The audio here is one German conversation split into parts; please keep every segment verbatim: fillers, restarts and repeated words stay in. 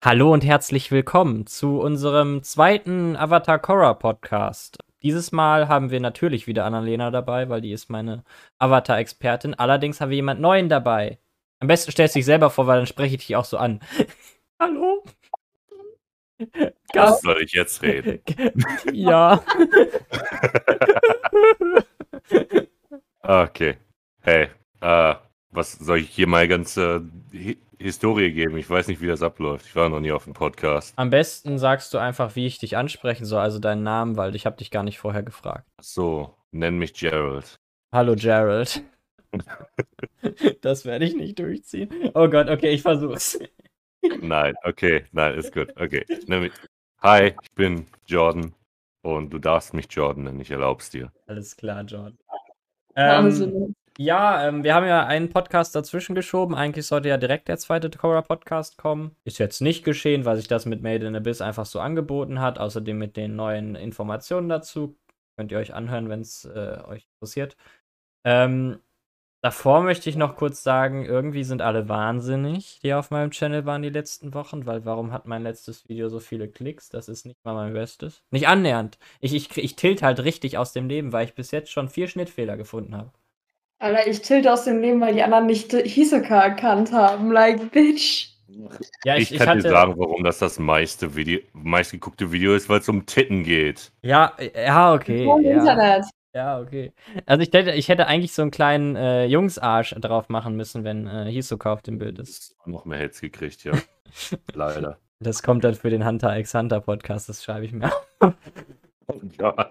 Hallo und herzlich willkommen zu unserem zweiten Avatar Korra Podcast. Dieses Mal haben wir natürlich wieder Annalena dabei, weil die ist meine Avatar-Expertin. Allerdings haben wir jemand Neuen dabei. Am besten stellst du dich selber vor, weil dann spreche ich dich auch so an. Hallo? Was soll ich jetzt reden? Ja. Okay. Hey, äh, was soll ich hier mal ganze Hi Historie geben? Ich weiß nicht, wie das abläuft. Ich war noch nie auf dem Podcast. Am besten sagst du einfach, wie ich dich ansprechen soll, also deinen Namen, weil ich habe dich gar nicht vorher gefragt. Ach so, nenn mich Gerald. Hallo Gerald. Das werde ich nicht durchziehen. Oh Gott, okay, ich versuch's. Nein, okay, nein, ist gut. Okay, nenn mich. Hi, ich bin Jordan und du darfst mich Jordan nennen, ich erlaub's dir. Alles klar, Jordan. Ähm, ja, ähm, wir haben ja einen Podcast dazwischen geschoben. Eigentlich sollte ja direkt der zweite Korra-Podcast kommen. Ist jetzt nicht geschehen, weil sich das mit Made in Abyss einfach so angeboten hat. Außerdem mit den neuen Informationen dazu. Könnt ihr euch anhören, wenn es äh, euch interessiert. Ähm, davor möchte ich noch kurz sagen, irgendwie sind alle wahnsinnig, die auf meinem Channel waren die letzten Wochen, weil warum hat mein letztes Video so viele Klicks? Das ist nicht mal mein Bestes. Nicht annähernd. Ich, ich, ich tilt halt richtig aus dem Leben, weil ich bis jetzt schon vier Schnittfehler gefunden habe. Alter, ich tilte aus dem Leben, weil die anderen nicht Hisoka erkannt haben. Like, bitch. Ja, ich, ich, ich kann ich dir sagen, warum das das meiste Video, meistgeguckte Video ist, weil es um Titten geht. Ja, ja, okay. Im ja. Internet. Ja, okay. Also ich hätte, ich hätte eigentlich so einen kleinen äh, Jungsarsch drauf machen müssen, wenn äh, Hisoka auf dem Bild ist. Noch mehr Hits gekriegt, ja. Leider. Das kommt dann für den Hunter x Hunter Podcast, das schreibe ich mir auf. Oh Gott.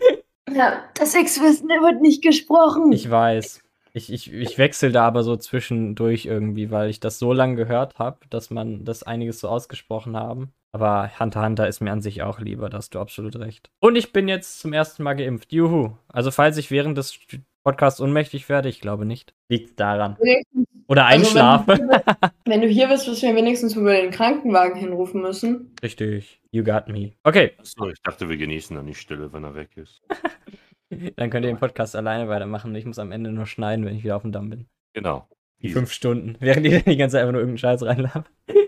Ja, das Sexwissen wird nicht gesprochen. Ich weiß. Ich, ich, ich wechsle da aber so zwischendurch irgendwie, weil ich das so lange gehört habe, dass man das einiges so ausgesprochen haben. Aber Hunter x Hunter ist mir an sich auch lieber, da hast du absolut recht. Und ich bin jetzt zum ersten Mal geimpft. Juhu. Also falls ich während des Podcasts ohnmächtig werde, ich glaube nicht. Liegt daran. Oder einschlafe. Also, wenn, du bist, wenn du hier bist, wirst du mir wenigstens über den Krankenwagen hinrufen müssen. Richtig. You got me. Okay. Achso, ich dachte, wir genießen dann die Stille, wenn er weg ist. Dann könnt ihr den Podcast alleine weitermachen. Ich muss am Ende nur schneiden, wenn ich wieder auf dem Damm bin. Genau. Die Easy. fünf Stunden. Während ihr die ganze Zeit einfach nur irgendeinen Scheiß reinlabert.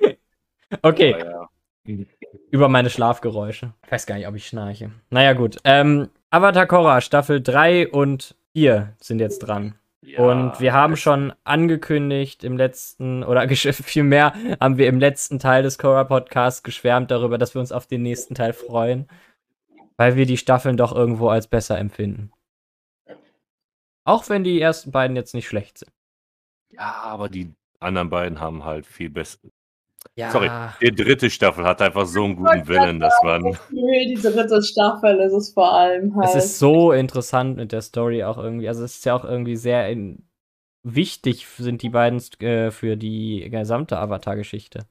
Okay. Ja, ja. Über meine Schlafgeräusche. Ich weiß gar nicht, ob ich schnarche. Naja, gut. Ähm, Avatar Korra Staffel drei und vier sind jetzt dran. Ja, und wir haben schon angekündigt im letzten, oder vielmehr haben wir im letzten Teil des Korra-Podcasts geschwärmt darüber, dass wir uns auf den nächsten Teil freuen. Weil wir die Staffeln doch irgendwo als besser empfinden. Auch wenn die ersten beiden jetzt nicht schlecht sind. Ja, aber die anderen beiden haben halt viel besser. Ja. Sorry, die dritte Staffel hat einfach so einen guten Willen, dass man. Die dritte Staffel ist es vor allem halt. Es ist so interessant mit der Story auch irgendwie. Also es ist ja auch irgendwie sehr in, wichtig sind die beiden äh, für die gesamte Avatar-Geschichte.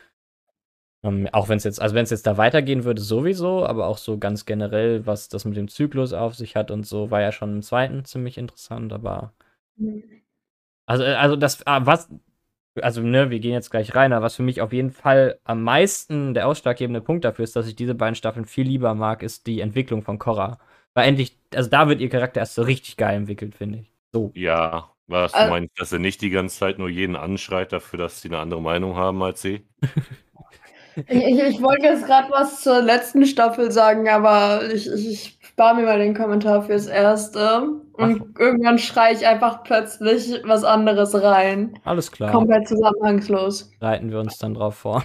Um, auch wenn es jetzt, also wenn es jetzt da weitergehen würde, sowieso, aber auch so ganz generell, was das mit dem Zyklus auf sich hat und so, war ja schon im zweiten ziemlich interessant, aber. Mhm. Also, also das, was. Also, ne, wir gehen jetzt gleich rein, aber was für mich auf jeden Fall am meisten der ausschlaggebende Punkt dafür ist, dass ich diese beiden Staffeln viel lieber mag, ist die Entwicklung von Korra. Weil endlich, also da wird ihr Charakter erst so richtig geil entwickelt, finde ich. So. Ja, was du Also, meinst, dass er nicht die ganze Zeit nur jeden anschreit dafür, dass sie eine andere Meinung haben als sie? Ich, ich, ich wollte jetzt gerade was zur letzten Staffel sagen, aber ich, ich, ich spare mir mal den Kommentar fürs Erste. Und Ach. Irgendwann schreie ich einfach plötzlich was anderes rein. Alles klar. Komplett zusammenhangslos. Reiten wir uns dann drauf vor.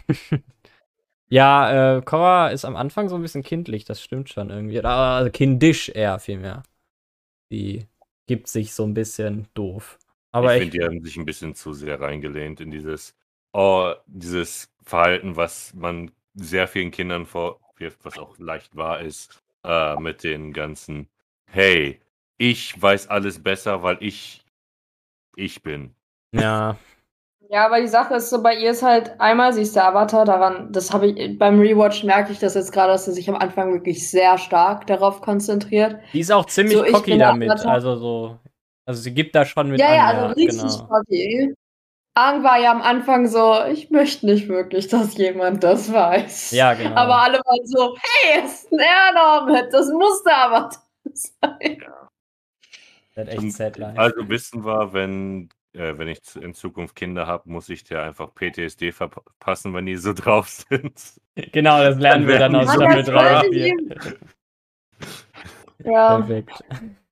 Ja, äh, Korra ist am Anfang so ein bisschen kindlich, das stimmt schon irgendwie. Also kindisch eher vielmehr. Die gibt sich so ein bisschen doof. Aber ich finde, die haben sich ein bisschen zu sehr reingelehnt in dieses, oh, dieses Verhalten, was man sehr vielen Kindern vorwirft, was auch leicht wahr ist, äh, mit den ganzen, hey, ich weiß alles besser, weil ich ich bin. Ja. Ja, aber die Sache ist so, bei ihr ist halt, einmal, sie ist der Avatar, daran, das habe ich, beim Rewatch merke ich das jetzt gerade, dass sie sich am Anfang wirklich sehr stark darauf konzentriert. Die ist auch ziemlich So, ich cocky bin der damit, Avatar. also so, also sie gibt da schon mit Ja, an, ja, also richtig genau. cocky. Aang war ja am Anfang so, ich möchte nicht wirklich, dass jemand das weiß. Ja, genau. Aber alle waren so, hey, es ist ein Air-Normet, das muss der Avatar sein. Ja. Das ist echt Und sad life. also wissen wir, wenn äh, wenn ich in Zukunft Kinder habe, muss ich dir einfach P T S D verpassen, wenn die so drauf sind. Genau, das lernen wir dann aus Staffel drei und vier. Ja. Perfekt.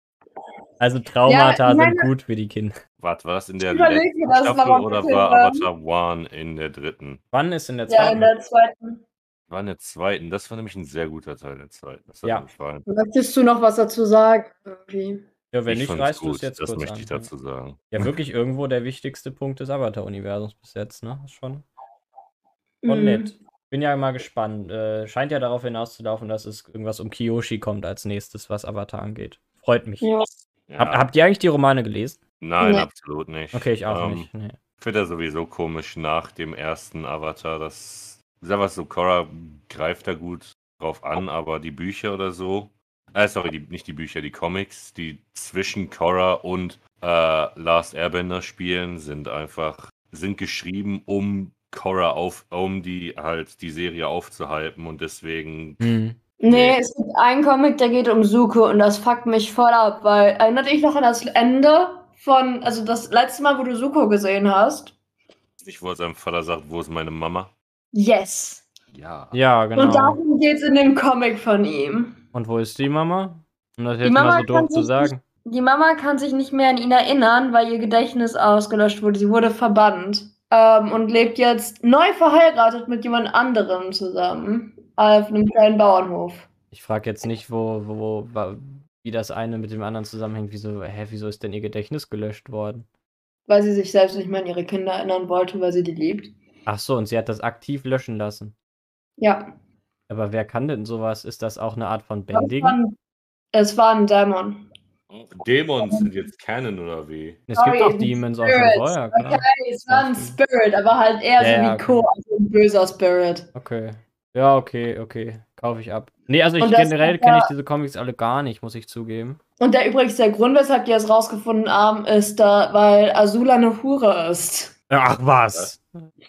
Also Traumata Ja, ich meine, sind gut für die Kinder. Warte, war das in der überleg mir letzten das Staffel mal oder bitte, war ähm, Avatar One in der dritten? Wann ist in der Ja, zweiten? in der zweiten. War in der zweiten. Das war nämlich ein sehr guter Teil der zweiten. Das hat Ja. mir gefallen. Möchtest du noch was dazu sagen? Irgendwie? Ja, wenn Ich nicht, fand's reißt du es gut. jetzt Das kurz möchte an. ich dazu sagen. Ja, wirklich irgendwo der wichtigste Punkt des Avatar-Universums bis jetzt, ne? Ist schon, schon Mhm. nett. Bin ja mal gespannt. Äh, scheint ja darauf hinauszulaufen, dass es irgendwas um Kyoshi kommt als nächstes, was Avatar angeht. Freut mich. Ja. Hab, Ja. habt ihr eigentlich die Romane gelesen? Nein, Nee. absolut nicht. Okay, ich auch Ähm, nicht. Nee. Ich finde das sowieso komisch nach dem ersten Avatar, dass, sag was so, Korra greift da gut drauf an, aber die Bücher oder so, äh, sorry, die, nicht die Bücher, die Comics, die zwischen Korra und äh, Last Airbender spielen, sind einfach, sind geschrieben, um Korra auf, um die halt die Serie aufzuhalten und deswegen. Hm. Nee, Nee. es gibt einen Comic, der geht um Zuko und das fuckt mich voll ab, weil erinnert dich noch an das Ende von, also das letzte Mal, wo du Zuko gesehen hast? Ich wollte seinem Vater sagen, wo ist meine Mama? Yes. Ja. Ja, genau. Und darum geht's in dem Comic von ihm. Und wo ist die Mama? Um das Die jetzt mal Mama so kann doof zu sich sagen. Die Mama kann sich nicht mehr an ihn erinnern, weil ihr Gedächtnis ausgelöscht wurde. Sie wurde verbannt ähm, und lebt jetzt neu verheiratet mit jemand anderem zusammen auf einem kleinen Bauernhof. Ich frage jetzt nicht, wo, wo, wo, wie das eine mit dem anderen zusammenhängt. Wieso, hä, wieso ist denn ihr Gedächtnis gelöscht worden? Weil sie sich selbst nicht mehr an ihre Kinder erinnern wollte, weil sie die liebt. Ach so, und sie hat das aktiv löschen lassen. Ja. Aber wer kann denn sowas? Ist das auch eine Art von Es war Bending? ein, es war ein Dämon. Dämons sind jetzt Canon oder wie? Es Sorry, gibt auch ein Demons auch schon Spirit. vorher, klar. Okay, es war ein Das- Spirit, aber halt eher Ja, so ja, wie Co, also ein böser Spirit. Okay. Ja, okay, okay. Kaufe ich ab. Nee, also ich Und das generell hat kenne ich ja- diese Comics alle gar nicht, muss ich zugeben. Und der übrigens der Grund, weshalb die es rausgefunden haben, ist, da, weil Azula eine Hure ist. Ach was.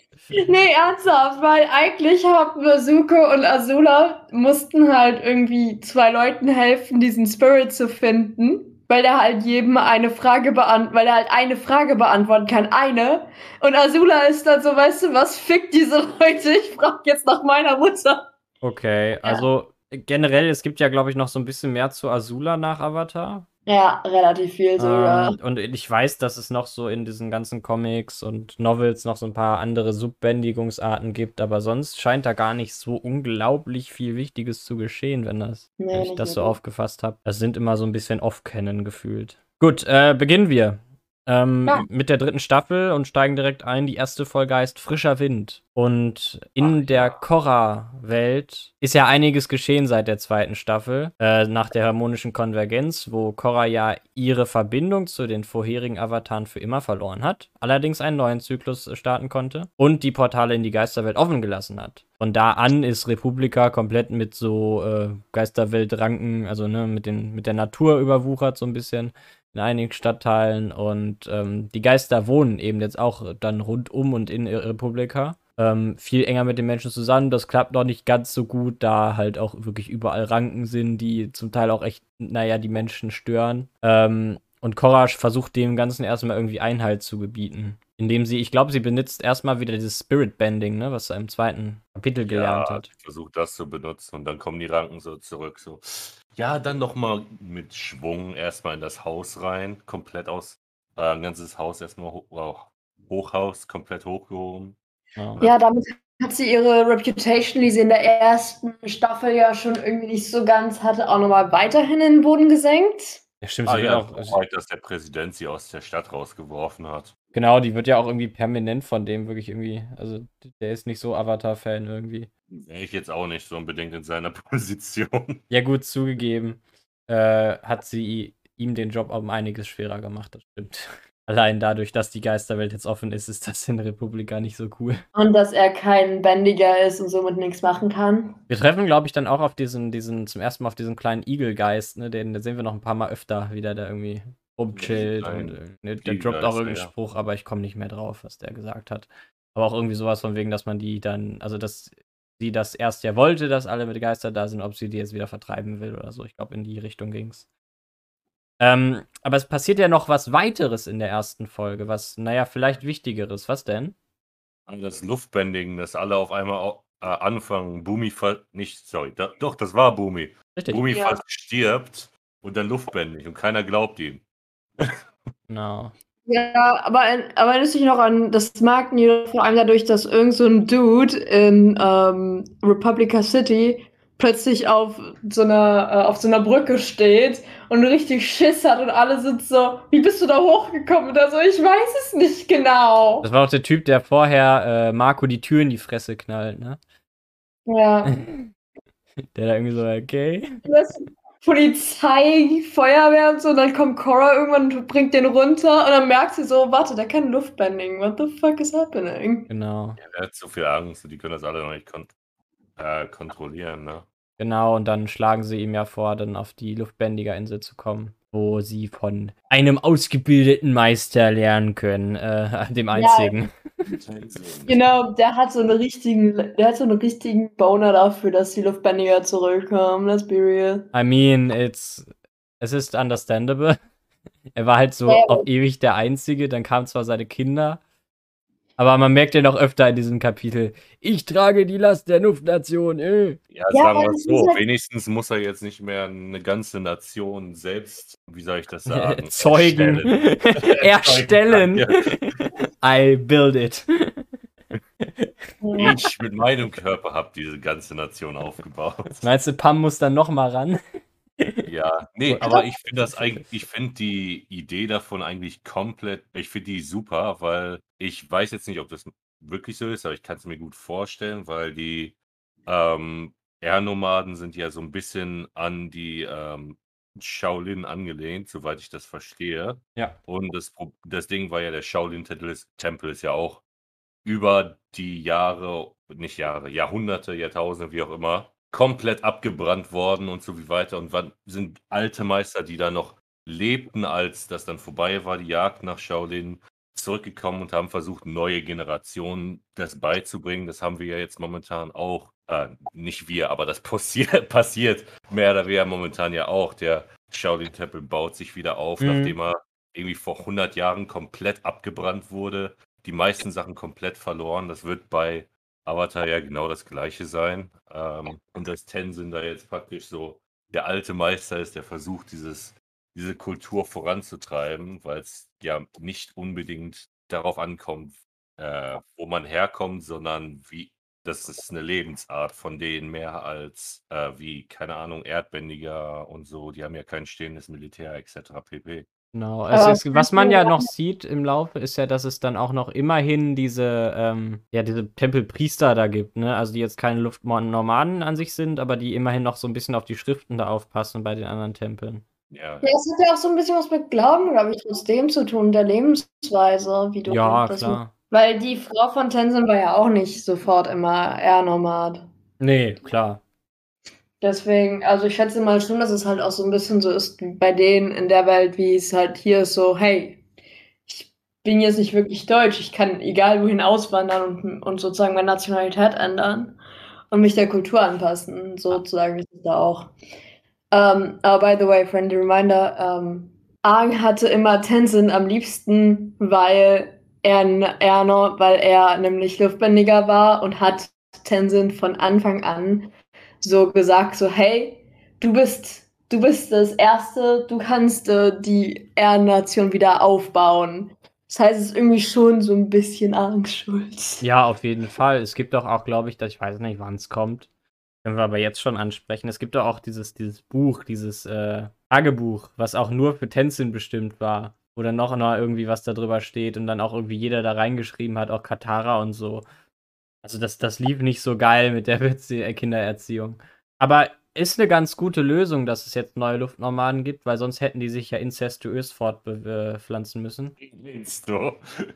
Nee, ernsthaft, weil eigentlich haben Zuko und Azula mussten halt irgendwie zwei Leuten helfen, diesen Spirit zu finden, weil der halt jedem eine Frage beant weil er halt eine Frage beantworten kann, eine. Und Azula ist dann so, weißt du was, fick diese Leute, ich frag jetzt nach meiner Mutter. Okay, also generell, es gibt ja, glaube ich, noch so ein bisschen mehr zu Azula nach Avatar. Ja, relativ viel sogar. Ähm, und ich weiß, dass es noch so in diesen ganzen Comics und Novels noch so ein paar andere Subbändigungsarten gibt, aber sonst scheint da gar nicht so unglaublich viel Wichtiges zu geschehen, wenn das, Nee, wenn ich nicht das so wirklich. aufgefasst habe. Das sind immer so ein bisschen Off-Canon gefühlt. Gut, äh, beginnen wir. Ähm, Ja. mit der dritten Staffel und steigen direkt ein. Die erste Folge heißt Frischer Wind. Und in Ach, der ja. Korra-Welt ist ja einiges geschehen seit der zweiten Staffel. Äh, nach der harmonischen Konvergenz, wo Korra ja ihre Verbindung zu den vorherigen Avataren für immer verloren hat. Allerdings einen neuen Zyklus äh, starten konnte. Und die Portale in die Geisterwelt offen gelassen hat. Von da an ist Republika komplett mit so äh, Geisterweltranken, also ne, mit, den, mit der Natur überwuchert so ein bisschen in einigen Stadtteilen und ähm, die Geister wohnen eben jetzt auch dann rundum und in Republika. Ähm, viel enger mit den Menschen zusammen. Das klappt noch nicht ganz so gut, da halt auch wirklich überall Ranken sind, die zum Teil auch echt, naja, die Menschen stören. Ähm, und Korra versucht dem Ganzen erstmal irgendwie Einhalt zu gebieten. Indem sie, ich glaube, sie benutzt erstmal wieder dieses Spirit Bending, ne, was sie im zweiten Kapitel gelernt Ja, hat. ich versuche das zu benutzen und dann kommen die Ranken so zurück. So. Ja, dann nochmal mit Schwung erstmal in das Haus rein. Komplett aus, äh, ein ganzes Haus erstmal hoch, wow, Hochhaus komplett hochgehoben. Ja. Ja, damit hat sie ihre Reputation, die sie in der ersten Staffel ja schon irgendwie nicht so ganz hatte, auch nochmal weiterhin in den Boden gesenkt. Ja, stimmt, Ah sie wird ja, auch. auch halt, dass der Präsident sie aus der Stadt rausgeworfen hat. Genau, die wird ja auch irgendwie permanent von dem wirklich irgendwie, also der ist nicht so Avatar-Fan irgendwie. Wäre ich jetzt auch nicht so unbedingt in seiner Position. Ja gut, zugegeben, äh, hat sie ihm den Job um einiges schwerer gemacht, das stimmt. Allein dadurch, dass die Geisterwelt jetzt offen ist, ist das in der Republik gar nicht so cool. Und dass er kein Bändiger ist und somit nichts machen kann. Wir treffen, glaube ich, dann auch auf diesen, diesen, zum ersten Mal auf diesen kleinen Igelgeist, ne, den, den sehen wir noch ein paar Mal öfter, wie der da irgendwie rumchillt Ja, die und kleinen äh, ne, der droppt auch Igelgeister, irgendeinen ja. Spruch, aber ich komme nicht mehr drauf, was der gesagt hat. Aber auch irgendwie sowas von wegen, dass man die dann, also dass sie das erst ja wollte, dass alle mit Geister da sind, ob sie die jetzt wieder vertreiben will oder so. Ich glaube, in die Richtung ging's. Ähm, aber es passiert ja noch was weiteres in der ersten Folge, was, naja, vielleicht Wichtigeres. Was denn? Das Luftbändigen, dass alle auf einmal au äh, anfangen, Bumi ver nicht, sorry, da, doch, das war Bumi. Richtig. Bumi Ja. fast stirbt und dann luftbändig und keiner glaubt ihm. Genau. Ja, aber, aber erinnerst du dich noch an das Mark News, vor allem dadurch, dass irgend so ein Dude in ähm, Republica City plötzlich auf so einer äh, auf so einer Brücke steht und richtig Schiss hat und alle sind so, wie bist du da hochgekommen? Oder so, ich weiß es nicht genau. Das war auch der Typ, der vorher äh, Marco die Tür in die Fresse knallt, ne? Ja. Der da irgendwie so, okay. Das Polizei, Feuerwehr und so, und dann kommt Cora irgendwann und bringt den runter und dann merkt sie so, warte, der kann Luftbending, what the fuck is happening? Genau. Ja, der hat so viel Angst und die können das alle noch nicht kon äh, kontrollieren, ne? Genau, und dann schlagen sie ihm ja vor, dann auf die Luftbändigerinsel zu kommen, wo sie von einem ausgebildeten Meister lernen können, äh, dem einzigen. Genau, der hat so einen richtigen, der hat so einen richtigen Boner dafür, dass die Luftbändiger zurückkommen, let's be real. I mean, it's, es ist understandable. Er war halt so Ja. auf ewig der Einzige, dann kamen zwar seine Kinder, aber man merkt ja noch öfter in diesem Kapitel, ich trage die Last der Luftnation, äh. Ja, Ja, sagen wir aber es das ist so, halt- wenigstens muss er jetzt nicht mehr eine ganze Nation selbst, wie soll ich das sagen, Zeugen. Erstellen. Ja. I build it. Ich mit meinem Körper habe diese ganze Nation aufgebaut. Meinst du, Pam muss dann noch mal ran? Ja, nee, aber ich finde das eigentlich, ich finde die Idee davon eigentlich komplett, ich finde die super, weil ich weiß jetzt nicht, ob das wirklich so ist, aber ich kann es mir gut vorstellen, weil die ähm, Air-Nomaden sind ja so ein bisschen an die ähm, Shaolin angelehnt, soweit ich das verstehe. Ja. Und das, Pro- das Ding war ja, der Shaolin-Tempel ist, Tempel ist ja auch über die Jahre, nicht Jahre, Jahrhunderte, Jahrtausende, wie auch immer, komplett abgebrannt worden und so wie weiter. Und wann sind alte Meister, die da noch lebten, als das dann vorbei war, die Jagd nach Shaolin, zurückgekommen und haben versucht, neue Generationen das beizubringen. Das haben wir ja jetzt momentan auch. Äh, nicht wir, aber das passiert, passiert mehr oder weniger momentan ja auch. Der Shaolin-Tempel baut sich wieder auf, Mhm. nachdem er irgendwie vor hundert Jahren komplett abgebrannt wurde. Die meisten Sachen komplett verloren. Das wird bei Avatar ja genau das Gleiche sein. Ähm, und dass Tenzin da jetzt praktisch so der alte Meister ist, der versucht, dieses, diese Kultur voranzutreiben, weil es ja nicht unbedingt darauf ankommt, äh, wo man herkommt, sondern wie, das ist eine Lebensart von denen mehr als äh, wie, keine Ahnung, Erdbändiger und so. Die haben ja kein stehendes Militär et cetera pp. Genau. Aber Es ist, was man ja ja. noch sieht im Laufe, ist ja, dass es dann auch noch immerhin diese, ähm, ja, diese Tempelpriester da gibt, ne? Also die jetzt keine Luftnomaden an sich sind, aber die immerhin noch so ein bisschen auf die Schriften da aufpassen bei den anderen Tempeln. Ja, Ja, es hat ja auch so ein bisschen was mit Glauben, glaube ich, mit dem zu tun, der Lebensweise, wie du Ja, das klar. Weil die Frau von Tenzin war ja auch nicht sofort immer Air-Nomad. Nee, klar. Deswegen, also ich schätze mal schon, dass es halt auch so ein bisschen so ist wie bei denen in der Welt, wie es halt hier ist, so, hey, ich bin jetzt nicht wirklich deutsch, ich kann egal wohin auswandern und, und sozusagen meine Nationalität ändern und mich der Kultur anpassen, sozusagen ist es da auch. Ähm, aber by the way, friendly reminder, ähm, Aang hatte immer Tenzin am liebsten, weil er, er noch, weil er nämlich Luftbändiger war und hat Tenzin von Anfang an so gesagt, so, hey, du bist, du bist das Erste, du kannst äh, die Erdnation wieder aufbauen. Das heißt, es ist irgendwie schon so ein bisschen Angstschuld. Ja, auf jeden Fall. Es gibt doch auch, glaube ich, dass ich weiß nicht, wann es kommt. Können wir aber jetzt schon ansprechen. Es gibt doch auch dieses, dieses Buch, dieses äh, Tagebuch, was auch nur für Tenzin bestimmt war. Wo dann noch mal irgendwie was da drüber steht und dann auch irgendwie jeder da reingeschrieben hat, auch Katara und so. Also das, das lief nicht so geil mit der Bezie- äh, Kindererziehung. Aber ist eine ganz gute Lösung, dass es jetzt neue Luftnomaden gibt, weil sonst hätten die sich ja inzestuös fortpflanzen müssen. Willst du?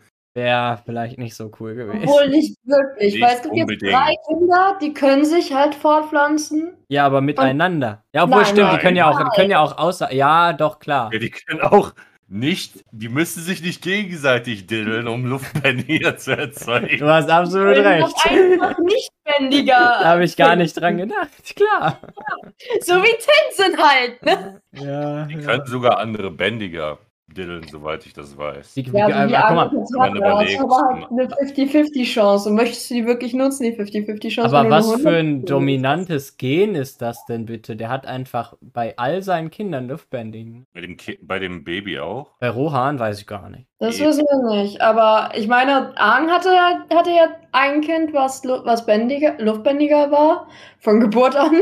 Wäre vielleicht nicht so cool gewesen. Obwohl nicht wirklich, Nicht weil es gibt unbedingt. jetzt drei Kinder, die können sich halt fortpflanzen. Ja, aber miteinander. Ja, obwohl Nein, stimmt, die nein, können ja auch, die können ja auch außer. Ja, doch, klar. Ja, die können auch, nicht, die müssen sich nicht gegenseitig diddeln, um Luftbändiger zu erzeugen. Du hast absolut Wenn recht. noch einfach nicht bändiger. Da habe ich gar nicht dran gedacht, klar. So wie Tänzen halt, ne? Ja, Die ja. können sogar andere Bändiger diddeln, soweit ich das weiß. Die, Ja, also die ah, guck mal, Arme man hat aber überlegt, halt eine fünfzig fünfzig Chance. Und möchtest du die wirklich nutzen, die fünfzig fünfzig Chance? aber wenn du was eine für ein hundert nutzt? dominantes Gen ist das denn bitte? Der hat einfach bei all seinen Kindern Luftbändigen. Bei dem, Ki bei dem Baby auch? Bei Rohan weiß ich gar nicht. Das wissen wir nicht. Aber ich meine, Aang hatte, hatte ja ein Kind, was, lu- was bändiger, luftbändiger war, von Geburt an.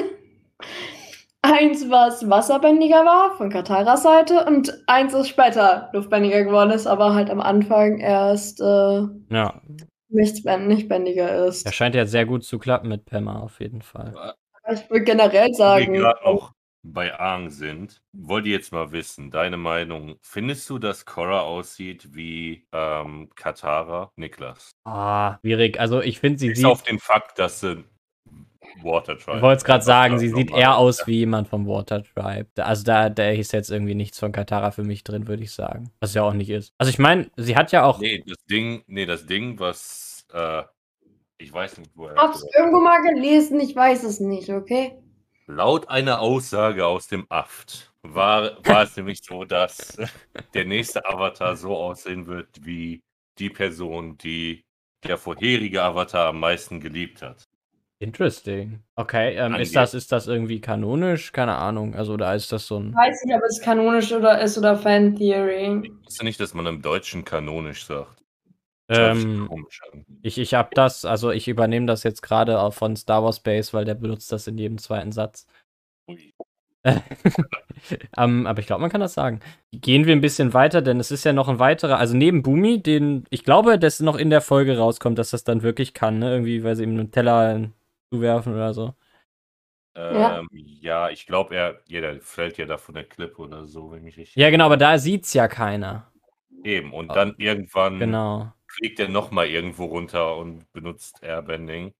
Eins, was wasserbändiger war, von Kataras Seite. Und eins, das später luftbändiger geworden ist, aber halt am Anfang erst äh, Ja, nicht, bänd- nicht bändiger ist. der scheint ja sehr gut zu klappen mit Pemma auf jeden Fall. Ich würde generell Wo wir sagen, gerade auch bei Aang sind, wollte ich jetzt mal wissen, deine Meinung. Findest du, dass Korra aussieht wie ähm, Katara, Niklas? Ah, schwierig. Also ich finde, sie Bis sieht, auf den Fakt, dass sie Water Tribe. ich wollte es gerade einfach sagen, ganz sie sieht normal eher ist. aus wie jemand vom Water Tribe. Also da, da ist jetzt irgendwie nichts von Katara für mich drin, würde ich sagen. Was ja auch nicht ist. Also ich meine, sie hat ja auch. Nee, das Ding, nee, das Ding, was äh, ich weiß nicht, wo er. hab's irgendwo mal gelesen, ich weiß es nicht, okay? Laut einer Aussage aus dem Aft war, war es nämlich so, dass der nächste Avatar so aussehen wird wie die Person, die der vorherige Avatar am meisten geliebt hat. Interesting. Okay, ähm, ist Angeht. das, ist das irgendwie kanonisch? Keine Ahnung. Also da ist das so ein. Ich weiß nicht, ob es kanonisch oder ist oder Fan-Theory. Ich wusste nicht, dass man im Deutschen kanonisch sagt. Das hört sich Ähm, komisch an. ich ich habe das, also ich übernehme das jetzt gerade auch von Star Wars Base, weil der benutzt das in jedem zweiten Satz. Ui. ähm, aber ich glaube, man kann das sagen. Gehen wir ein bisschen weiter, denn es ist ja noch ein weiterer, also neben Bumi, den ich glaube, dass noch in der Folge rauskommt, dass das dann wirklich kann, ne? Irgendwie, weil sie ihm einen Teller zuwerfen oder so. Ja. Ähm, ja, ich glaube, er, jeder fällt ja da von der Klippe oder so, wenn ich mich richtig. Ja, genau, aber da sieht's ja keiner. Eben, und dann irgendwann Genau. fliegt er nochmal irgendwo runter und benutzt Airbending.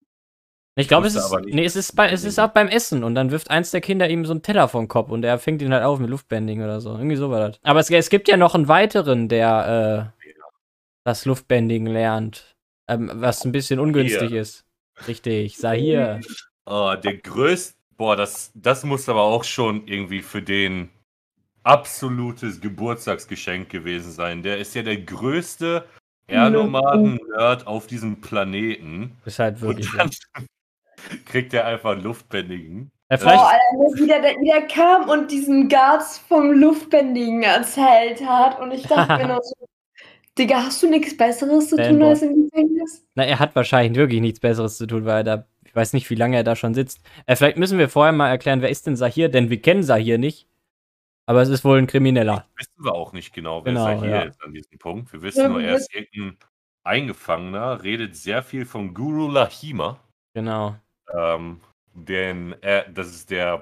Ich glaube, es wusste ist, aber nicht, nee, es ist, bei, es ist Mhm. auch beim Essen und dann wirft eins der Kinder ihm so einen Teller vom Kopf und er fängt ihn halt auf mit Luftbending oder so. Irgendwie so war das. Aber es, es gibt ja noch einen weiteren, der äh, das Luftbending lernt, ähm, was ein bisschen ungünstig ist. Richtig, Sahir. Oh, der größte, boah, das, das muss aber auch schon irgendwie für den absolutes Geburtstagsgeschenk gewesen sein. Der ist ja der größte Air-Nomaden-Nerd auf diesem Planeten. Ist halt wirklich. Und dann kriegt er einfach einen Luftbändigen. Ja, Boah, vielleicht, Alter, wie der, wie der kam und diesen Guards vom Luftbändigen erzählt hat. Und ich dachte mir nur so, Digga, hast du nichts Besseres zu tun Fanboy. als im Gefängnis? na, er hat wahrscheinlich wirklich nichts Besseres zu tun, weil er da, ich weiß nicht, wie lange er da schon sitzt. Äh, vielleicht müssen wir vorher mal erklären, wer ist denn Sahir, denn wir kennen Sahir nicht. Aber es ist wohl ein Krimineller. Wissen wir auch nicht genau, wer Genau, Sahir ja. ist an diesem Punkt. Wir wissen Ja, nur, wir er ist irgendein Eingefangener, redet sehr viel von Guru Lahima. Genau. Ähm, denn er, das ist der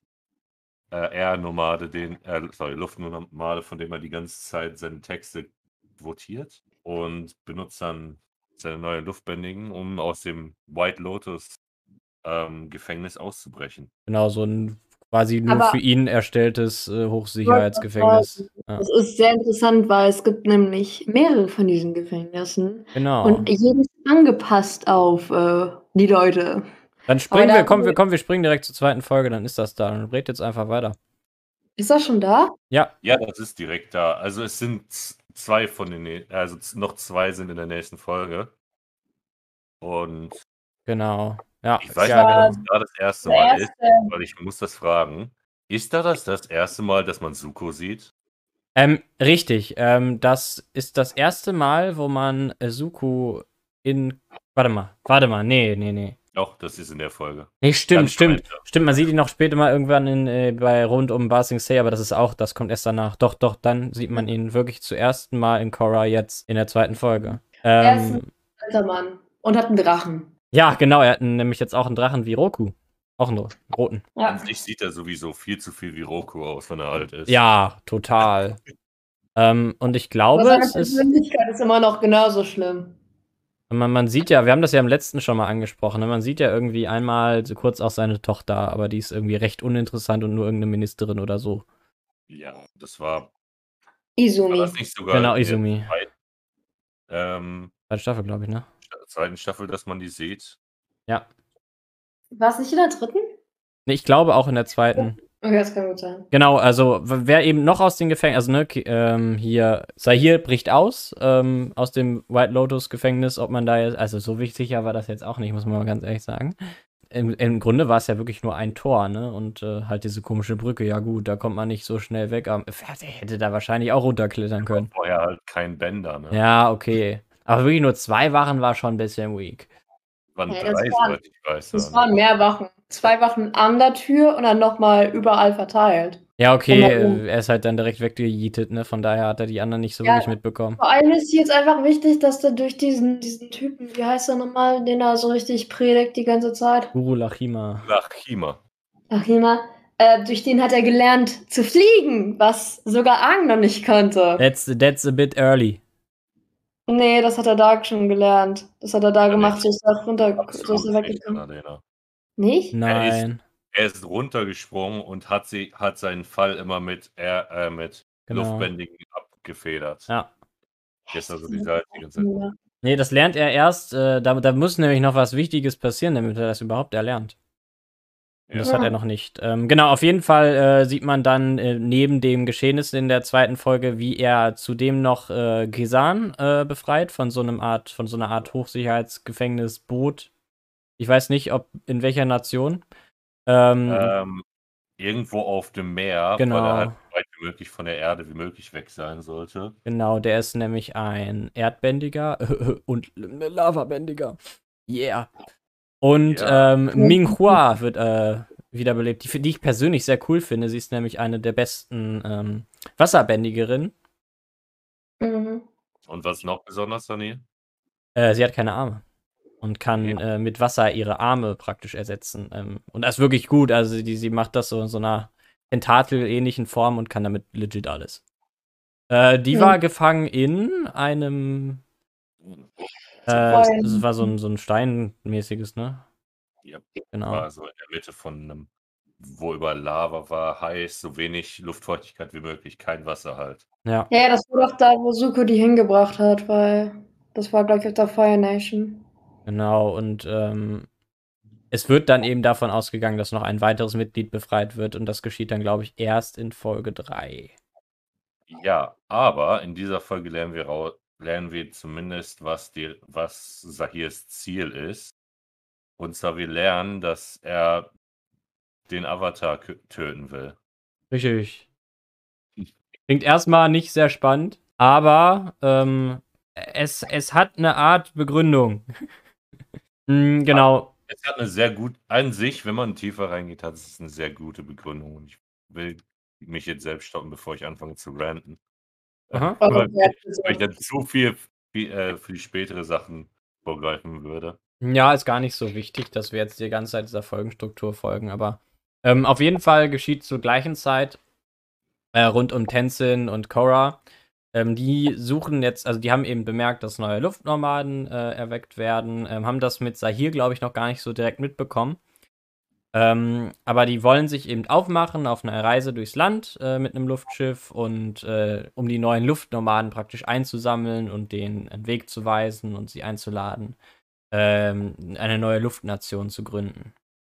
äh, Air-Nomade, den, äh, sorry, Luftnomade, von dem er die ganze Zeit seine Texte votiert und benutzt dann seine neuen Luftbändigen, um aus dem White Lotus ähm, Gefängnis auszubrechen. Genau, so ein quasi nur Aber- für ihn erstelltes äh, Hochsicherheitsgefängnis. Ja, Das ist sehr interessant, weil es gibt nämlich mehrere von diesen Gefängnissen. genau. Und jedes angepasst auf äh, die Leute. Dann springen da- wir, komm, wir, komm, wir springen direkt zur zweiten Folge, dann ist das da. Dann red jetzt einfach weiter. Ist das schon da? Ja, Ja, das ist direkt da. Also es sind z- zwei von den, nä- also z- noch zwei sind in der nächsten Folge. Und genau. Ja, ich weiß ja, nicht, genau. ob es da das erste Der Mal ist, erste. weil ich muss das fragen. Ist da das das erste Mal, dass man Zuko sieht? Ähm, richtig. Ähm, das ist das erste Mal, wo man äh, Suko in. Warte mal, warte mal, nee, nee, nee. Doch, das ist in der Folge. Nee, stimmt, Ganz stimmt. später. Stimmt, man sieht ihn noch später mal irgendwann in, äh, bei rund um Ba Sing Se, aber das ist auch, das kommt erst danach. Doch, doch, dann sieht man ihn wirklich zum ersten Mal in Korra jetzt in der zweiten Folge. Er ist Ähm, ein alter Mann und hat einen Drachen. ja, genau, er hat nämlich jetzt auch einen Drachen wie Roku. Auch einen roten. Ja. An sich sieht er sowieso viel zu viel wie Roku aus, wenn er alt ist. Ja, total. ähm, und ich Aber glaube, seine es ist. Persönlichkeit ist immer noch genauso schlimm. Man, man sieht ja, wir haben das ja im letzten schon mal angesprochen, ne? Man sieht ja irgendwie einmal so kurz auch seine Tochter, aber die ist irgendwie recht uninteressant und nur irgendeine Ministerin oder so. Ja, das war. Izumi. War das nicht sogar Genau, in der Izumi. zweiten, ähm, Zweite Staffel, glaube ich, ne? zweiten Staffel, dass man die sieht? Ja. War es nicht in der dritten? Ne, ich glaube auch in der zweiten. Okay, das kann gut sein. Genau, also wer eben noch aus den Gefängnissen, also ne, ähm, hier, Sahir bricht aus, ähm, aus dem White Lotus Gefängnis, ob man da jetzt, also so wichtig war das jetzt auch nicht, muss man mal ganz ehrlich sagen. Im, im Grunde war es ja wirklich nur ein Tor, ne, und äh, halt diese komische Brücke, ja gut, da kommt man nicht so schnell weg, aber er hätte da wahrscheinlich auch runterklettern können. Vorher halt kein Bänder, ne? Ja, okay. Aber wirklich nur zwei Wachen war schon ein bisschen weak. Waren Ja, drei, das waren- soweit ich weiß. Das ja, waren ne? mehr Wachen. Zwei Wachen an der Tür und dann nochmal überall verteilt. Ja, okay, Immer um. äh, er ist halt dann direkt weggejietet, ne, von daher hat er die anderen nicht so Ja. wirklich mitbekommen. Vor allem ist jetzt einfach wichtig, dass der durch diesen, diesen Typen, wie heißt er nochmal, den er so richtig predigt die ganze Zeit? Guru Lachima. Nach Chima. Ach, jemand. Äh, durch den hat er gelernt zu fliegen, was sogar Aang noch nicht konnte. That's, that's a bit early. Nee, das hat er da schon gelernt. Das hat er da Ja, gemacht, nicht. so ist er runter, so ist Absolut er nicht, weggekommen. Annalena. Nicht? Nein. Er ist runtergesprungen und hat, sie, hat seinen Fall immer mit, Air, äh, mit Genau. Luftbändigen abgefedert. Ja. Jetzt also die Seite die ganze Zeit. Ja. Nee, das lernt er erst, äh, da, da muss nämlich noch was Wichtiges passieren, damit er das überhaupt erlernt. Und das Ja. hat er noch nicht. Ähm, genau, auf jeden Fall äh, sieht man dann äh, neben dem Geschehnis in der zweiten Folge, wie er zudem noch äh, Gesan äh, befreit von so einem Art, von so einer Art Hochsicherheitsgefängnisboot. Ich weiß nicht, ob in welcher Nation. Ähm, Ähm, irgendwo auf dem Meer, Genau. weil er halt so weit wie möglich von der Erde wie möglich weg sein sollte. Genau, der ist nämlich ein Erdbändiger und Lavabändiger. Yeah. Und Ja. ähm, Ming Hua wird äh, wiederbelebt, die, die ich persönlich sehr cool finde. Sie ist nämlich eine der besten ähm, Wasserbändigerinnen. Mhm. Und was noch besonders an ihr? Äh, sie hat keine Arme und kann Ja. äh, mit Wasser ihre Arme praktisch ersetzen. Ähm, und das ist wirklich gut. Also die, sie macht das so in so einer Tentakel-ähnlichen Form und kann damit legit alles. Äh, die Mhm. war gefangen in einem Äh, es, es war so ein, so ein Steinmäßiges, ne? Ja, Genau. war so in der Mitte von einem, wo über Lava war, heiß, so wenig Luftfeuchtigkeit wie möglich, kein Wasser halt. Ja. Ja, das war doch da, wo Zuko die hingebracht hat, weil das war, glaube ich, auf der Fire Nation. Genau, und ähm, es wird dann eben davon ausgegangen, dass noch ein weiteres Mitglied befreit wird und das geschieht dann, glaube ich, erst in Folge drei. Ja, aber in dieser Folge lernen wir, rau- lernen wir zumindest, was, die, was Sahirs Ziel ist. Und zwar wir lernen, dass er den Avatar kö- töten will. Richtig. Klingt erstmal nicht sehr spannend, aber ähm, es, es hat eine Art Begründung. mm, genau. Es hat eine sehr gut, an sich, wenn man tiefer reingeht, hat es eine sehr gute Begründung. Und ich will mich jetzt selbst stoppen, bevor ich anfange zu ranten. Aha. Oh, weil, ja, weil ich dann zu viel, viel äh, für die spätere Sachen vorgreifen würde. Ja, ist gar nicht so wichtig, dass wir jetzt die ganze Zeit dieser Folgenstruktur folgen, aber ähm, auf jeden Fall geschieht zur gleichen Zeit äh, rund um Tenzin und Korra. Ähm, die suchen jetzt, also die haben eben bemerkt, dass neue Luftnomaden äh, erweckt werden, ähm, haben das mit Sahir, glaube ich, noch gar nicht so direkt mitbekommen. Ähm, aber die wollen sich eben aufmachen auf eine Reise durchs Land äh, mit einem Luftschiff und äh, um die neuen Luftnomaden praktisch einzusammeln und denen einen Weg zu weisen und sie einzuladen, ähm, eine neue Luftnation zu gründen.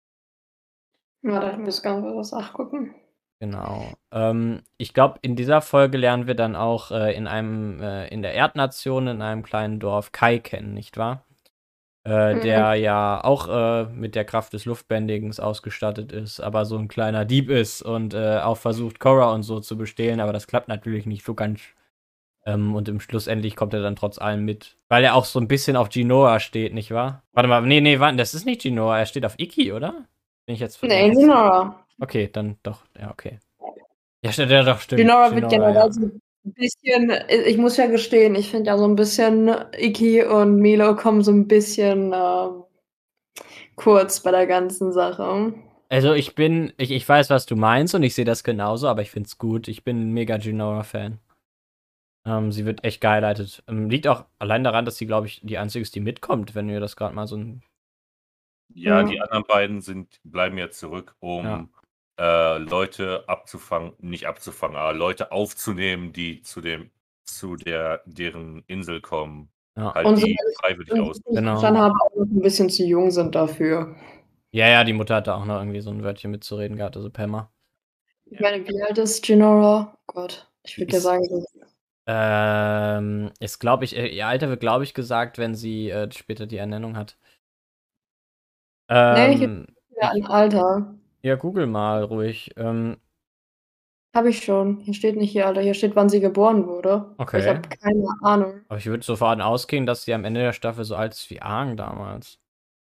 Warte, ich muss ganz kurz was nachgucken. Genau. Ähm, ich glaube, in dieser Folge lernen wir dann auch äh, in einem, äh, in der Erdnation, in einem kleinen Dorf Kai kennen, nicht wahr? Äh, Mhm. der ja auch äh, mit der Kraft des Luftbändigens ausgestattet ist, aber so ein kleiner Dieb ist und äh, auch versucht, Korra und so zu bestehlen, aber das klappt natürlich nicht so ganz. Ähm, und im Schlussendlich kommt er dann trotz allem mit. Weil er auch so ein bisschen auf Genoa steht, nicht wahr? Warte mal, nee, nee, warte, das ist nicht Genoa, er steht auf Ikki, oder? Bin ich jetzt Nee, Genora. Okay, dann doch, ja, okay. Ja, stimmt, ja, doch, stimmt. Genora wird Genoa, generell ja. so ein bisschen, ich muss ja gestehen, ich finde ja so ein bisschen, Ikki und Milo kommen so ein bisschen ähm, kurz bei der ganzen Sache. Also ich bin, ich, ich weiß, was du meinst und ich sehe das genauso, aber ich finde es gut. Ich bin ein mega Genoa-Fan. Ähm, sie wird echt gehighlightet. Ähm, liegt auch allein daran, dass sie, glaube ich, die einzige ist, die mitkommt, wenn wir das gerade mal so ein. Ja, Ja. die anderen beiden sind, bleiben ja zurück, um Ja. äh, Leute abzufangen, nicht abzufangen, aber Leute aufzunehmen, die zu dem, zu der, deren Insel kommen. Ja. Halt Und so, die freiwillig und aus. ich Genau. dann haben auch noch ein bisschen zu jung sind dafür. Ja, ja, die Mutter hatte auch noch irgendwie so ein Wörtchen mitzureden gehabt, also Pamela. Ich meine, wie alt ist Genora? Oh Gott, ich würde ja Ist- sagen, so Ähm, ist, glaube ich, äh, ihr Alter wird, glaube ich, gesagt, wenn sie äh, später die Ernennung hat. Nee, ich Ähm, ja, ein Alter. ja, google mal ruhig. Ähm, Habe ich schon. Hier steht nicht ihr Alter, hier steht, wann sie geboren wurde. Okay. Ich habe keine Ahnung. aber ich würde so davon ausgehen, dass sie am Ende der Staffel so alt ist wie Aang damals.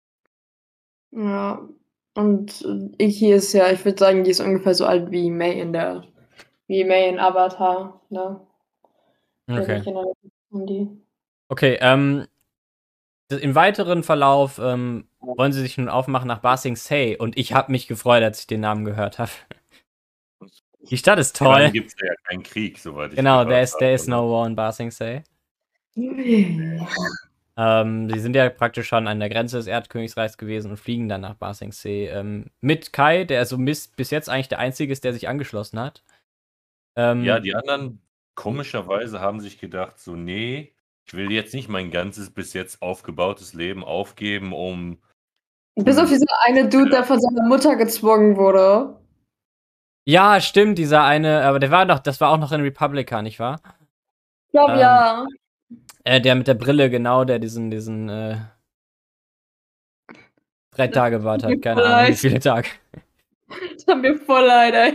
Ja. Und äh, ich hier ist ja, ich würde sagen, die ist ungefähr so alt wie May in der, wie May in Avatar, ne? Okay. Die die. Okay, ähm, d- im weiteren Verlauf ähm, wollen sie sich nun aufmachen nach Ba Sing Se und ich habe mich gefreut, als ich den Namen gehört habe. Die Stadt ist toll. Dann gibt es ja keinen Krieg, soweit ich Genau, gehört there is, there habe, is ne? no war in Ba Sing Se. Ähm, sie sind ja praktisch schon an der Grenze des Erdkönigreichs gewesen und fliegen dann nach Ba Sing Se ähm, mit Kai, der so bis, bis jetzt eigentlich der Einzige ist, der sich angeschlossen hat. Ähm, Ja, die anderen komischerweise haben sich gedacht, so, nee, ich will jetzt nicht mein ganzes bis jetzt aufgebautes Leben aufgeben, um. Bis auf dieser eine Dude, der von seiner Mutter gezwungen wurde. Ja, stimmt, dieser eine, aber der war doch, das war auch noch in Republica, nicht wahr? Ich glaube, Ähm, ja. Äh, der mit der Brille, genau, der diesen, diesen, äh, drei Tage Bart hat, keine Ahnung, wie viele Tage. Das hat mir voll leid, ey.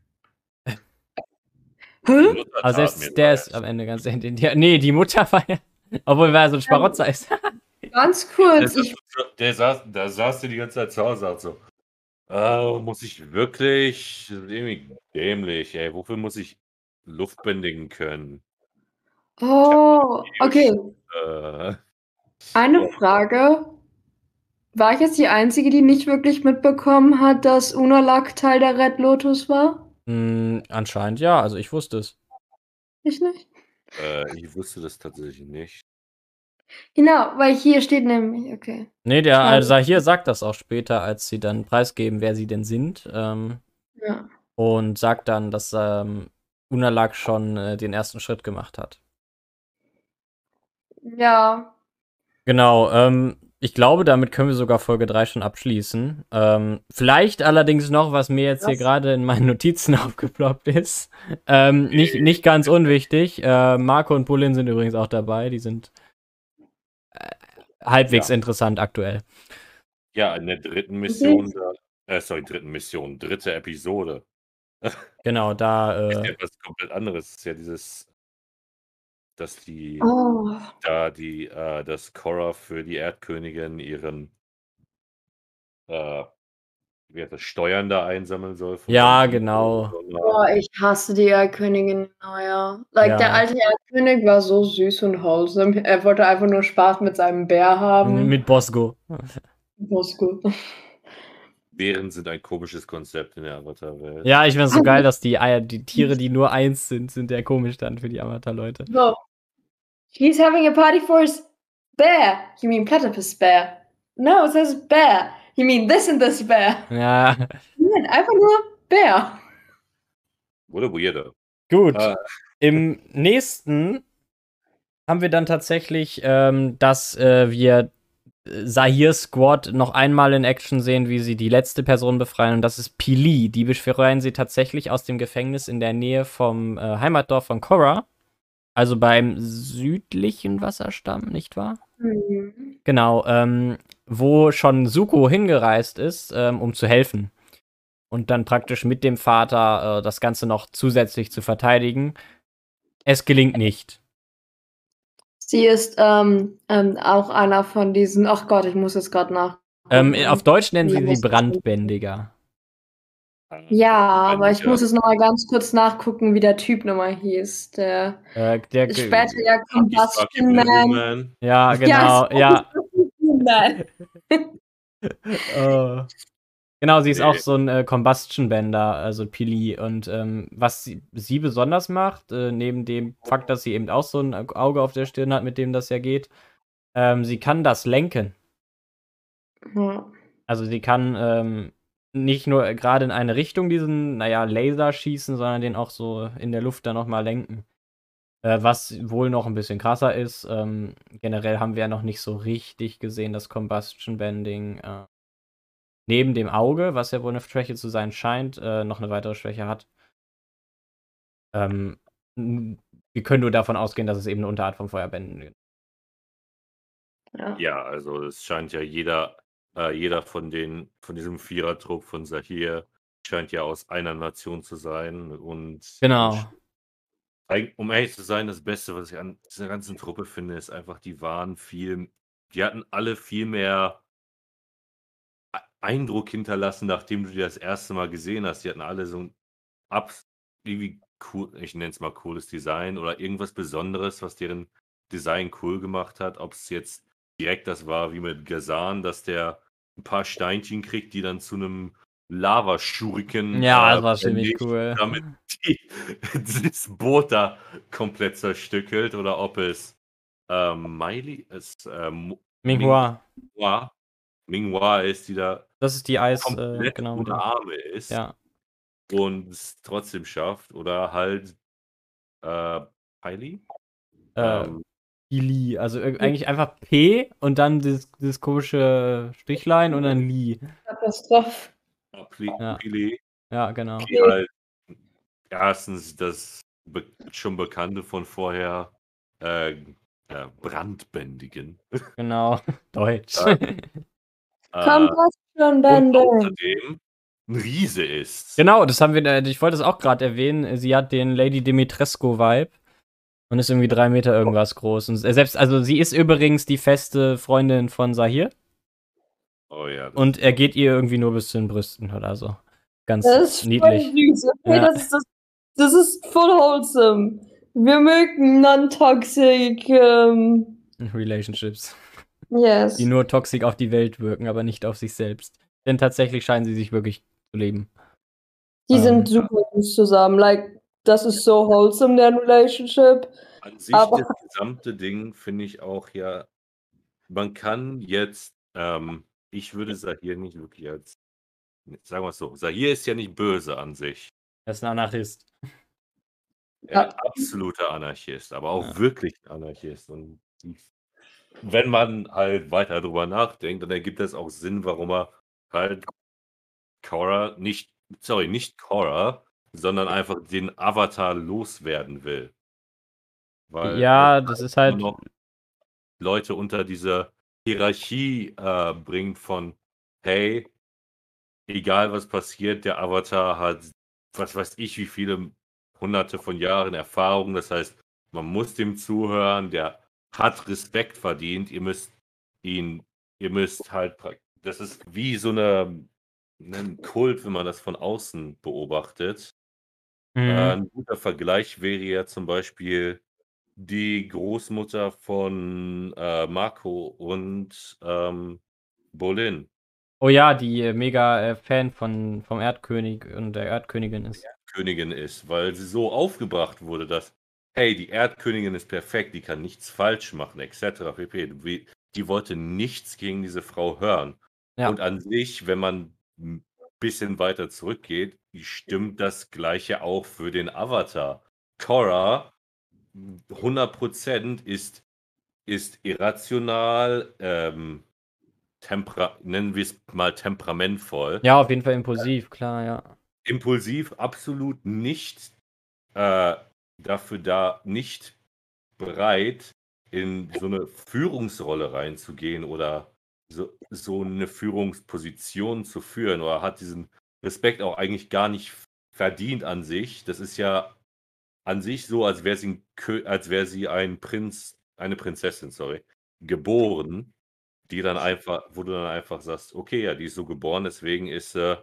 Die Hä? Mutter Aber tat mir selbst der leid. ist am Ende ganz hinten. Die, nee, die Mutter war ja, obwohl er so ein Schmarotzer ist. Ganz Der, kurz, saß- ich, der saß, da saß der die ganze Zeit zu Hause und so. Ah, muss ich wirklich. Das ist irgendwie dämlich, ey. Wofür muss ich Luft bändigen können? oh, okay. Äh, Eine Frage. War ich jetzt die Einzige, die nicht wirklich mitbekommen hat, dass Unalaq Teil der Red Lotus war? Hm, anscheinend ja, also ich wusste es. Ich nicht? äh, ich wusste das tatsächlich nicht. Genau, weil hier steht nämlich, okay. Nee, der Schade. also hier sagt das auch später, als sie dann preisgeben, wer sie denn sind. Ähm, Ja. und sagt dann, dass ähm, Unalaq schon äh, den ersten Schritt gemacht hat. Ja. Genau, ähm, ich glaube, damit können wir sogar Folge drei schon abschließen. Ähm, vielleicht allerdings noch, was mir jetzt hier Was? gerade in meinen Notizen aufgeploppt ist. Ähm, nicht, nicht ganz unwichtig. Äh, Marco und Bullin sind übrigens auch dabei. Die sind äh, halbwegs Ja. interessant aktuell. Ja, in der dritten Mission, da, äh, sorry, dritten Mission, dritte Episode. Genau, da. Ist Äh, ja was komplett anderes. Ist ja dieses, dass die, Oh. da die, äh, dass Korra für die Erdkönigin ihren, äh, wie heißt das, Steuern da einsammeln soll. von Ja, Banken. genau. Boah, ich hasse die Erdkönigin. Naja. Like, Ja. der alte Erdkönig war so süß und wholesome. Er wollte einfach nur Spaß mit seinem Bär haben. Mit Bosco. Bosco. Bären sind ein komisches Konzept in der Avatar-Welt. Ja, ich finde es so geil, dass die Eier, die Tiere, die nur eins sind, sind ja komisch dann für die Avatar-Leute. So. He's having a party for his bear. You mean platypus bear? No, it says bear. You mean this and this bear? Ja, Nein, einfach nur Bär. Wurde weirder. gut. Äh, Im nächsten haben wir dann tatsächlich, ähm, dass äh, wir äh, Zahir Squad noch einmal in Action sehen, wie sie die letzte Person befreien. Und das ist Pili. Die befreien sie tatsächlich aus dem Gefängnis in der Nähe vom äh, Heimatdorf von Korra. Also beim südlichen Wasserstamm, nicht wahr? Mhm. Genau, ähm, wo schon Zuko hingereist ist, ähm, um zu helfen. Und dann praktisch mit dem Vater äh, das Ganze noch zusätzlich zu verteidigen. Es gelingt nicht. Sie ist ähm, ähm, auch einer von diesen. Ach Gott, ich muss jetzt gerade nach. Ähm, auf Deutsch nennen Ja, sie muss sie ich Brandbändiger. Ja, aber ich Ja. muss jetzt noch mal ganz kurz nachgucken, wie der Typ nochmal hieß. Der Äh, der, später ja Sparky, Combustion Sparky, Blue Man. Man. ja, genau, ja. Combustion Man. äh, genau, sie ist Nee. auch so ein äh, Combustion Bender, also Pili. Und ähm, was sie, sie besonders macht, äh, neben dem Fakt, dass sie eben auch so ein Auge auf der Stirn hat, mit dem das ja geht, ähm, sie kann das lenken. Ja. Also sie kann ähm, nicht nur gerade in eine Richtung diesen, naja, Laser schießen, sondern den auch so in der Luft dann nochmal lenken. Äh, was wohl noch ein bisschen krasser ist. Ähm, generell haben wir ja noch nicht so richtig gesehen, das Combustion Bending äh, neben dem Auge, was ja wohl eine Schwäche zu sein scheint, äh, noch eine weitere Schwäche hat. Ähm, wir können nur davon ausgehen, dass es eben eine Unterart vom Feuerbenden ist. Ja. Ja, also es scheint ja jeder, äh, jeder von den, von diesem Vierertrupp von Zahir scheint ja aus einer Nation zu sein. Und Genau. eig- um ehrlich zu sein, das Beste, was ich an dieser ganzen Truppe finde, ist einfach, die waren viel, die hatten alle viel mehr E- Eindruck hinterlassen, nachdem du die das erste Mal gesehen hast. Die hatten alle so ein abs irgendwie cool, ich nenne es mal cooles Design oder irgendwas Besonderes, was deren Design cool gemacht hat. Ob es jetzt direkt das war wie mit Gazan, dass der ein paar Steinchen kriegt, die dann zu einem Lavaschuriken Ja, äh, das war ziemlich verlegt, cool. damit die, das Boot da komplett zerstückelt, oder ob es ähm, Miley, es ähm, Minghua. Minghua Minghua ist, die da Das ist die Eis, äh, komplett genau, mit ohne dem. Arme ist Ja. und es trotzdem schafft. Oder halt äh, Piley? Äh, Ähm, Li, also irg- eigentlich einfach P und dann dieses, dieses komische Strichlein und dann Li. Katastrophe. ja, Pli- Ja. Pili, Ja, genau. die halt erstens das be schon Bekannte von vorher äh, äh, brandbändigen. Genau. Deutsch. Äh, Combustion und Bending. außerdem ein Riese ist. Genau, das haben wir, äh, ich wollte es auch gerade erwähnen. Sie hat den Lady Dimitrescu-Vibe und ist irgendwie drei Meter irgendwas groß. Und selbst, also sie ist übrigens die feste Freundin von Zahir. Oh ja. das Und ist er auch- geht ihr irgendwie nur bis zu den Brüsten oder so. Ganz Das ist voll niedlich. süß. Okay, Ja. das, ist das, das ist voll wholesome. Wir mögen non-toxic. Ähm, Relationships. yes. Die nur toxisch auf die Welt wirken, aber nicht auf sich selbst. Denn tatsächlich scheinen sie sich wirklich zu leben. Die Ähm. sind super süß zusammen. Like, das ist so wholesome, der Relationship. An sich, Aber- das gesamte Ding finde ich auch ja, man kann jetzt, ähm, ich würde Sahir nicht wirklich als, sagen wir es so, Sahir ist ja nicht böse an sich. Er ist ein Anarchist. Er Ja. ist absoluter Anarchist, aber auch Ja. wirklich ein Anarchist. Und wenn man halt weiter drüber nachdenkt, dann ergibt das auch Sinn, warum er halt Korra nicht, sorry, nicht Korra, sondern einfach den Avatar loswerden will. Weil Ja, er das ist immer halt. noch Leute unter diese Hierarchie äh, bringt von, hey, egal was passiert, der Avatar hat, was weiß ich, wie viele hunderte von Jahren Erfahrung. Das heißt, man muss dem zuhören, der hat Respekt verdient. Ihr müsst ihn, ihr müsst halt, pra- das ist wie so eine, ein Kult, wenn man das von außen beobachtet. Mhm. Äh, ein guter Vergleich wäre ja zum Beispiel die Großmutter von äh, Marco und ähm, Bolin. Oh ja, die äh, mega äh, Fan von, vom Erdkönig und der Erdkönigin ist. Königin ist, weil sie so aufgebracht wurde, dass, hey, die Erdkönigin ist perfekt, die kann nichts falsch machen, et cetera pp. Wie- Die wollte nichts gegen diese Frau hören. Ja. Und an sich, wenn man ein bisschen weiter zurückgeht, stimmt das Gleiche auch für den Avatar. Korra, hundert Prozent ist, ist irrational, ähm, tempera nennen wir es mal temperamentvoll. Ja, auf jeden Fall impulsiv, klar, ja. Impulsiv, absolut nicht äh, dafür da, nicht bereit, in so eine Führungsrolle reinzugehen oder so, so eine Führungsposition zu führen, oder hat diesen Respekt auch eigentlich gar nicht verdient an sich. Das ist ja an sich so, als wäre sie, ein Kö als wäre sie ein Prinz, eine Prinzessin, sorry, geboren, die dann einfach, wo du dann einfach sagst, okay, ja, die ist so geboren, deswegen ist äh,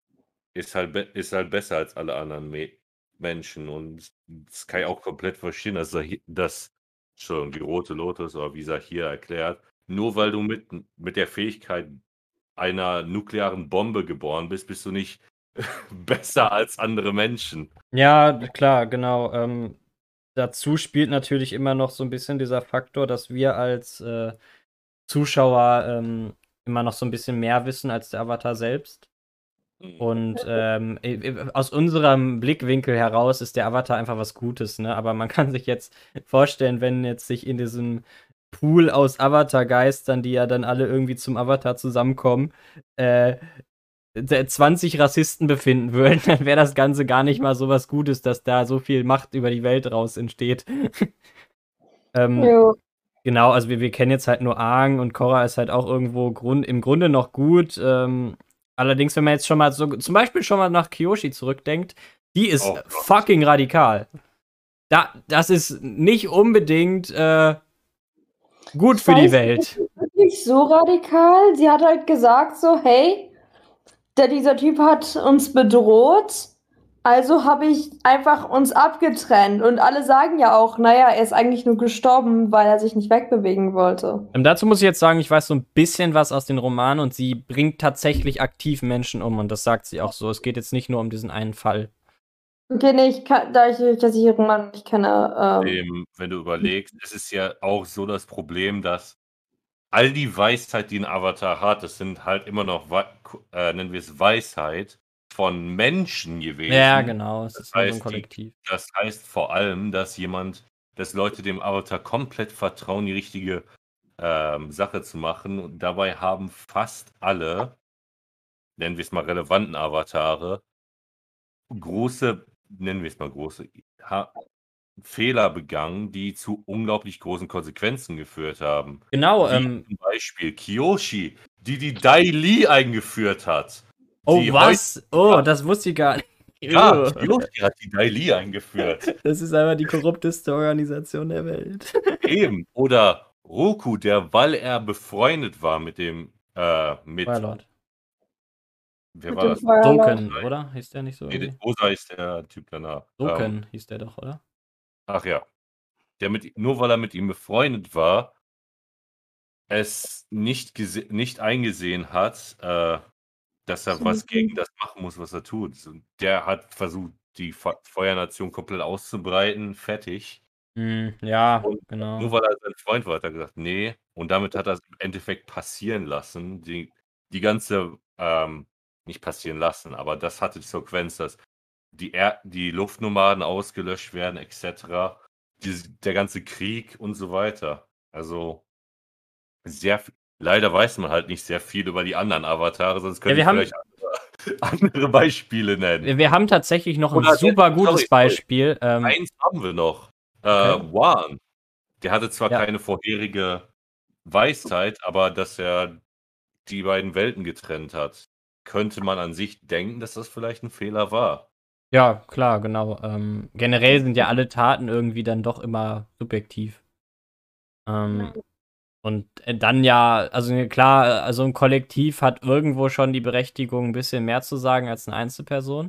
ist halt, be ist halt besser als alle anderen Me Menschen. Und das kann ich auch komplett verstehen, dass Sahi dass schon die Rote Lotus oder wie Sahir erklärt, nur weil du mit, mit der Fähigkeit einer nuklearen Bombe geboren bist, bist du nicht besser als andere Menschen. Ja, klar, genau. Ähm, dazu spielt natürlich immer noch so ein bisschen dieser Faktor, dass wir als äh, Zuschauer ähm, immer noch so ein bisschen mehr wissen als der Avatar selbst. Und ähm, aus unserem Blickwinkel heraus ist der Avatar einfach was Gutes, ne? Aber man kann sich jetzt vorstellen, wenn jetzt sich in diesem Pool aus Avatar-Geistern, die ja dann alle irgendwie zum Avatar zusammenkommen, äh, zwanzig Rassisten befinden würden, dann wäre das Ganze gar nicht mal so was Gutes, dass da so viel Macht über die Welt raus entsteht. ähm, Jo. Genau, also wir, wir kennen jetzt halt nur Aang und Korra ist halt auch irgendwo Grund, im Grunde noch gut. Ähm, allerdings, wenn man jetzt schon mal so, zum Beispiel schon mal nach Kyoshi zurückdenkt, die ist Oh Gott. fucking radikal. Da, das ist nicht unbedingt äh, gut Ich für die weiß Welt. nicht, wirklich so radikal. Sie hat halt gesagt so, hey, der, dieser Typ hat uns bedroht, also habe ich einfach uns abgetrennt. Und alle sagen ja auch, naja, er ist eigentlich nur gestorben, weil er sich nicht wegbewegen wollte. Ähm, dazu muss ich jetzt sagen, ich weiß so ein bisschen was aus den Romanen und sie bringt tatsächlich aktiv Menschen um und das sagt sie auch so. Es geht jetzt nicht nur um diesen einen Fall. Okay, nee, ich kann, da ich die Versicherung Mann nicht kenne. Ähm, Dem, wenn du überlegst, es ist ja auch so das Problem, dass all die Weisheit, die ein Avatar hat, das sind halt immer noch, äh, nennen wir es Weisheit, von Menschen gewesen. Ja, genau, es das ist nur so ein heißt, die, Kollektiv. das heißt vor allem, dass jemand, dass Leute dem Avatar komplett vertrauen, die richtige ähm, Sache zu machen. Und dabei haben fast alle, nennen wir es mal relevanten Avatare, große, nennen wir es mal große, ha Fehler begangen, die zu unglaublich großen Konsequenzen geführt haben. Genau, Wie ähm, zum Beispiel Kyoshi, die die Dai Li eingeführt hat. oh, die was? heute- Oh, das wusste ich gar nicht. Ja, Ew. Kyoshi hat die Dai Li eingeführt. Das ist einfach die korrupteste Organisation der Welt. Eben. Oder Roku, der, weil er befreundet war mit dem, äh, mit, Firelord. wer mit war dem das? Firelord. Doken, Nein. oder? Hieß der nicht so? Nee, irgendwie? Osa ist der Typ danach. Ähm, Doken hieß der doch, oder? ach ja. Der mit, nur weil er mit ihm befreundet war, es nicht, gese- nicht eingesehen hat, äh, dass er So. was gegen das machen muss, was er tut. Und der hat versucht, die Fe Feuernation komplett auszubreiten, fertig. Hm, ja, Und genau. nur weil er sein Freund war, hat er gesagt, nee. Und damit hat er es im Endeffekt passieren lassen. Die, die ganze, ähm, nicht passieren lassen, aber das hatte die Konsequenz, dass die, er die Luftnomaden ausgelöscht werden, et cetera. Die, der ganze Krieg und so weiter. Also sehr viel. Leider weiß man halt nicht sehr viel über die anderen Avatare, sonst könnte wir ich haben- vielleicht andere, andere Beispiele nennen. Wir, wir haben tatsächlich noch ein Oder- super sorry, gutes sorry. Beispiel. Ähm, Eins haben wir noch. Äh, Okay. Wan. Der hatte zwar Ja. keine vorherige Weisheit, aber dass er die beiden Welten getrennt hat, könnte man an sich denken, dass das vielleicht ein Fehler war. Ja, klar, genau. Ähm, generell sind ja alle Taten irgendwie dann doch immer subjektiv. Ähm, und äh, dann ja, also ne, klar, also ein Kollektiv hat irgendwo schon die Berechtigung, ein bisschen mehr zu sagen als eine Einzelperson.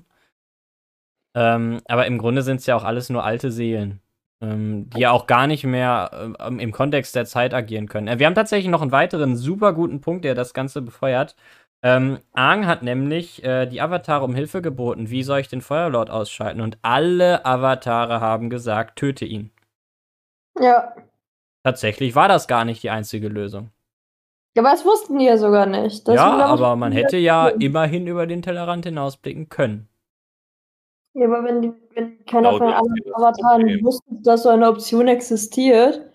Ähm, aber im Grunde sind es ja auch alles nur alte Seelen, ähm, die ja auch gar nicht mehr ähm, im Kontext der Zeit agieren können. Äh, wir haben tatsächlich noch einen weiteren super guten Punkt, der das Ganze befeuert. Ähm, Aang hat nämlich äh, die Avatare um Hilfe geboten. Wie soll ich den Feuerlord ausschalten? Und alle Avatare haben gesagt, töte ihn. Ja. Tatsächlich war das gar nicht die einzige Lösung. Ja, aber das wussten die ja sogar nicht. Deswegen ja, glaub ich, aber man die- hätte ja immerhin über den Tellerrand hinausblicken können. Ja, aber wenn, die, wenn keiner Genau, von den das ist anderen das Avataren Problem. wusste, dass so eine Option existiert.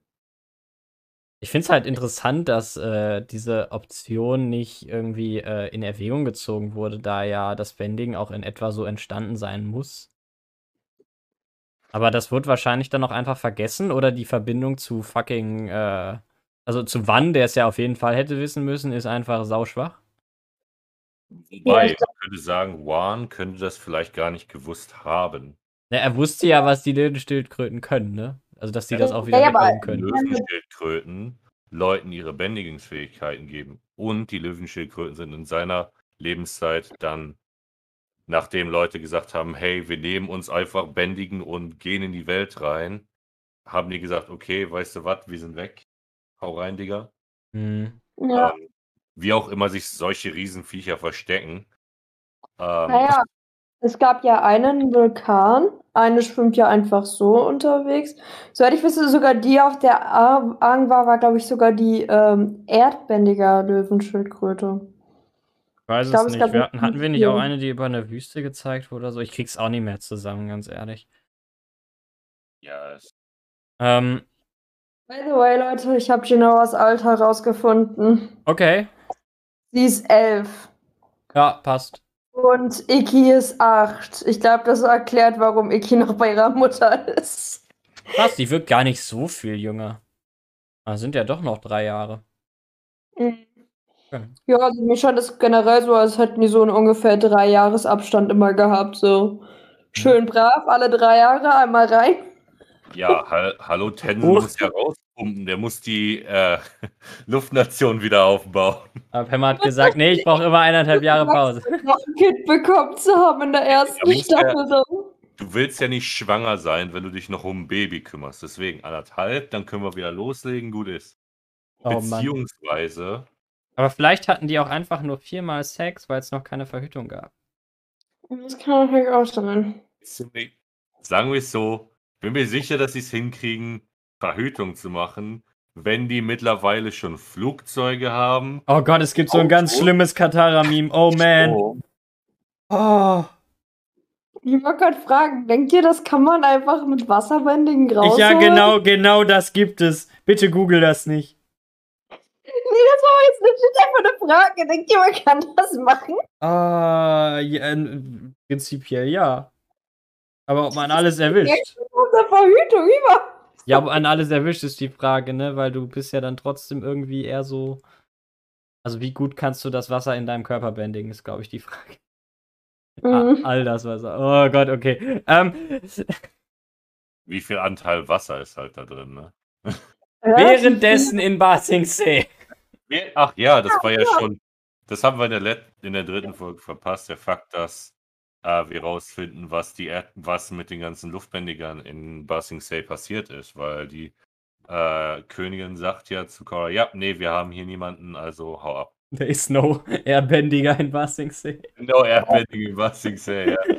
Ich finde es halt interessant, dass äh, diese Option nicht irgendwie äh, in Erwägung gezogen wurde, da ja das Bending auch in etwa so entstanden sein muss. Aber das wird wahrscheinlich dann auch einfach vergessen oder die Verbindung zu fucking, äh, also zu Wann, der es ja auf jeden Fall hätte wissen müssen, ist einfach sauschwach. Wobei, Ja, ich man könnte sagen, Wan könnte das vielleicht gar nicht gewusst haben. Ja, er wusste ja, was die Löwenschildkröten können, ne? Also, dass die Ja, das auch wieder ja, aber- wegbringen können. Löwenschildkröten Leuten ihre Bändigungsfähigkeiten geben. Und die Löwenschildkröten sind in seiner Lebenszeit dann, nachdem Leute gesagt haben, hey, wir nehmen uns einfach bändigen und gehen in die Welt rein, haben die gesagt, okay, weißt du was, wir sind weg. Hau rein, Digga. Hm. Ja, Ähm, wie auch immer sich solche Riesenviecher verstecken. Ähm, naja, es gab ja einen Vulkan. Eine schwimmt ja einfach so unterwegs. Soweit ich wisse, sogar die, auf der A- Aang war, war, glaube ich, sogar die ähm, erdbändiger Löwenschildkröte. Ich weiß Ich glaub, es es nicht. gab Wir nicht hatten, hatten wir nicht auch viel. eine, die über eine Wüste gezeigt wurde oder so? Ich krieg's auch nicht mehr zusammen, ganz ehrlich. Ja, es Ähm, By the way, Leute, ich habe Genoas Alter rausgefunden. okay. Sie ist elf. Ja, passt. Und Iki ist acht. Ich glaube, das erklärt, warum Iki noch bei ihrer Mutter ist. Krass, die wirkt gar nicht so viel jünger. Ah, sind ja doch noch drei Jahre. Mhm. Okay. Ja, also mir scheint es generell so, als hätten die so einen ungefähr drei Jahres Abstand immer gehabt. So schön brav, alle drei Jahre einmal rein. Ja, hal hallo, Tenzin Oh. muss ja rauspumpen. Der muss die äh, Luftnation wieder aufbauen. Aber Pemmer hat gesagt, nee, ich brauche immer eineinhalb Jahre Pause. Noch ein Kind bekommen zu haben in der ersten Da muss der- Staffel. So. Du willst ja nicht schwanger sein, wenn du dich noch um ein Baby kümmerst. Deswegen anderthalb, dann können wir wieder loslegen, gut ist. Oh Mann. Beziehungsweise, Aber vielleicht hatten die auch einfach nur viermal Sex, weil es noch keine Verhütung gab. Das kann natürlich auch sein. ziemlich, sagen wir es so, ich bin mir sicher, dass sie es hinkriegen, Verhütung zu machen, wenn die mittlerweile schon Flugzeuge haben. Oh Gott, es gibt so ein ganz Auto. schlimmes Katara-Meme. Oh man. Strom. Oh. Ich wollte gerade fragen, denkt ihr, das kann man einfach mit Wasserbändigen Ich, rausholen? ja, genau, genau das gibt es. Bitte google das nicht. Nee, das war jetzt legit einfach eine Frage. Denkt ihr, man kann das machen? Ah, ja, äh, prinzipiell ja. Aber ob man alles erwischt. Unter Verhütung, über. Ja, ob man alles erwischt, ist die Frage, ne? Weil du bist ja dann trotzdem irgendwie eher so. Also, wie gut kannst du das Wasser in deinem Körper bändigen, ist, glaube ich, die Frage. Mhm. Ah, all das Wasser. Oh Gott, okay. Ähm, Wie viel Anteil Wasser ist halt da drin, ne? währenddessen in Ba Sing Se. Ach ja, das war ja schon, das haben wir in der, Let in der dritten Folge verpasst, der Fakt, dass äh, wir rausfinden, was, die Erd was mit den ganzen Luftbändigern in Ba Sing Se passiert ist, weil die äh, Königin sagt ja zu Korra, ja, nee, wir haben hier niemanden, also hau ab. There is no Airbändiger in Ba Sing Se. No Airbending in Ba Sing Se, ja.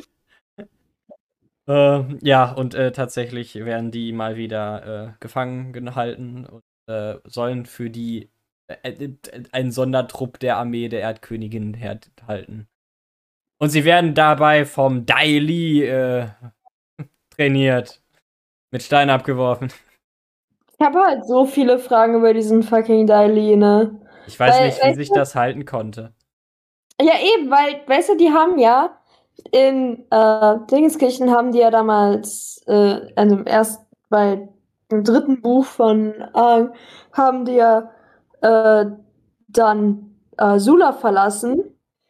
Äh, ja, und äh, tatsächlich werden die mal wieder äh, gefangen gehalten und äh, sollen für die äh, äh, einen Sondertrupp der Armee der Erdkönigin halten. Und sie werden dabei vom Dai Li äh, trainiert. Mit Steinen abgeworfen. Ich habe halt so viele Fragen über diesen fucking Daily, ne? Ich weiß Weil, nicht, wie weißt sich du- das halten konnte. Ja, eben, weil, weißt du, die haben ja in äh, Dingenskirchen haben die ja damals, äh, also im ersten, bei dem dritten Buch von Aang, haben die ja äh, dann äh, Sula verlassen.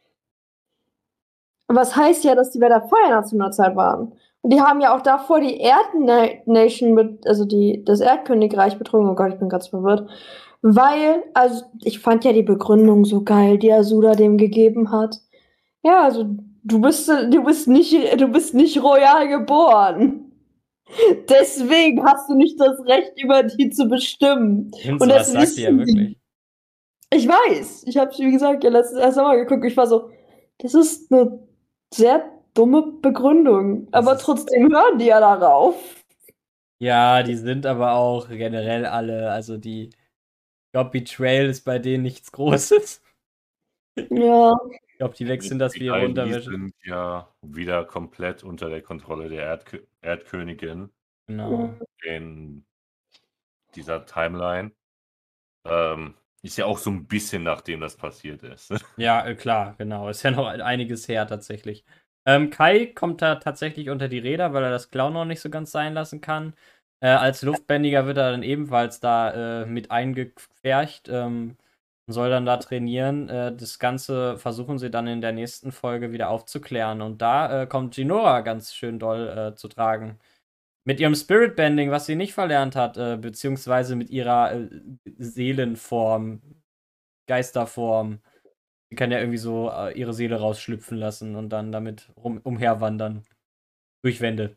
Was heißt ja, dass die bei der Feuernationalzeit waren. Und die haben ja auch davor die Erdnation, mit, also die, das Erdkönigreich betrogen. Oh Gott, ich bin ganz verwirrt. Weil, also ich fand ja die Begründung so geil, die Asula dem gegeben hat. Ja, also du bist, du bist nicht, du bist nicht royal geboren. Deswegen hast du nicht das Recht, über die zu bestimmen. Und Und das das sagt die ja wissen die. wirklich. Ich weiß. Ich habe wie gesagt, ja letztens erst einmal geguckt. Ich war so, das ist eine sehr dumme Begründung. Das Aber ist- trotzdem hören die ja darauf. Ja, die sind aber auch generell alle, also die, ich glaube, Betrayal ist bei denen nichts Großes. Ja. Ich glaube, die wechseln das Die wie ihre Dai Li Unterwäsche. sind ja wieder komplett unter der Kontrolle der Erdkö Erdkönigin Genau. in dieser Timeline. Ähm, ist ja auch so ein bisschen nachdem das passiert ist. Ja, äh, klar, genau. Ist ja noch einiges her tatsächlich. Ähm, Kai kommt da tatsächlich unter die Räder, weil er das Klauen noch nicht so ganz sein lassen kann. Äh, als Luftbändiger wird er dann ebenfalls da äh, mit eingepfercht ähm, und soll dann da trainieren. Äh, das Ganze versuchen sie dann in der nächsten Folge wieder aufzuklären. Und da äh, kommt Jinora ganz schön doll äh, zu tragen. Mit ihrem Spirit Bending, was sie nicht verlernt hat, äh, beziehungsweise mit ihrer äh, Seelenform, Geisterform. Sie kann ja irgendwie so äh, ihre Seele rausschlüpfen lassen und dann damit rum, umherwandern. Durch Wände.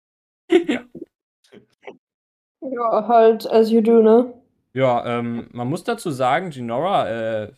Ja, halt, as you do, ne? Ja, ähm, man muss dazu sagen, Jinora, äh,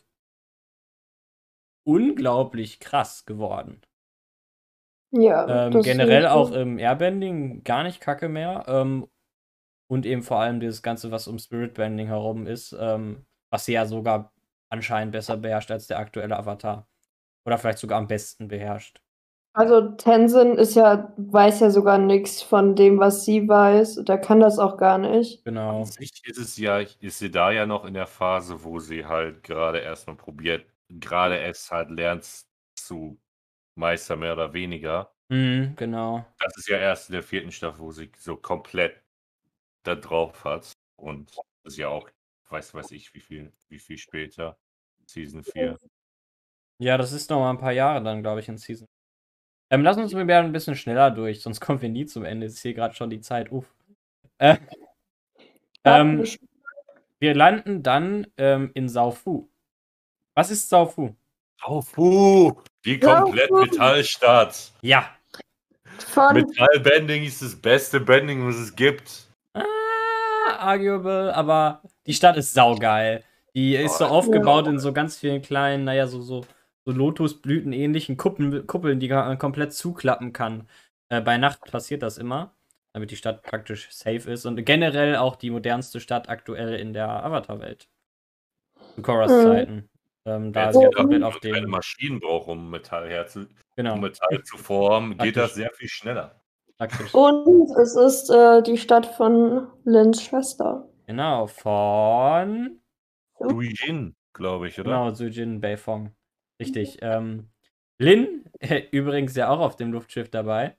unglaublich krass geworden. Ja. Ähm, das generell ist- auch im Airbending gar nicht kacke mehr. Ähm, und eben vor allem dieses Ganze, was um Spiritbending herum ist, ähm, was sie ja sogar anscheinend besser beherrscht als der aktuelle Avatar. Oder vielleicht sogar am besten beherrscht. Also Tenzin ist ja, weiß ja sogar nichts von dem, was sie weiß. Der kann das auch gar nicht. Genau. An sich ist es ja, ist sie da ja noch in der Phase, wo sie halt gerade erstmal probiert, gerade es halt lernt zu meistern, mehr oder weniger. Mhm, genau. Das ist ja erst in der vierten Staffel, wo sie so komplett da drauf hat. Und das ist ja auch, weiß weiß ich, wie viel, wie viel später. Season vier. Ja, das ist noch mal ein paar Jahre dann, glaube ich, in Season. Ähm, lass uns mal ein bisschen schneller durch, sonst kommen wir nie zum Ende. Es ist hier gerade schon die Zeit. Uff. Äh, ähm, wir landen dann ähm, in Saufu. Was ist Saufu? Saufu! Die komplett Saufu. Metallstadt. Ja. Von Metallbending ist das beste Bending, was es gibt. Ah, arguable, aber die Stadt ist saugeil. Die ist so aufgebaut in so ganz vielen kleinen, naja, so, so, so Lotusblüten-ähnlichen Kuppeln, Kuppeln, die man komplett zuklappen kann. Äh, bei Nacht passiert das immer, damit die Stadt praktisch safe ist. Und generell auch die modernste Stadt aktuell in der Avatar-Welt. Zu Korras Mhm. Zeiten. Ähm, da Wer sie ja jetzt komplett gedacht, auf keine dem. Maschinen braucht, um Metall herzu, Genau. um Metall zu formen, geht Praktisch. das sehr viel schneller. Praktisch. Und es ist äh, die Stadt von Lins Schwester. Genau, von. Duijin, glaube ich, oder? Genau, Sujin Beifong. Richtig. Ähm, Lin, übrigens ja auch auf dem Luftschiff dabei.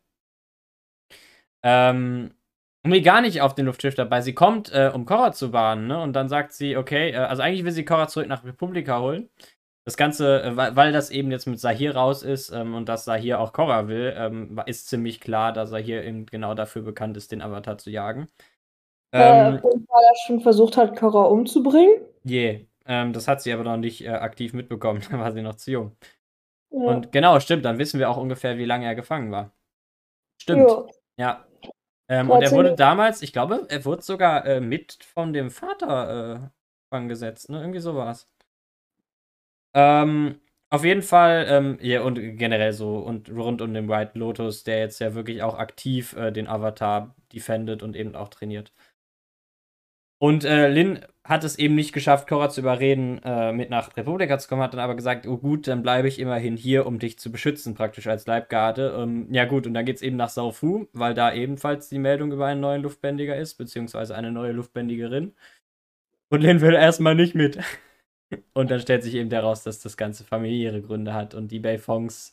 Ähm, nee, gar nicht auf dem Luftschiff dabei. Sie kommt, äh, um Korra zu warnen, ne? Und dann sagt sie, okay, äh, also eigentlich will sie Korra zurück nach Republika holen. Das Ganze, äh, weil, weil das eben jetzt mit Sahir raus ist ähm, und dass Sahir auch Korra will, ähm, ist ziemlich klar, dass Sahir eben genau dafür bekannt ist, den Avatar zu jagen. Ähm, äh, und weil er schon versucht hat, Korra umzubringen. je. Ähm, das hat sie aber noch nicht äh, aktiv mitbekommen. Da war sie noch zu jung. Ja. Und genau, stimmt, dann wissen wir auch ungefähr, wie lange er gefangen war. Stimmt. Ja. Ja. Ähm, und er dreizehn wurde damals, ich glaube, er wurde sogar äh, mit von dem Vater äh, gefangen gesetzt, ne? Irgendwie so war es. Ähm, auf jeden Fall, ähm, ja, und generell so, und rund um den White Lotus, der jetzt ja wirklich auch aktiv äh, den Avatar defendet und eben auch trainiert. Und äh, Lin hat es eben nicht geschafft, Korra zu überreden, äh, mit nach Republika zu kommen, hat dann aber gesagt, oh gut, dann bleibe ich immerhin hier, um dich zu beschützen, praktisch als Leibgarde. Ähm, ja gut, und dann geht es eben nach Saufu, weil da ebenfalls die Meldung über einen neuen Luftbändiger ist, beziehungsweise eine neue Luftbändigerin. Und Lin will erstmal nicht mit. Und dann stellt sich eben heraus, dass das Ganze familiäre Gründe hat und die Beifongs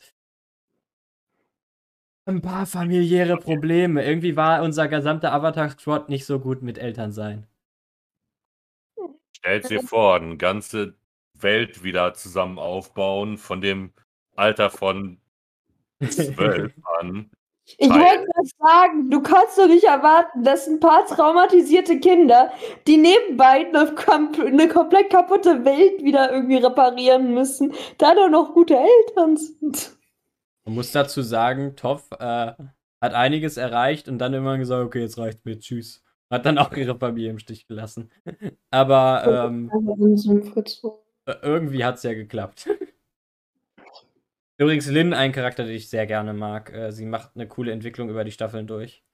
ein paar familiäre Probleme. Irgendwie war unser gesamter Avatar-Squad nicht so gut mit Elternsein. Stellt dir vor, eine ganze Welt wieder zusammen aufbauen, von dem Alter von zwölf an. Ich wollte gerade sagen, du kannst doch nicht erwarten, dass ein paar traumatisierte Kinder, die nebenbei eine, kom eine komplett kaputte Welt wieder irgendwie reparieren müssen, da doch noch gute Eltern sind. Man muss dazu sagen, Toph äh, hat einiges erreicht und dann irgendwann gesagt, okay, jetzt reicht's mir, tschüss. Hat dann auch ihre Familie im Stich gelassen. Aber ähm, irgendwie hat's ja geklappt. Übrigens Lin, ein Charakter, den ich sehr gerne mag. Äh, sie macht eine coole Entwicklung über die Staffeln durch.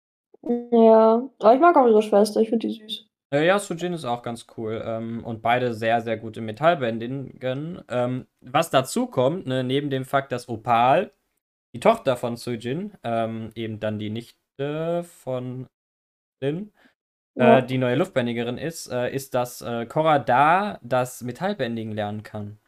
Ja, aber ich mag auch ihre Schwester, ich finde die süß. Äh, ja, Sujin ist auch ganz cool. Ähm, und beide sehr, sehr gute Metallbändigen. Ähm, was dazu kommt, ne, neben dem Fakt, dass Opal, die Tochter von Sujin, ähm, eben dann die Nichte von Lin, Ja. äh, die neue Luftbändigerin ist, äh, ist, dass äh, Korra da das Metallbändigen lernen kann.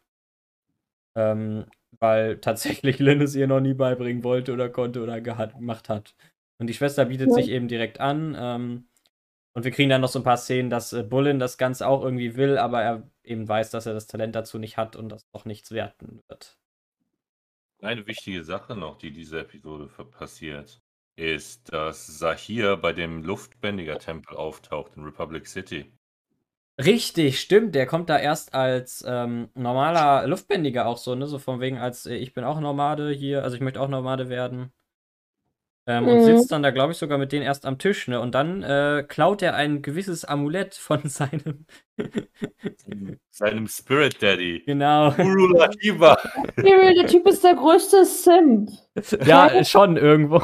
Ähm, weil tatsächlich Lin es ihr noch nie beibringen wollte oder konnte oder gemacht hat. Und die Schwester bietet Ja. sich eben direkt an. Ähm, und wir kriegen dann noch so ein paar Szenen, dass äh, Bullen das Ganze auch irgendwie will, aber er eben weiß, dass er das Talent dazu nicht hat und das auch nichts werten wird. Eine wichtige Sache noch, die diese Episode passiert, ist, dass Sahir bei dem Luftbändiger-Tempel auftaucht in Republic City. Richtig, stimmt. Der kommt da erst als ähm, normaler Luftbändiger auch so, ne? So von wegen als äh, ich bin auch Nomade hier, also ich möchte auch Nomade werden. Ähm, Mhm. Und sitzt dann da, glaube ich, sogar mit denen erst am Tisch, ne? Und dann äh, klaut er ein gewisses Amulett von seinem. Seinem Spirit Daddy. Genau. Guru Lakiba. Der Typ ist der größte Simp. Ja, schon irgendwo.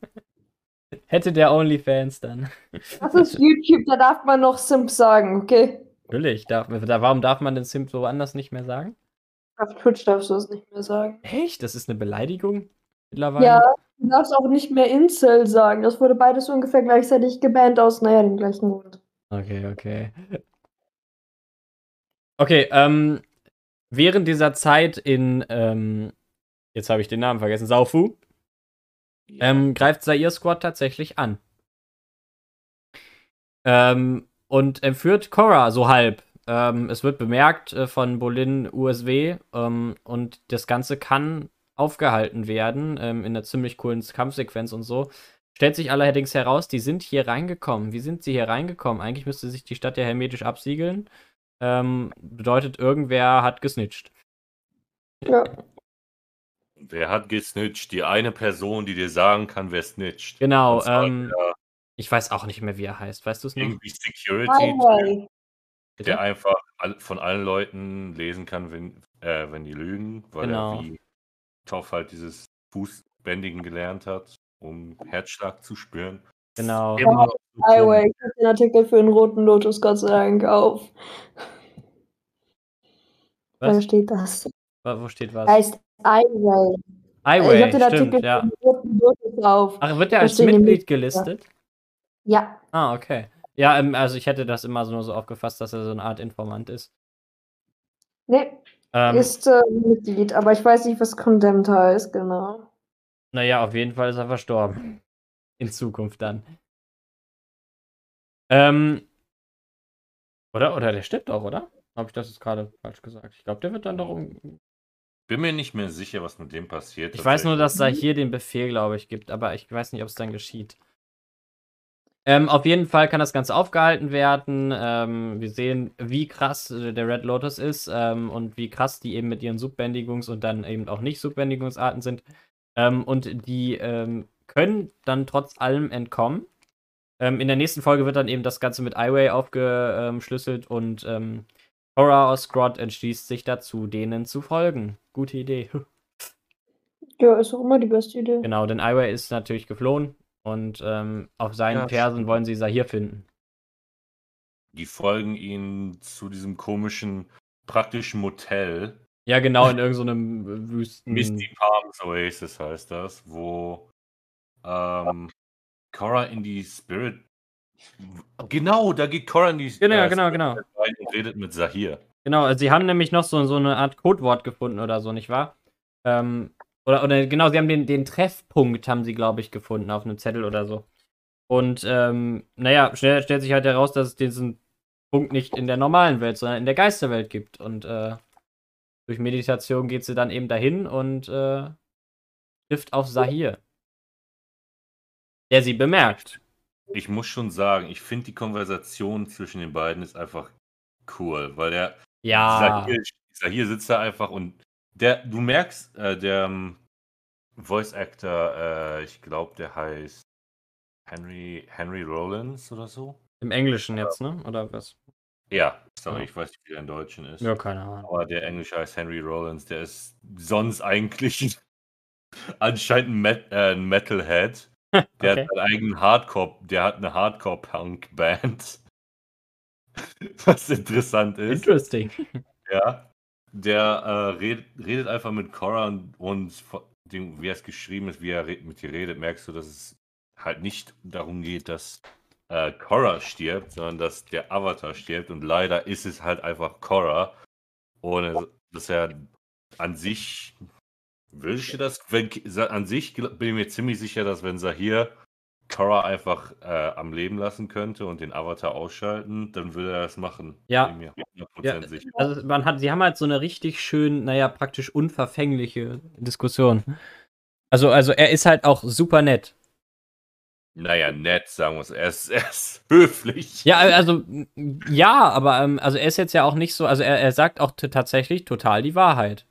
Hätte der OnlyFans dann. Das ist YouTube, da darf man noch Simp sagen, okay? Natürlich, darf, da, warum darf man den Simp so woanders nicht mehr sagen? Auf Twitch darfst du es nicht mehr sagen. Echt? Das ist eine Beleidigung mittlerweile? Ja, du darfst auch nicht mehr Incel sagen. Das wurde beides ungefähr gleichzeitig gebannt aus, naja, dem gleichen Grund. Okay, okay. Okay, ähm, während dieser Zeit in, ähm, jetzt habe ich den Namen vergessen, Saufu, Ja. ähm, greift Zaire Squad tatsächlich an. Ähm, und entführt Korra so halb. Ähm, es wird bemerkt äh, von Bolin U S W ähm, und das Ganze kann aufgehalten werden ähm, in einer ziemlich coolen Kampfsequenz und so. Stellt sich allerdings heraus, die sind hier reingekommen. Wie sind sie hier reingekommen? Eigentlich müsste sich die Stadt ja hermetisch absiegeln. Ähm, bedeutet, irgendwer hat gesnitcht. Ja. Wer hat gesnitcht? Die eine Person, die dir sagen kann, wer snitcht. Genau, Und zwar ähm, der ich weiß auch nicht mehr, wie er heißt. Weißt du es noch? irgendwie Security, Highway. Bitte? der einfach all, von allen Leuten lesen kann, wenn, äh, wenn die lügen, weil Genau. er wie Toff halt dieses Fußbändigen gelernt hat, um Herzschlag zu spüren. Genau. Immer noch so Highway. komisch. Ich habe den Artikel für den Roten Lotus Gott sei Dank auf. Da Was? steht das. Wo wo steht was? Heißt Highway. Ich habe Highway, den stimmt, Artikel für ja. den Roten Lotus drauf. Ach, wird der Da als stehen die Mitglied Mitglieder. gelistet? Ja. Ah, okay. Ja, ähm, also ich hätte das immer so nur so aufgefasst, dass er so eine Art Informant ist. Nee, Ähm, ist äh, Mitglied, aber ich weiß nicht, was Condemned heißt, genau. naja, auf jeden Fall ist er verstorben. In Zukunft dann. Ähm, oder? Oder der stirbt auch, oder? Habe ich das jetzt gerade falsch gesagt? Ich glaube, der wird dann doch um. Bin mir nicht mehr sicher, was mit dem passiert. Ich weiß nur, dass tatsächlich. Zahir den Befehl, glaube ich, gibt, aber ich weiß nicht, ob es dann geschieht. Ähm, auf jeden Fall kann das Ganze aufgehalten werden. Ähm, wir sehen, wie krass äh, der Red Lotus ist ähm, und wie krass die eben mit ihren Subbändigungs- und dann eben auch nicht Subbändigungsarten sind. Ähm, und die ähm, können dann trotz allem entkommen. Ähm, in der nächsten Folge wird dann eben das Ganze mit Highway aufgeschlüsselt und ähm, Korra aus Squad entschließt sich dazu, denen zu folgen. Gute Idee. Ja, ist auch immer die beste Idee. Genau, denn Highway ist natürlich geflohen und ähm, auf seinen Ja, Fersen stimmt. wollen sie Zahir finden. Die folgen ihnen zu diesem komischen, praktischen Motel. Ja, genau, in irgendeinem so Wüsten. Misty Palms Oasis heißt das, wo ähm, Korra in die Spirit. Genau, da geht Korra in die Genau, äh, genau, Spirit genau. rein und redet mit Zahir. Genau, also sie haben nämlich noch so, so eine Art Codewort gefunden oder so, nicht wahr? Ähm, oder, oder genau, sie haben den, den Treffpunkt, haben sie, glaube ich, gefunden auf einem Zettel oder so. Und ähm, naja, schnell stellt sich halt heraus, dass es diesen Punkt nicht in der normalen Welt, sondern in der Geisterwelt gibt. Und äh, durch Meditation geht sie dann eben dahin und äh, trifft auf Zahir. Der sie bemerkt. Ich muss schon sagen, ich finde die Konversation zwischen den beiden ist einfach cool, weil der Ja. Zahir, Zahir sitzt da einfach und der, du merkst, äh, der ähm, Voice Actor, äh, ich glaube, der heißt Henry, Henry Rollins oder so. Im Englischen jetzt, ne? Oder was? Ja, sorry, Ja. ich weiß nicht, wie der im Deutschen ist. Ja, keine Ahnung. Aber der Englische heißt Henry Rollins, der ist sonst eigentlich anscheinend ein, Met äh, ein Metalhead. Der Okay. hat seinen eigenen Hardcore, der hat eine Hardcore-Punk-Band. Was interessant ist. Interesting. Ja. Der äh, red, redet einfach mit Korra und, und von dem, wie es geschrieben ist, wie er red, mit dir redet, merkst du, dass es halt nicht darum geht, dass äh, Korra stirbt, sondern dass der Avatar stirbt. Und leider ist es halt einfach Korra, ohne dass er an sich, würde ich das, wenn, an sich bin ich mir ziemlich sicher, dass wenn Zahir Korra einfach äh, am Leben lassen könnte und den Avatar ausschalten, dann würde er das machen. Ja. Bin ich mir hundert Prozent Ja, sicher. also man hat, sie haben halt so eine richtig schön, naja, praktisch unverfängliche Diskussion. Also, also er ist halt auch super nett. Naja, nett, sagen wir es. Er ist, er ist höflich. Ja, also, ja, aber ähm, also er ist jetzt ja auch nicht so, also er, er sagt auch t- tatsächlich total die Wahrheit.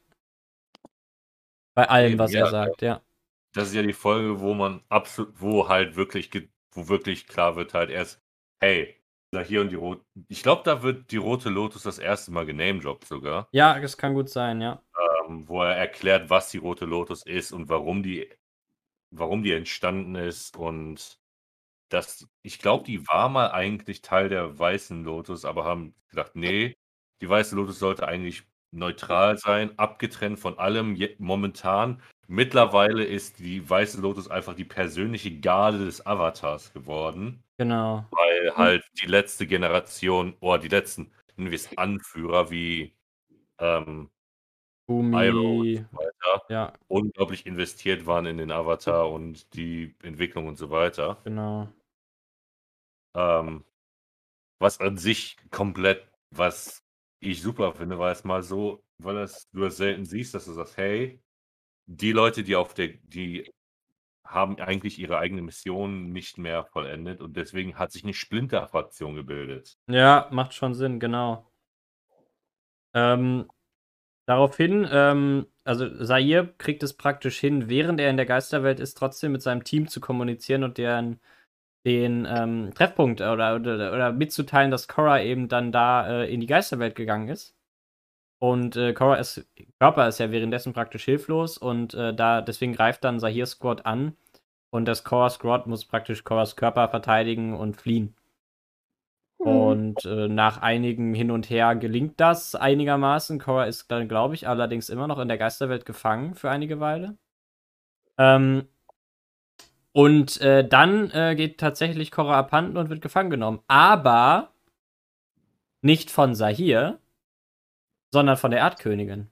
Bei allem, Eben, was ja, er sagt, ja. Das ist ja die Folge, wo man absolut, wo halt wirklich, ge- wo wirklich klar wird, halt erst, hey, hier und die rote. Ich glaube, da wird die rote Lotus das erste Mal genamedroppt sogar. Ja, das kann gut sein, ja. Ähm, wo er erklärt, was die rote Lotus ist und warum die, warum die entstanden ist. Und das, ich glaube, die war mal eigentlich Teil der weißen Lotus, aber haben gedacht, nee, die weiße Lotus sollte eigentlich neutral sein, abgetrennt von allem je momentan. Mittlerweile ist die Weiße Lotus einfach die persönliche Garde des Avatars geworden. Genau. Weil halt die letzte Generation oder die letzten, nennen wir es Anführer wie ähm, Iroh und Bumi, so weiter, ja, unglaublich investiert waren in den Avatar und die Entwicklung und so weiter. genau. Ähm, was an sich komplett, was ich super finde, weil es mal so, weil das, du das selten siehst, dass du sagst, hey, die Leute, die auf der, die haben eigentlich ihre eigene Mission nicht mehr vollendet und deswegen hat sich eine Splinter-Fraktion gebildet. Ja, macht schon Sinn, genau. Ähm, daraufhin, ähm, also Zaire kriegt es praktisch hin, während er in der Geisterwelt ist, trotzdem mit seinem Team zu kommunizieren und deren den ähm, Treffpunkt oder, oder, oder mitzuteilen, dass Korra eben dann da äh, in die Geisterwelt gegangen ist. Und äh, Korra ist, Körper ist ja währenddessen praktisch hilflos und äh, da deswegen greift dann Zahirs Squad an und das Korra Squad muss praktisch Korras Körper verteidigen und fliehen. Und äh, nach einigem Hin und Her gelingt das einigermaßen. Korra ist dann, glaube ich, allerdings immer noch in der Geisterwelt gefangen für einige Weile. Ähm, und äh, dann äh, geht tatsächlich Korra abhanden und wird gefangen genommen. Aber nicht von Zahir, sondern von der Erdkönigin.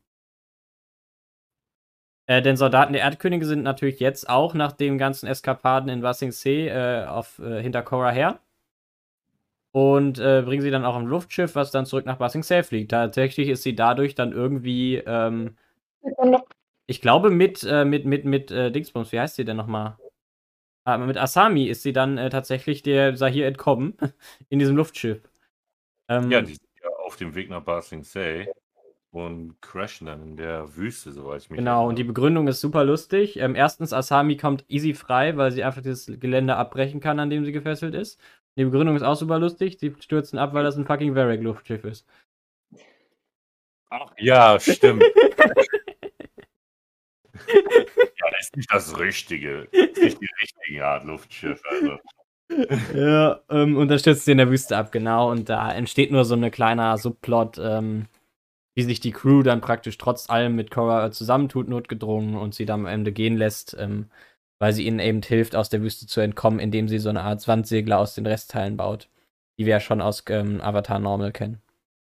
Äh, denn Soldaten der Erdkönige sind natürlich jetzt auch nach den ganzen Eskapaden in Ba Sing Se äh, auf, äh, hinter Korra her. Und äh, bringen sie dann auch im Luftschiff, was dann zurück nach Ba Sing Se fliegt. Tatsächlich ist sie dadurch dann irgendwie, ähm, ich glaube, mit, äh, mit, mit, mit äh, Dingsbums, wie heißt sie denn nochmal? Ah, mit Asami ist sie dann äh, tatsächlich der Zahir entkommen in diesem Luftschiff. Ähm, Ja, die sind ja auf dem Weg nach Ba Sing Se und crashen dann in der Wüste, soweit ich mich Genau, und die erinnere. Begründung ist super lustig. Ähm, erstens, Asami kommt easy frei, weil sie einfach dieses Gelände abbrechen kann, an dem sie gefesselt ist. Die Begründung ist auch super lustig. Sie stürzen ab, weil das ein fucking Varric-Luftschiff ist. Ach ja, stimmt. Ja, ist nicht das Richtige. Ist nicht die richtige Art Luftschiff. Also. Ja, ähm, und dann stürzt sie in der Wüste ab, genau. Und da entsteht nur so ein kleiner Subplot, ähm, wie sich die Crew dann praktisch trotz allem mit Korra zusammentut, notgedrungen, und sie dann am Ende gehen lässt, ähm, weil sie ihnen eben hilft, aus der Wüste zu entkommen, indem sie so eine Art Wandsegler aus den Restteilen baut, die wir ja schon aus ähm, Avatar Normal kennen.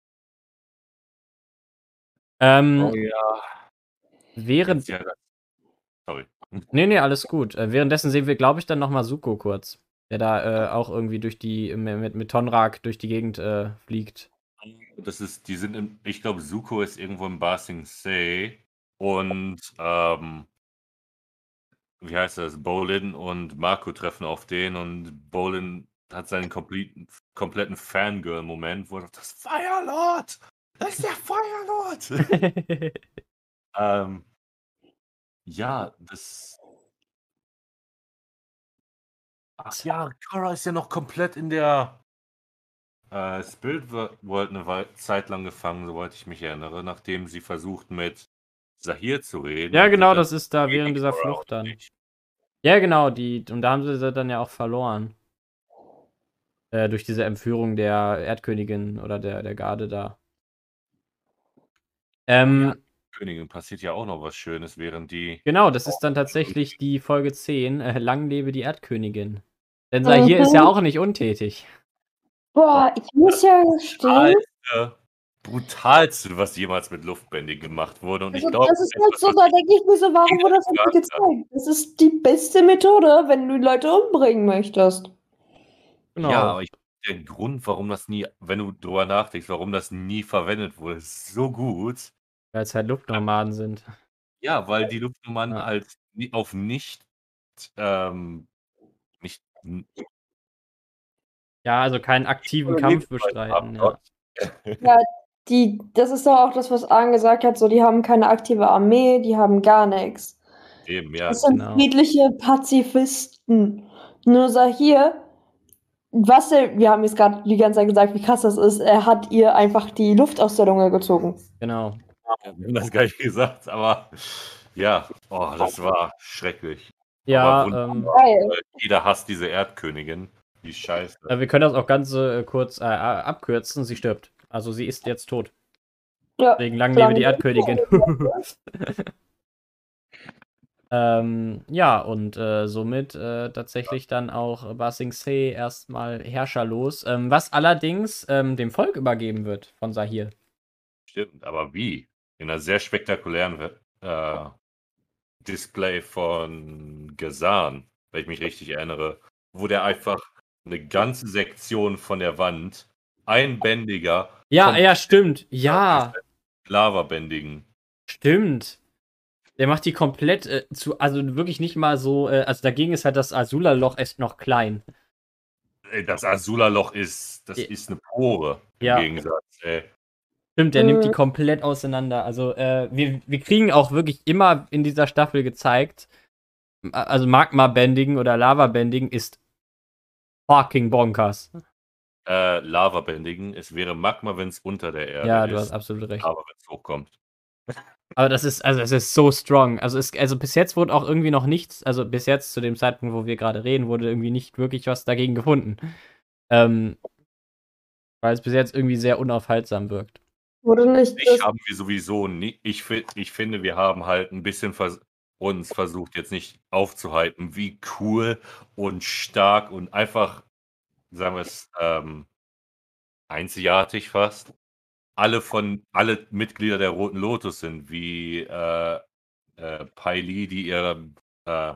Ähm, Oh ja. während. Ja, sorry. Nee, nee, alles gut. Äh, währenddessen sehen wir, glaube ich, dann nochmal Zuko kurz, der da äh, auch irgendwie durch die, mit, mit Tonrak durch die Gegend äh, fliegt. Das ist, die sind in, ich glaube, Zuko ist irgendwo in Ba Sing Se und ähm, wie heißt das? Bolin und Marco treffen auf den und Bolin hat seinen kompletten, kompletten Fangirl-Moment, wo er sagt, das Firelord! Das ist der Firelord! ähm, ja, das. Ach ja, Korra ist ja noch komplett in der äh, Spirit World eine Wei- Zeit lang gefangen, soweit ich mich erinnere, nachdem sie versucht mit Zahir zu reden. Ja, und genau, sind das ist da dann während gegen dieser Korra Flucht dann. nicht. Ja, genau, die, und da haben sie sie dann ja auch verloren. Äh, durch diese Entführung der Erdkönigin oder der, der Garde da. Ähm, Oh ja, Königin passiert ja auch noch was Schönes, während die. Genau, das ist dann tatsächlich die Folge zehn. Äh, lang lebe die Erdkönigin. Denn Zahir ist ja Mhm. auch nicht untätig. Boah, ich muss ja gestehen. Brutalste, brutalste, was jemals mit Luftbändigen gemacht wurde. Und Also, ich glaube, das ist halt so, da denke ich mir so, warum wurde das nicht gezeigt? Das ist die beste Methode, wenn du Leute umbringen möchtest. Genau. Ja, aber ich, der Grund, warum das nie, wenn du drüber nachdenkst, warum das nie verwendet wurde, ist so gut. Weil es halt Luftnomaden sind. Ja, weil die Luftnummern Ja. halt ni- auf nicht, ähm, nicht, Ja, also keinen aktiven Kampf bestreiten. Ja. Ja, die, das ist doch auch das, was Arne gesagt hat, so, die haben keine aktive Armee, die haben gar nichts. Eben, ja. Das sind Genau. friedliche Pazifisten. Nur Zahir, was er, wir haben jetzt gerade die ganze Zeit gesagt, wie krass das ist, er hat ihr einfach die Luft aus der Lunge gezogen. Genau. Wir haben das gar nicht gesagt, aber ja, oh, das war schrecklich. Ja, Aber ähm, Geil. jeder hasst diese Erdkönigin. Die Scheiße. äh, wir können das auch ganz äh, kurz äh, abkürzen. Sie stirbt. Also sie ist jetzt tot. Ja, Deswegen lang lebe die Erdkönigin. ähm, ja, und äh, somit äh, tatsächlich dann auch Ba Sing Se erstmal herrscherlos, ähm, was allerdings ähm, dem Volk übergeben wird von Sahir. Stimmt, aber wie? In einer sehr spektakulären äh, Display von Ghazan, wenn ich mich richtig erinnere, wo der einfach eine ganze Sektion von der Wand einbändiger Ja, ja, stimmt. Ja, Lava bändigen. stimmt. Der macht die komplett äh, zu, also wirklich nicht mal so, äh, also dagegen ist halt das Azula-Loch echt noch klein. Ey, das Azula-Loch ist, das Ja. ist eine Pore im Ja. Gegensatz, ey. Stimmt, der Mhm. nimmt die komplett auseinander. Also, äh, wir, wir kriegen auch wirklich immer in dieser Staffel gezeigt, also Magma-Bändigen oder Lava-Bändigen ist fucking bonkers. Äh, Lava bändigen, es wäre Magma, wenn es unter der Erde Ja, ist. du hast absolut recht. Aber wenn es hochkommt. Aber das ist, also es ist so strong. Also, es, also bis jetzt wurde auch irgendwie noch nichts, also bis jetzt zu dem Zeitpunkt, wo wir gerade reden, wurde irgendwie nicht wirklich was dagegen gefunden. Ähm, weil es bis jetzt irgendwie sehr unaufhaltsam wirkt. Wurde nicht. Ich haben wir sowieso nicht. Ich, ich finde, wir haben halt ein bisschen vers uns versucht, jetzt nicht aufzuhalten, wie cool und stark und einfach, sagen wir es, ähm, einzigartig fast, alle von alle Mitglieder der Roten Lotus sind, wie äh, äh, Pai Li, die ihre äh,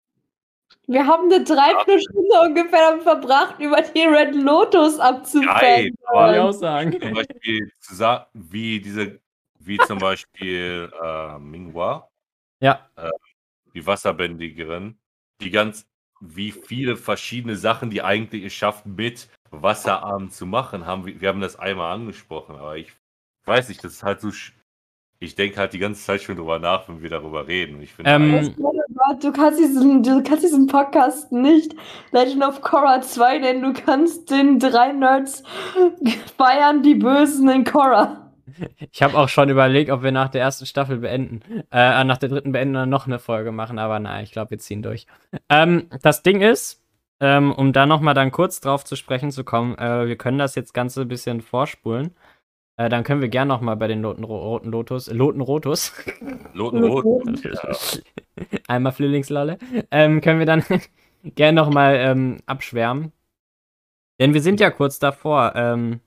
Wir haben eine Dreiviertelstunde ungefähr damit verbracht, über die Red Lotus abzufangen. Kann ich auch sagen. Zum Beispiel wie diese, wie zum Beispiel äh, Minghua, Ja. äh, die Wasserbändigerin, die ganz, wie viele verschiedene Sachen, die eigentlich es schafft, mit Wasserarmen zu machen, haben wir, wir haben das einmal angesprochen, aber ich weiß nicht, das ist halt so, sch- ich denke halt die ganze Zeit schon drüber nach, wenn wir darüber reden. Ich finde Ähm, eigentlich- Du kannst, diesen, du kannst diesen Podcast nicht Legend of Korra zwei nennen. Du kannst den drei Nerds feiern, die Bösen in Korra. Ich habe auch schon überlegt, ob wir nach der ersten Staffel beenden, äh, nach der dritten beenden und noch eine Folge machen, aber nein, ich glaube, wir ziehen durch. Ähm, das Ding ist, ähm, um da noch mal dann kurz drauf zu sprechen zu kommen, äh, wir können das jetzt Ganze ein bisschen vorspulen. Äh, dann können wir gern noch mal bei den Loten, Roten Lotus, Loten Rotus, Loten Rot, ja. einmal Flühlingslolle, ähm, können wir dann gern noch mal ähm, abschwärmen. Denn wir sind ja kurz davor, ähm,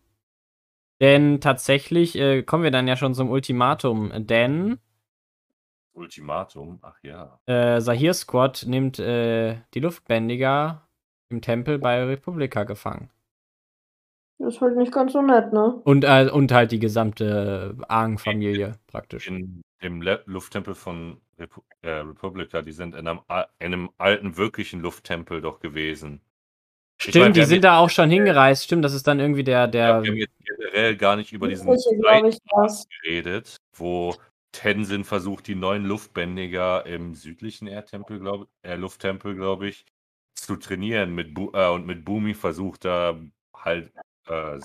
denn tatsächlich äh, kommen wir dann ja schon zum Ultimatum, denn Ultimatum, ach ja. äh, Sahir Squad nimmt äh, die Luftbändiger im Tempel bei Republika gefangen. Das ist halt nicht ganz so nett, ne? Und, äh, und halt die gesamte Aang-Familie praktisch. In dem Le Lufttempel von Repu äh, Republika, die sind in einem, in einem alten, wirklichen Lufttempel doch gewesen. Stimmt, Ich mein, die sind da auch schon hingereist. Stimmt, das ist dann irgendwie der. der Ja, wir haben jetzt generell gar nicht über diesen glaube ich, was. geredet, wo Tenzin versucht, die neuen Luftbändiger im südlichen Erdtempel, glaube äh, Lufttempel, glaube ich, zu trainieren. Mit Bu äh, und mit Bumi versucht er halt äh,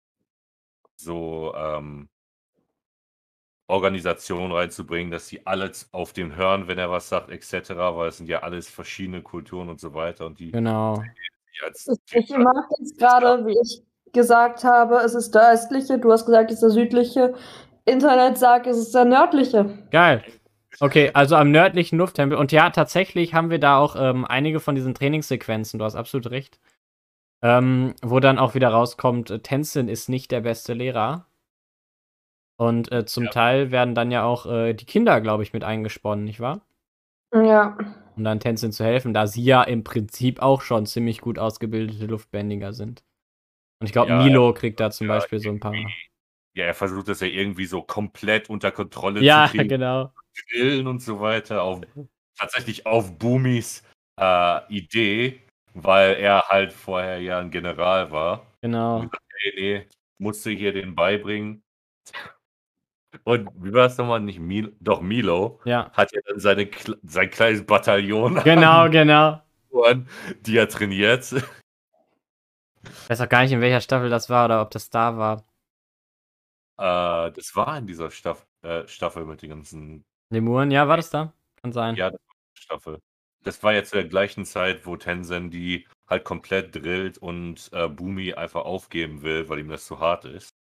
so ähm, Organisation reinzubringen, dass sie alles auf den hören, wenn er was sagt, et cetera, weil es sind ja alles verschiedene Kulturen und so weiter. Und die genau. Ich mag jetzt gerade, wie ich gesagt habe, es ist der östliche, du hast gesagt, es ist der südliche. Internet sagt, es ist der nördliche. Geil. Okay, also am nördlichen Lufttempel. Und ja, tatsächlich haben wir da auch ähm, einige von diesen Trainingssequenzen, du hast absolut recht. Ähm, wo dann auch wieder rauskommt, äh, Tenzin ist nicht der beste Lehrer. Und äh, zum Ja. Teil werden dann ja auch äh, die Kinder, glaube ich, mit eingesponnen, nicht wahr? Ja. Um dann Tenzin zu helfen, da sie ja im Prinzip auch schon ziemlich gut ausgebildete Luftbändiger sind. Und ich glaube, Ja, Milo kriegt da zum ja, Beispiel so ein paar. Ja, er versucht das ja irgendwie so komplett unter Kontrolle Ja, zu kriegen. genau. Grillen und so weiter. Auf, tatsächlich auf Bumis äh, Idee, weil er halt vorher ja ein General war. Genau. Und gesagt, hey, nee, musst du hier den beibringen. Und wie war es nochmal? Nicht Milo, doch Milo Ja. hat ja dann seine, Kle- sein kleines Bataillon Genau, an genau. Figuren, die er trainiert. Ich weiß auch gar nicht, in welcher Staffel das war oder ob das da war. Äh, das war in dieser Staff äh, Staffel mit den ganzen. Lemuren, ja, war das da? Kann sein. Ja, das war die Staffel. Das war jetzt zu der gleichen Zeit, wo Tenzin die halt komplett drillt und äh, Bumi einfach aufgeben will, weil ihm das zu hart ist.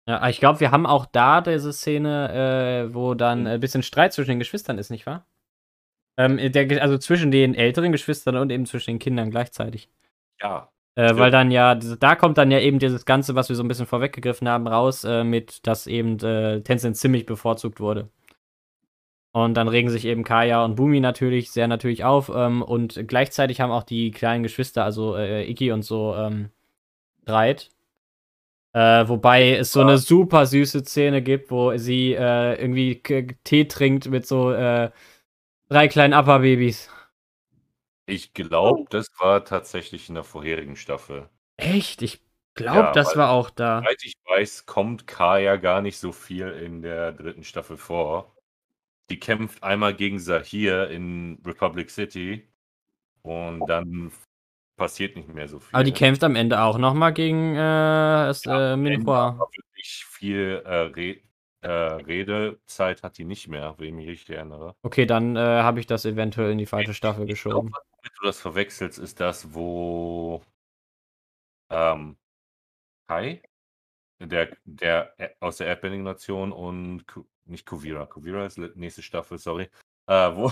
Ja, ich glaube, wir haben auch da diese Szene, äh, wo dann ein bisschen Streit zwischen den Geschwistern ist, nicht wahr? Ähm, der, also zwischen den älteren Geschwistern und eben zwischen den Kindern gleichzeitig. Ja. Äh, weil dann ja, da kommt dann ja eben dieses Ganze, was wir so ein bisschen vorweggegriffen haben, raus, äh, mit, dass eben äh, Tenzin ziemlich bevorzugt wurde. Und dann regen sich eben Kaya und Bumi natürlich sehr natürlich auf. Ähm, und gleichzeitig haben auch die kleinen Geschwister, also äh, Iki und so, ähm, Streit. Äh, wobei es so eine super süße Szene gibt, wo sie äh, irgendwie K Tee trinkt mit so äh, drei kleinen Appa-Babys. Ich glaube, das war tatsächlich in der vorherigen Staffel. Echt? Ich glaube, Ja, das weil, war auch da. soweit ich weiß, kommt Kaya gar nicht so viel in der dritten Staffel vor. Die kämpft einmal gegen Zahir in Republic City und dann passiert nicht mehr so viel. Aber die kämpft am Ende auch noch mal gegen äh, das, äh, Minhua. Aber wirklich viel äh, Re äh, Redezeit hat die nicht mehr, wenn ich mich richtig erinnere. Okay, dann äh, habe ich das eventuell in die falsche Staffel Ich geschoben. glaube, womit du das verwechselst, ist das, wo ähm, Kai, der, der Ä- aus der Erdbending-Nation und Ku- nicht Kuvira, Kuvira ist le- nächste Staffel, sorry, äh, wo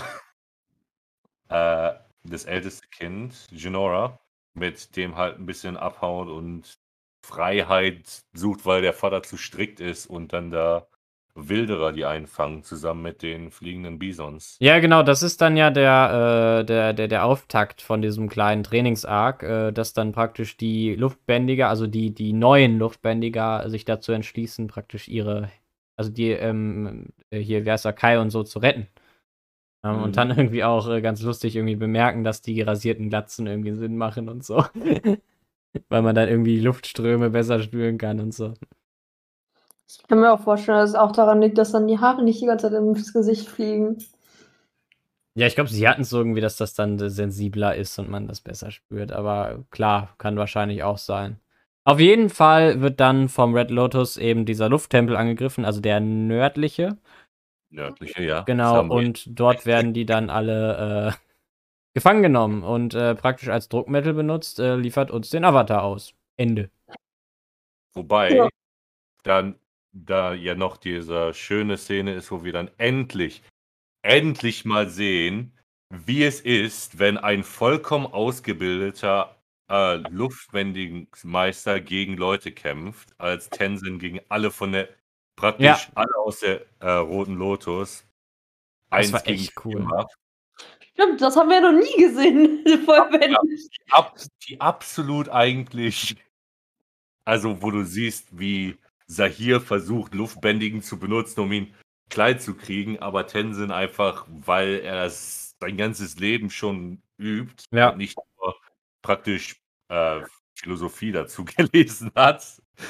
äh, das älteste Kind, Jinora, mit dem halt ein bisschen abhaut und Freiheit sucht, weil der Vater zu strikt ist und dann da Wilderer die einfangen, zusammen mit den fliegenden Bisons. Ja, genau, das ist dann ja der, äh, der, der, der Auftakt von diesem kleinen Trainingsarg, äh, dass dann praktisch die Luftbändiger, also die, die neuen Luftbändiger, sich dazu entschließen, praktisch ihre, also die, ähm, hier, wer ist der Kai und so zu retten. Ähm, Mhm. Und dann irgendwie auch äh, ganz lustig irgendwie bemerken, dass die rasierten Glatzen irgendwie Sinn machen und so. Weil man dann irgendwie Luftströme besser spüren kann und so. Ich kann mir auch vorstellen, dass es auch daran liegt, dass dann die Haare nicht die ganze Zeit ins Gesicht fliegen. Ja, ich glaube, sie hatten es so irgendwie, dass das dann äh, sensibler ist und man das besser spürt. Aber klar, kann wahrscheinlich auch sein. Auf jeden Fall wird dann vom Red Lotus eben dieser Lufttempel angegriffen, also der nördliche. Nördliche, ja. Genau, Samui. und dort werden die dann alle äh, gefangen genommen und äh, praktisch als Druckmittel benutzt, äh, liefert uns den Avatar aus. Ende. Wobei Ja. dann da ja noch diese schöne Szene ist, wo wir dann endlich, endlich mal sehen, wie es ist, wenn ein vollkommen ausgebildeter äh, Luftbändigmeister gegen Leute kämpft, als Tenzin gegen alle von der, praktisch Ja. alle aus der äh, Roten Lotus. Das Eins war gegen echt vier cool. macht. Stimmt, das haben wir noch nie gesehen. Vollbändig. Die, ab, die absolut eigentlich, also wo du siehst, wie Zahir versucht, Luftbändigen zu benutzen, um ihn klein zu kriegen, aber Tenzin einfach, weil er das sein ganzes Leben schon übt Ja. und nicht nur praktisch äh, Philosophie dazu gelesen hat,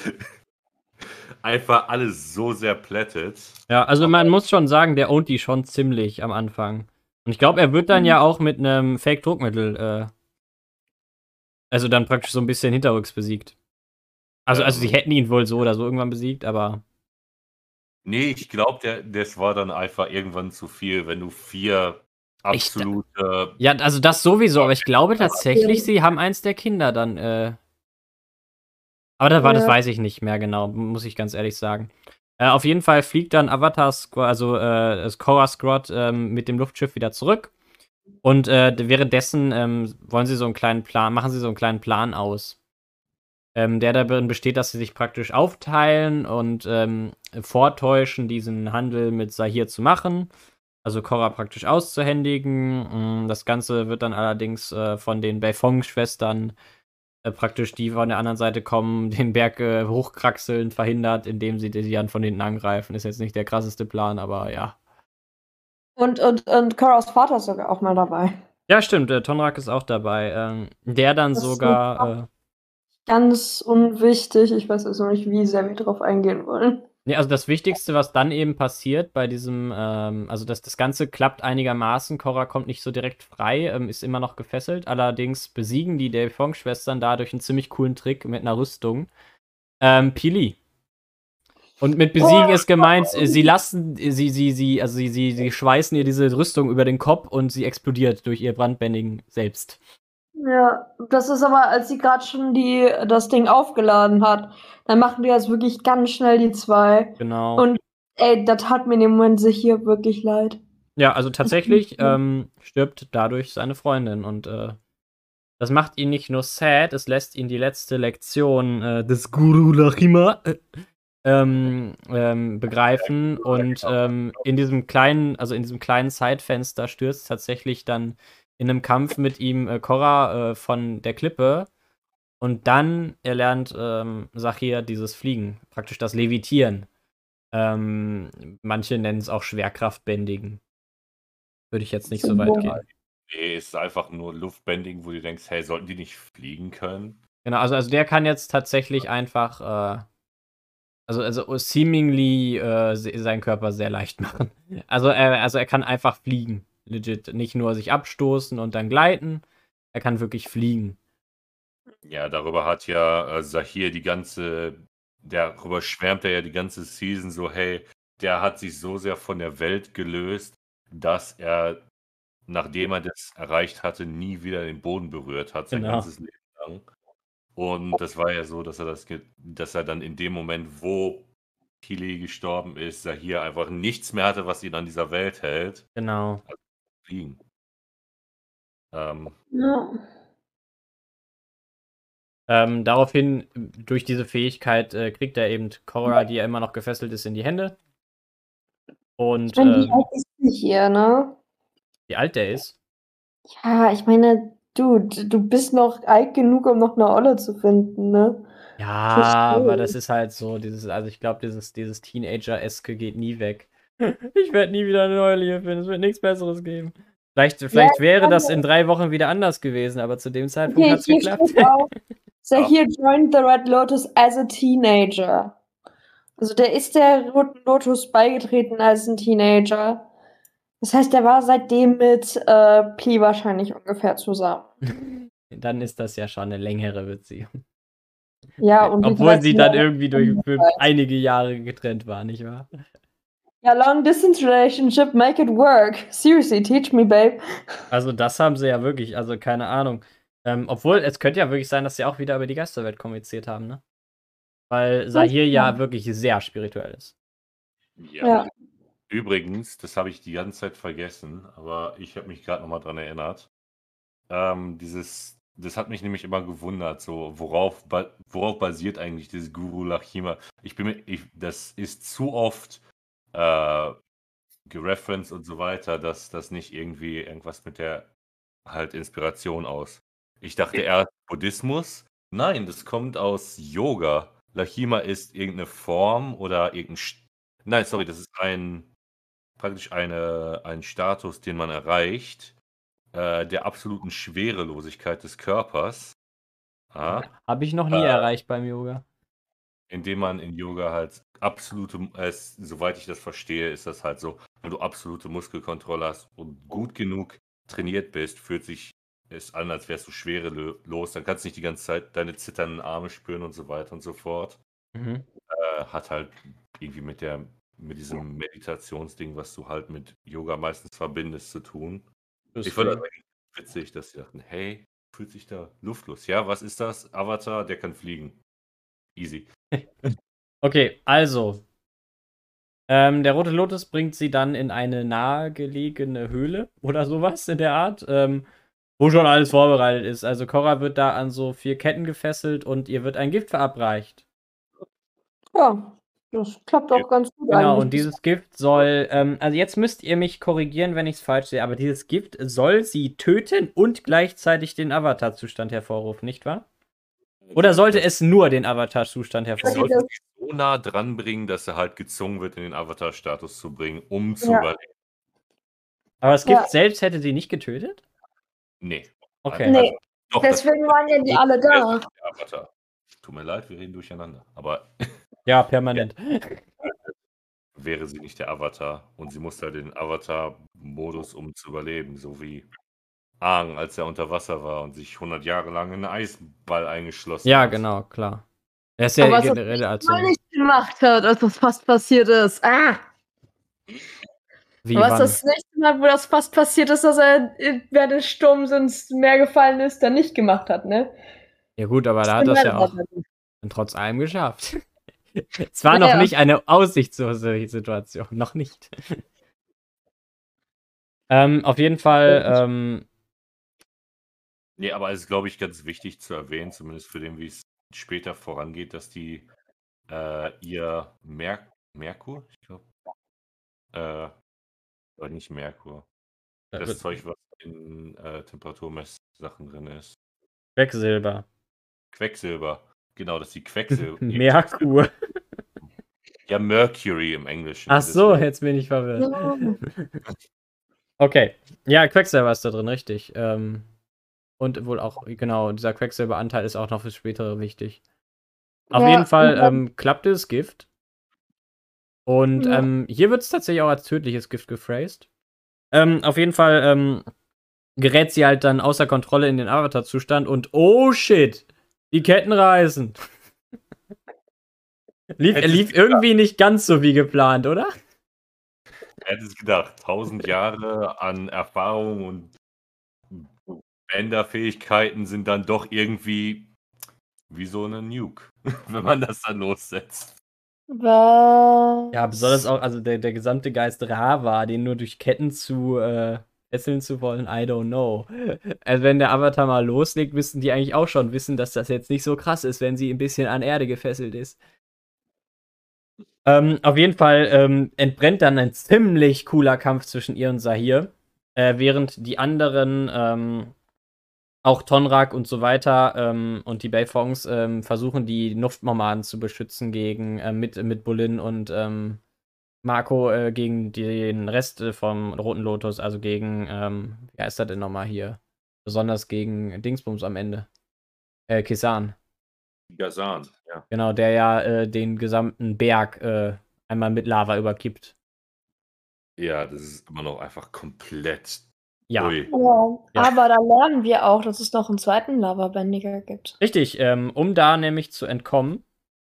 einfach alles so sehr plättet. Ja, also man muss schon sagen, der ownt die schon ziemlich am Anfang. Und ich glaube, er wird dann ja auch mit einem Fake-Druckmittel, äh, also dann praktisch so ein bisschen hinterrücks besiegt. Also, also sie Ähm. hätten ihn wohl so oder so irgendwann besiegt, aber. Nee, ich glaube, der, das war dann einfach irgendwann zu viel, wenn du vier Ich da- absolute. Ja, also das sowieso, aber ich glaube tatsächlich, sie haben eins der Kinder dann, äh. Aber das war, das Ja. weiß ich nicht mehr genau, muss ich ganz ehrlich sagen. Äh, auf jeden Fall fliegt dann Avatar Squad, also äh, das Korra Squad ähm, mit dem Luftschiff wieder zurück. Und äh, währenddessen ähm, wollen sie so einen kleinen Plan, machen sie so einen kleinen Plan aus. Ähm, der darin besteht, dass sie sich praktisch aufteilen und ähm, vortäuschen, diesen Handel mit Zahir zu machen. Also Korra praktisch auszuhändigen. Mm, Das Ganze wird dann allerdings äh, von den Beifong-Schwestern äh, praktisch, die von der anderen Seite kommen, den Berg äh, hochkraxeln, verhindert, indem sie die dann von hinten angreifen. Ist jetzt nicht der krasseste Plan, aber ja. Und, und, und Korras Vater ist sogar auch mal dabei. Ja, stimmt, äh, Tonrak ist auch dabei. Ähm, der dann Das ist sogar. Äh, Ganz unwichtig. Ich weiß jetzt noch nicht, wie sehr wir drauf eingehen wollen. Nee, also das Wichtigste, was dann eben passiert bei diesem, ähm, also das, das Ganze klappt einigermaßen, Korra kommt nicht so direkt frei, ähm, ist immer noch gefesselt, allerdings besiegen die Daefong-Schwestern dadurch einen ziemlich coolen Trick mit einer Rüstung, ähm, Pili. Und mit besiegen Oh. ist gemeint, äh, sie lassen, sie, sie, sie, also sie, sie, sie schweißen ihr diese Rüstung über den Kopf und sie explodiert durch ihr Brandbändigen selbst. Ja, das ist aber, als sie gerade schon die das Ding aufgeladen hat, dann machen die das wirklich ganz schnell, die zwei. Genau. Und ey, das tat mir in dem Moment hier wirklich leid. Ja, also tatsächlich ähm, stirbt dadurch seine Freundin und äh, das macht ihn nicht nur sad, es lässt ihn die letzte Lektion äh, des Guru Lachima äh, ähm, ähm, begreifen und ähm, in diesem kleinen, also in diesem kleinen Zeitfenster stürzt tatsächlich dann in einem Kampf mit ihm äh, Korra äh, von der Klippe und dann erlernt ähm, Saphir dieses Fliegen, praktisch das Levitieren. Ähm, manche nennen es auch Schwerkraftbändigen. Würde ich jetzt nicht so weit gehen. Nee, ist einfach nur Luftbending, wo du denkst, hey, sollten die nicht fliegen können? Genau, also, also der kann jetzt tatsächlich einfach, äh, also, also seemingly äh, seinen Körper sehr leicht machen. Also er, also er kann einfach fliegen, legit. Nicht nur sich abstoßen und dann gleiten, er kann wirklich fliegen. Ja, darüber hat ja äh, Saphir die ganze, darüber schwärmt er ja die ganze Season so, hey, der hat sich so sehr von der Welt gelöst, dass er, nachdem er das erreicht hatte, nie wieder den Boden berührt hat, sein Genau. ganzes Leben lang. Und das war ja so, dass er das, dass er dann in dem Moment, wo Kili gestorben ist, Saphir einfach nichts mehr hatte, was ihn an dieser Welt hält. Genau. Also fliegen. Ähm, Ja. Ähm, daraufhin, durch diese Fähigkeit, äh, kriegt er eben Korra, die ja immer noch gefesselt ist, in die Hände. Und Ich meine, wie ähm, alt ist die hier, ne? wie alt der ist? Ja, ich meine, du, du bist noch alt genug, um noch eine Olle zu finden, ne? Ja, Verstehe. aber das ist halt so, dieses, also ich glaube, dieses, dieses Teenager-eske geht nie weg. Ich werde nie wieder eine neue Liebe finden, es wird nichts Besseres geben. Vielleicht, vielleicht Ja, wäre kann das ja- in drei Wochen wieder anders gewesen, aber zu dem Zeitpunkt Okay, hat es hier geklappt. steht auch, Saphir joined the Red Lotus as a teenager. Also der ist der Roten Lotus beigetreten als ein Teenager. Das heißt, der war seitdem mit äh, Pli wahrscheinlich ungefähr zusammen. Dann ist das ja schon eine längere Beziehung. Ja, und wie Obwohl sie dann Jahre- irgendwie durch für einige Jahre getrennt war, nicht wahr? Ja, long distance relationship, make it work. Seriously, teach me, babe. Also das haben sie ja wirklich, also keine Ahnung. Ähm, obwohl, es könnte ja wirklich sein, dass sie auch wieder über die Geisterwelt kommuniziert haben, ne? Weil Saphir ja wirklich sehr spirituell ist. ja. Ja. Übrigens, das habe ich die ganze Zeit vergessen, aber ich habe mich gerade nochmal dran erinnert. Ähm, dieses, das hat mich nämlich immer gewundert, so worauf, ba worauf basiert eigentlich dieses Guru Lachima? Ich bin mir, ich, das ist zu oft äh, gereferenced und so weiter, dass das nicht irgendwie irgendwas mit der halt Inspiration aus. Ich dachte erst Buddhismus. Nein, das kommt aus Yoga. Lachima ist irgendeine Form oder irgendein. St Nein, sorry, das ist ein praktisch eine, ein Status, den man erreicht, äh, der absoluten Schwerelosigkeit des Körpers. Ah, Habe ich noch nie Äh. erreicht beim Yoga. indem man in Yoga halt absolute, äh, soweit ich das verstehe, ist das halt so, wenn du absolute Muskelkontrolle hast und gut genug trainiert bist, fühlt sich es an, als wärst du schwerelos. Dann kannst du nicht die ganze Zeit deine zitternden Arme spüren und so weiter und so fort. Mhm. Äh, hat halt irgendwie mit der mit diesem Meditationsding, was du halt mit Yoga meistens verbindest, zu tun. Ich fand das eigentlich witzig, dass sie dachten, hey, fühlt sich da luftlos. Ja, was ist das? Avatar, der kann fliegen. Easy. Okay, also. Ähm, der Rote Lotus bringt sie dann in eine nahegelegene Höhle oder sowas in der Art, ähm, wo schon alles vorbereitet ist. Also Korra wird da an so vier Ketten gefesselt und ihr wird ein Gift verabreicht. Ja, das klappt auch ganz gut Genau, eigentlich. und dieses Gift soll, ähm, also jetzt müsst ihr mich korrigieren, wenn ich es falsch sehe, aber dieses Gift soll sie töten und gleichzeitig den Avatar-Zustand hervorrufen, nicht wahr? Oder sollte es nur den Avatar-Zustand Es hervorrufen? sollte sich so nah dran bringen, dass er halt gezwungen wird, in den Avatar-Status zu bringen, um zu Ja. überleben. Aber das Gift Ja. selbst hätte sie nicht getötet? Nee. Okay. Nee, Doch, deswegen waren ja die alle das da. ist der Avatar. Tut mir leid, wir reden durcheinander. Aber Ja, permanent. wäre sie nicht der Avatar und sie musste halt den Avatar-Modus, um zu überleben, so wie Aang, als er unter Wasser war und sich hundert Jahre lang in einen Eisball eingeschlossen Ja, hat. genau, klar. Er ist ja Aber was das generell als so. Mal nicht gemacht hat, als das fast passiert ist. Ah! Wie Was wann? das nächste Mal, wo das fast passiert ist, dass er während des Sturms ins Meer gefallen ist, dann nicht gemacht hat, ne? Ja gut, aber da hat das ja auch trotz allem geschafft. Es war Ja, noch ja. nicht eine aussichtslose Situation, noch nicht. ähm, auf jeden Fall, ähm, Nee, aber es ist, glaube ich, ganz wichtig zu erwähnen, zumindest für den, wie es später vorangeht, dass die äh, ihr Mer Merkur, ich glaube, äh, oder nicht Merkur, äh, das Zeug, was in äh, Temperaturmesssachen drin ist. Quecksilber. Quecksilber. Genau, dass die Quecksilber. Merkur. Ja, Mercury im Englischen. Ach so, deswegen. jetzt bin ich verwirrt. Ja. Okay. Ja, Quecksilber ist da drin, richtig. Ähm, und wohl auch, genau, dieser Quecksilberanteil ist auch noch fürs Spätere wichtig. Auf Ja, jeden Fall und dann- ähm, klappt das Gift. Und Ja. ähm, hier wird es tatsächlich auch als tödliches Gift gephrased. Ähm, auf jeden Fall ähm, gerät sie halt dann außer Kontrolle in den Avatar-Zustand und oh shit, die Ketten reißen. lief Hättest lief gedacht. irgendwie nicht ganz so wie geplant, oder? Hätte es gedacht, tausend Jahre an Erfahrung und Bänderfähigkeiten sind dann doch irgendwie wie so eine Nuke, wenn man das dann lossetzt. Was? Ja, besonders auch, also der, der gesamte Geist Rava, den nur durch Ketten zu äh, fesseln zu wollen, I don't know. Also wenn der Avatar mal loslegt, müssten die eigentlich auch schon wissen, dass das jetzt nicht so krass ist, wenn sie ein bisschen an Erde gefesselt ist. Ähm, auf jeden Fall ähm, entbrennt dann ein ziemlich cooler Kampf zwischen ihr und Sahir, äh, während die anderen, ähm, auch Tonrak und so weiter ähm, und die Beifongs ähm, versuchen, die Nuftnomaden zu beschützen gegen äh, mit, mit Bolin und ähm, Marco äh, gegen den Rest äh, vom Roten Lotus, also gegen, ähm, wie heißt er denn nochmal hier? Besonders gegen Dingsbums am Ende. Äh, Kisan. Gazan, ja. Genau, der ja äh, den gesamten Berg äh, einmal mit Lava überkippt. Ja, das ist immer noch einfach komplett. Ja. Ui. Ja. Ja. Aber da lernen wir auch, dass es noch einen zweiten Lavabändiger gibt. Richtig, ähm, um da nämlich zu entkommen,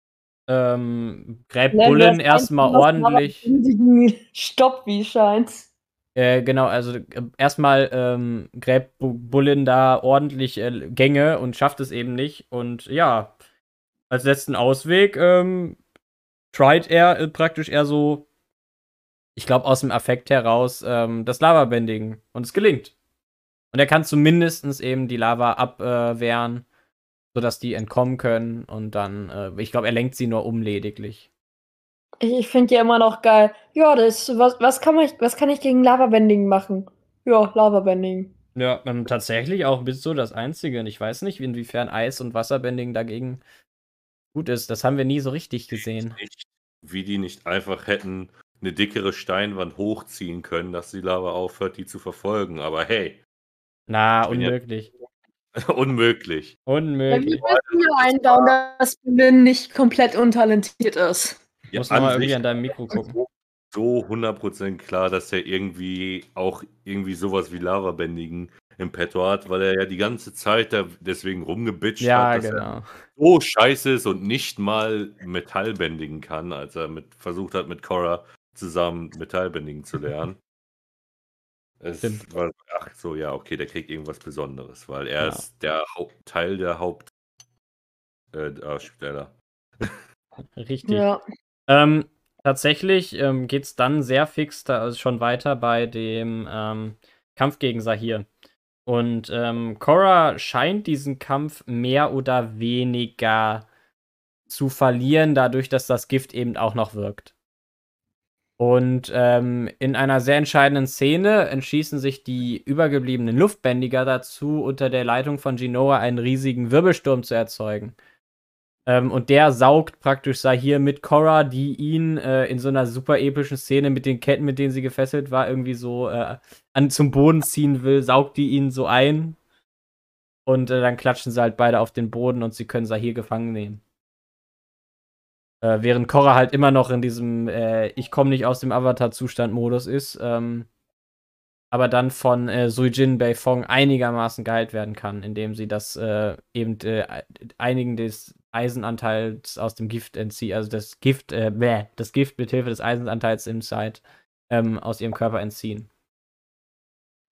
ähm, gräbt Lernen wir Bullen das erstmal Einzige, was ordentlich. Lavabändigen Stopp, wie scheint's. Äh, genau, also äh, erstmal ähm, gräbt Bu- Bullen da ordentlich äh, Gänge und schafft es eben nicht. Und ja, als letzten Ausweg ähm, tried er äh, praktisch eher so, ich glaube, aus dem Affekt heraus ähm, das Lava bändigen. Und es gelingt. Und er kann zumindest eben die Lava abwehren, äh, sodass die entkommen können. Und dann, äh, ich glaube, er lenkt sie nur um lediglich. Ich, ich finde ja immer noch geil. Ja, das was, was kann man, was kann ich gegen Lavabändigen machen? Ja, Lavabändigen. Ja, ähm, tatsächlich auch bist du das Einzige. Und ich weiß nicht, inwiefern Eis- und Wasserbending dagegen gut ist. Das haben wir nie so richtig gesehen. Nicht, wie die nicht einfach hätten eine dickere Steinwand hochziehen können, dass die Lava aufhört, die zu verfolgen. Aber hey, Na, Ich bin ja- unmöglich. unmöglich. Ja, wir Unmöglich. müssen ja einbauen, dass Bolin nicht komplett untalentiert ist. Ich muss an nochmal sich irgendwie an deinem Mikro gucken. so- So hundert Prozent klar, dass er irgendwie auch irgendwie sowas wie Lavabändigen im Petto hat, weil er ja die ganze Zeit da deswegen rumgebitcht Ja, hat, dass er genau. so scheiße ist und nicht mal Metall bändigen kann, als er mit, versucht hat, mit Korra zusammen Metall bändigen zu lernen. Es Stimmt. war, ach so, ja, okay, der kriegt irgendwas Besonderes, weil er Ja. ist der Hauptteil der Haupt äh, Darsteller. Richtig. Ja. Ähm, tatsächlich ähm, geht es dann sehr fix da, also schon weiter bei dem ähm, Kampf gegen Sahir. Und ähm, Korra scheint diesen Kampf mehr oder weniger zu verlieren, dadurch, dass das Gift eben auch noch wirkt. Und ähm, in einer sehr entscheidenden Szene entschließen sich die übergebliebenen Luftbändiger dazu, unter der Leitung von Jinora einen riesigen Wirbelsturm zu erzeugen. Ähm, und der saugt praktisch Sahir mit Korra, die ihn äh, in so einer super epischen Szene mit den Ketten, mit denen sie gefesselt war, irgendwie so äh, an, zum Boden ziehen will, saugt die ihn so ein. Und äh, dann klatschen sie halt beide auf den Boden und sie können Sahir gefangen nehmen. Äh, während Korra halt immer noch in diesem äh, Ich komme nicht aus dem Avatar-Zustand-Modus ist. Ähm, aber dann von äh, Suijin Beifong einigermaßen geheilt werden kann, indem sie das äh, eben äh, einigen des Eisenanteils aus dem Gift entzieht, also das Gift, äh, bäh, das Gift mit Hilfe des Eisenanteils im Side ähm, aus ihrem Körper entziehen.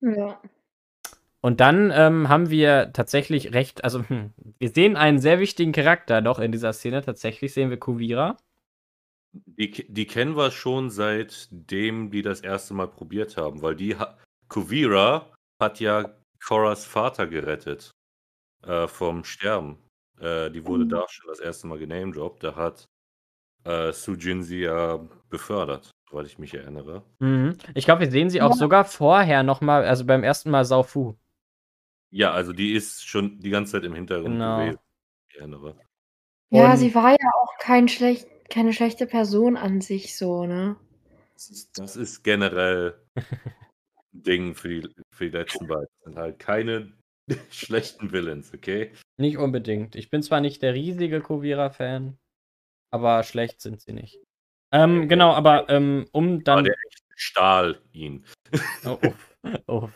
Ja. Und dann ähm, haben wir tatsächlich recht, also hm, wir sehen einen sehr wichtigen Charakter noch in dieser Szene. Tatsächlich sehen wir Kuvira. Die, die kennen wir schon seitdem die das erste Mal probiert haben, weil die ha Kuvira hat ja Korras Vater gerettet äh, vom Sterben. Äh, die wurde Mhm. da schon das erste Mal genamedroppt. Da hat äh, Sujin sie ja befördert, soweit ich mich erinnere. Mhm. Ich glaube, wir sehen sie auch Ja. sogar vorher nochmal, also beim ersten Mal Saufu. Ja, also die ist schon die ganze Zeit im Hintergrund Genau. gewesen, ich erinnere. Ja, Und sie war ja auch kein schlecht, keine schlechte Person an sich so, ne? Das ist, das ist generell ein Ding für die, für die letzten beiden. Das sind halt keine schlechten Villains, okay? nicht unbedingt. Ich bin zwar nicht der riesige Kuvira-Fan, aber schlecht sind sie nicht. Ähm, Okay. genau, aber ähm, um Aber dann. der echte Stahl ihn. Oh, uff, uff.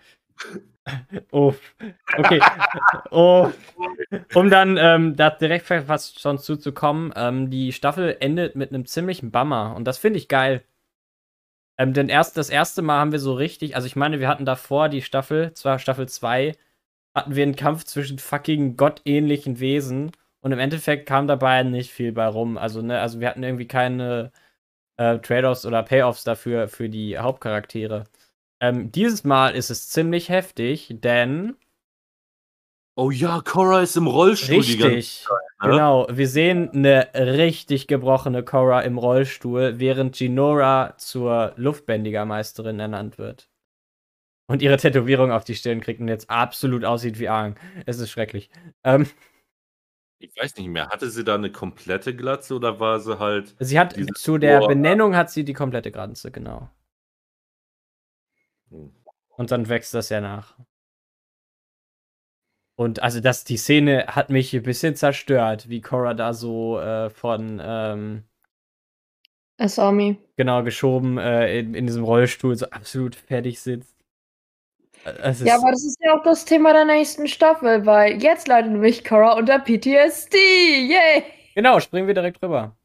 Uff. Okay. Oh. Um dann ähm, da direkt fast schon zuzukommen, ähm, die Staffel endet mit einem ziemlichen Bummer und das finde ich geil. Ähm, denn erst das erste Mal haben wir so richtig, also ich meine, wir hatten davor die Staffel, zwar Staffel zwei, hatten wir einen Kampf zwischen fucking gottähnlichen Wesen und im Endeffekt kam dabei nicht viel bei rum. Also, ne, also wir hatten irgendwie keine äh, Trade-offs oder Payoffs dafür für die Hauptcharaktere. Ähm, dieses Mal ist es ziemlich heftig, denn Oh ja, Korra ist im Rollstuhl die ganze richtig, Zeit. Ne? genau, wir sehen eine richtig gebrochene Korra im Rollstuhl, während Jinora zur Luftbändigermeisterin ernannt wird. Und ihre Tätowierung auf die Stirn kriegt und jetzt absolut aussieht wie Aang. Es ist schrecklich. Ähm, Ich weiß nicht mehr, hatte sie da eine komplette Glatze oder war sie halt. sie hat dieses zu der Ohr- Benennung hat sie die komplette Granze, genau. Hm. Und dann wächst das ja nach. Und also das, die Szene hat mich ein bisschen zerstört, wie Korra da so äh, von ähm, Asami. genau geschoben äh, in, in diesem Rollstuhl so absolut fertig sitzt. Äh, Es ist, Ja, aber das ist ja auch das Thema der nächsten Staffel, weil jetzt leidet nämlich Korra unter P T S D. Yay! genau, springen wir direkt rüber.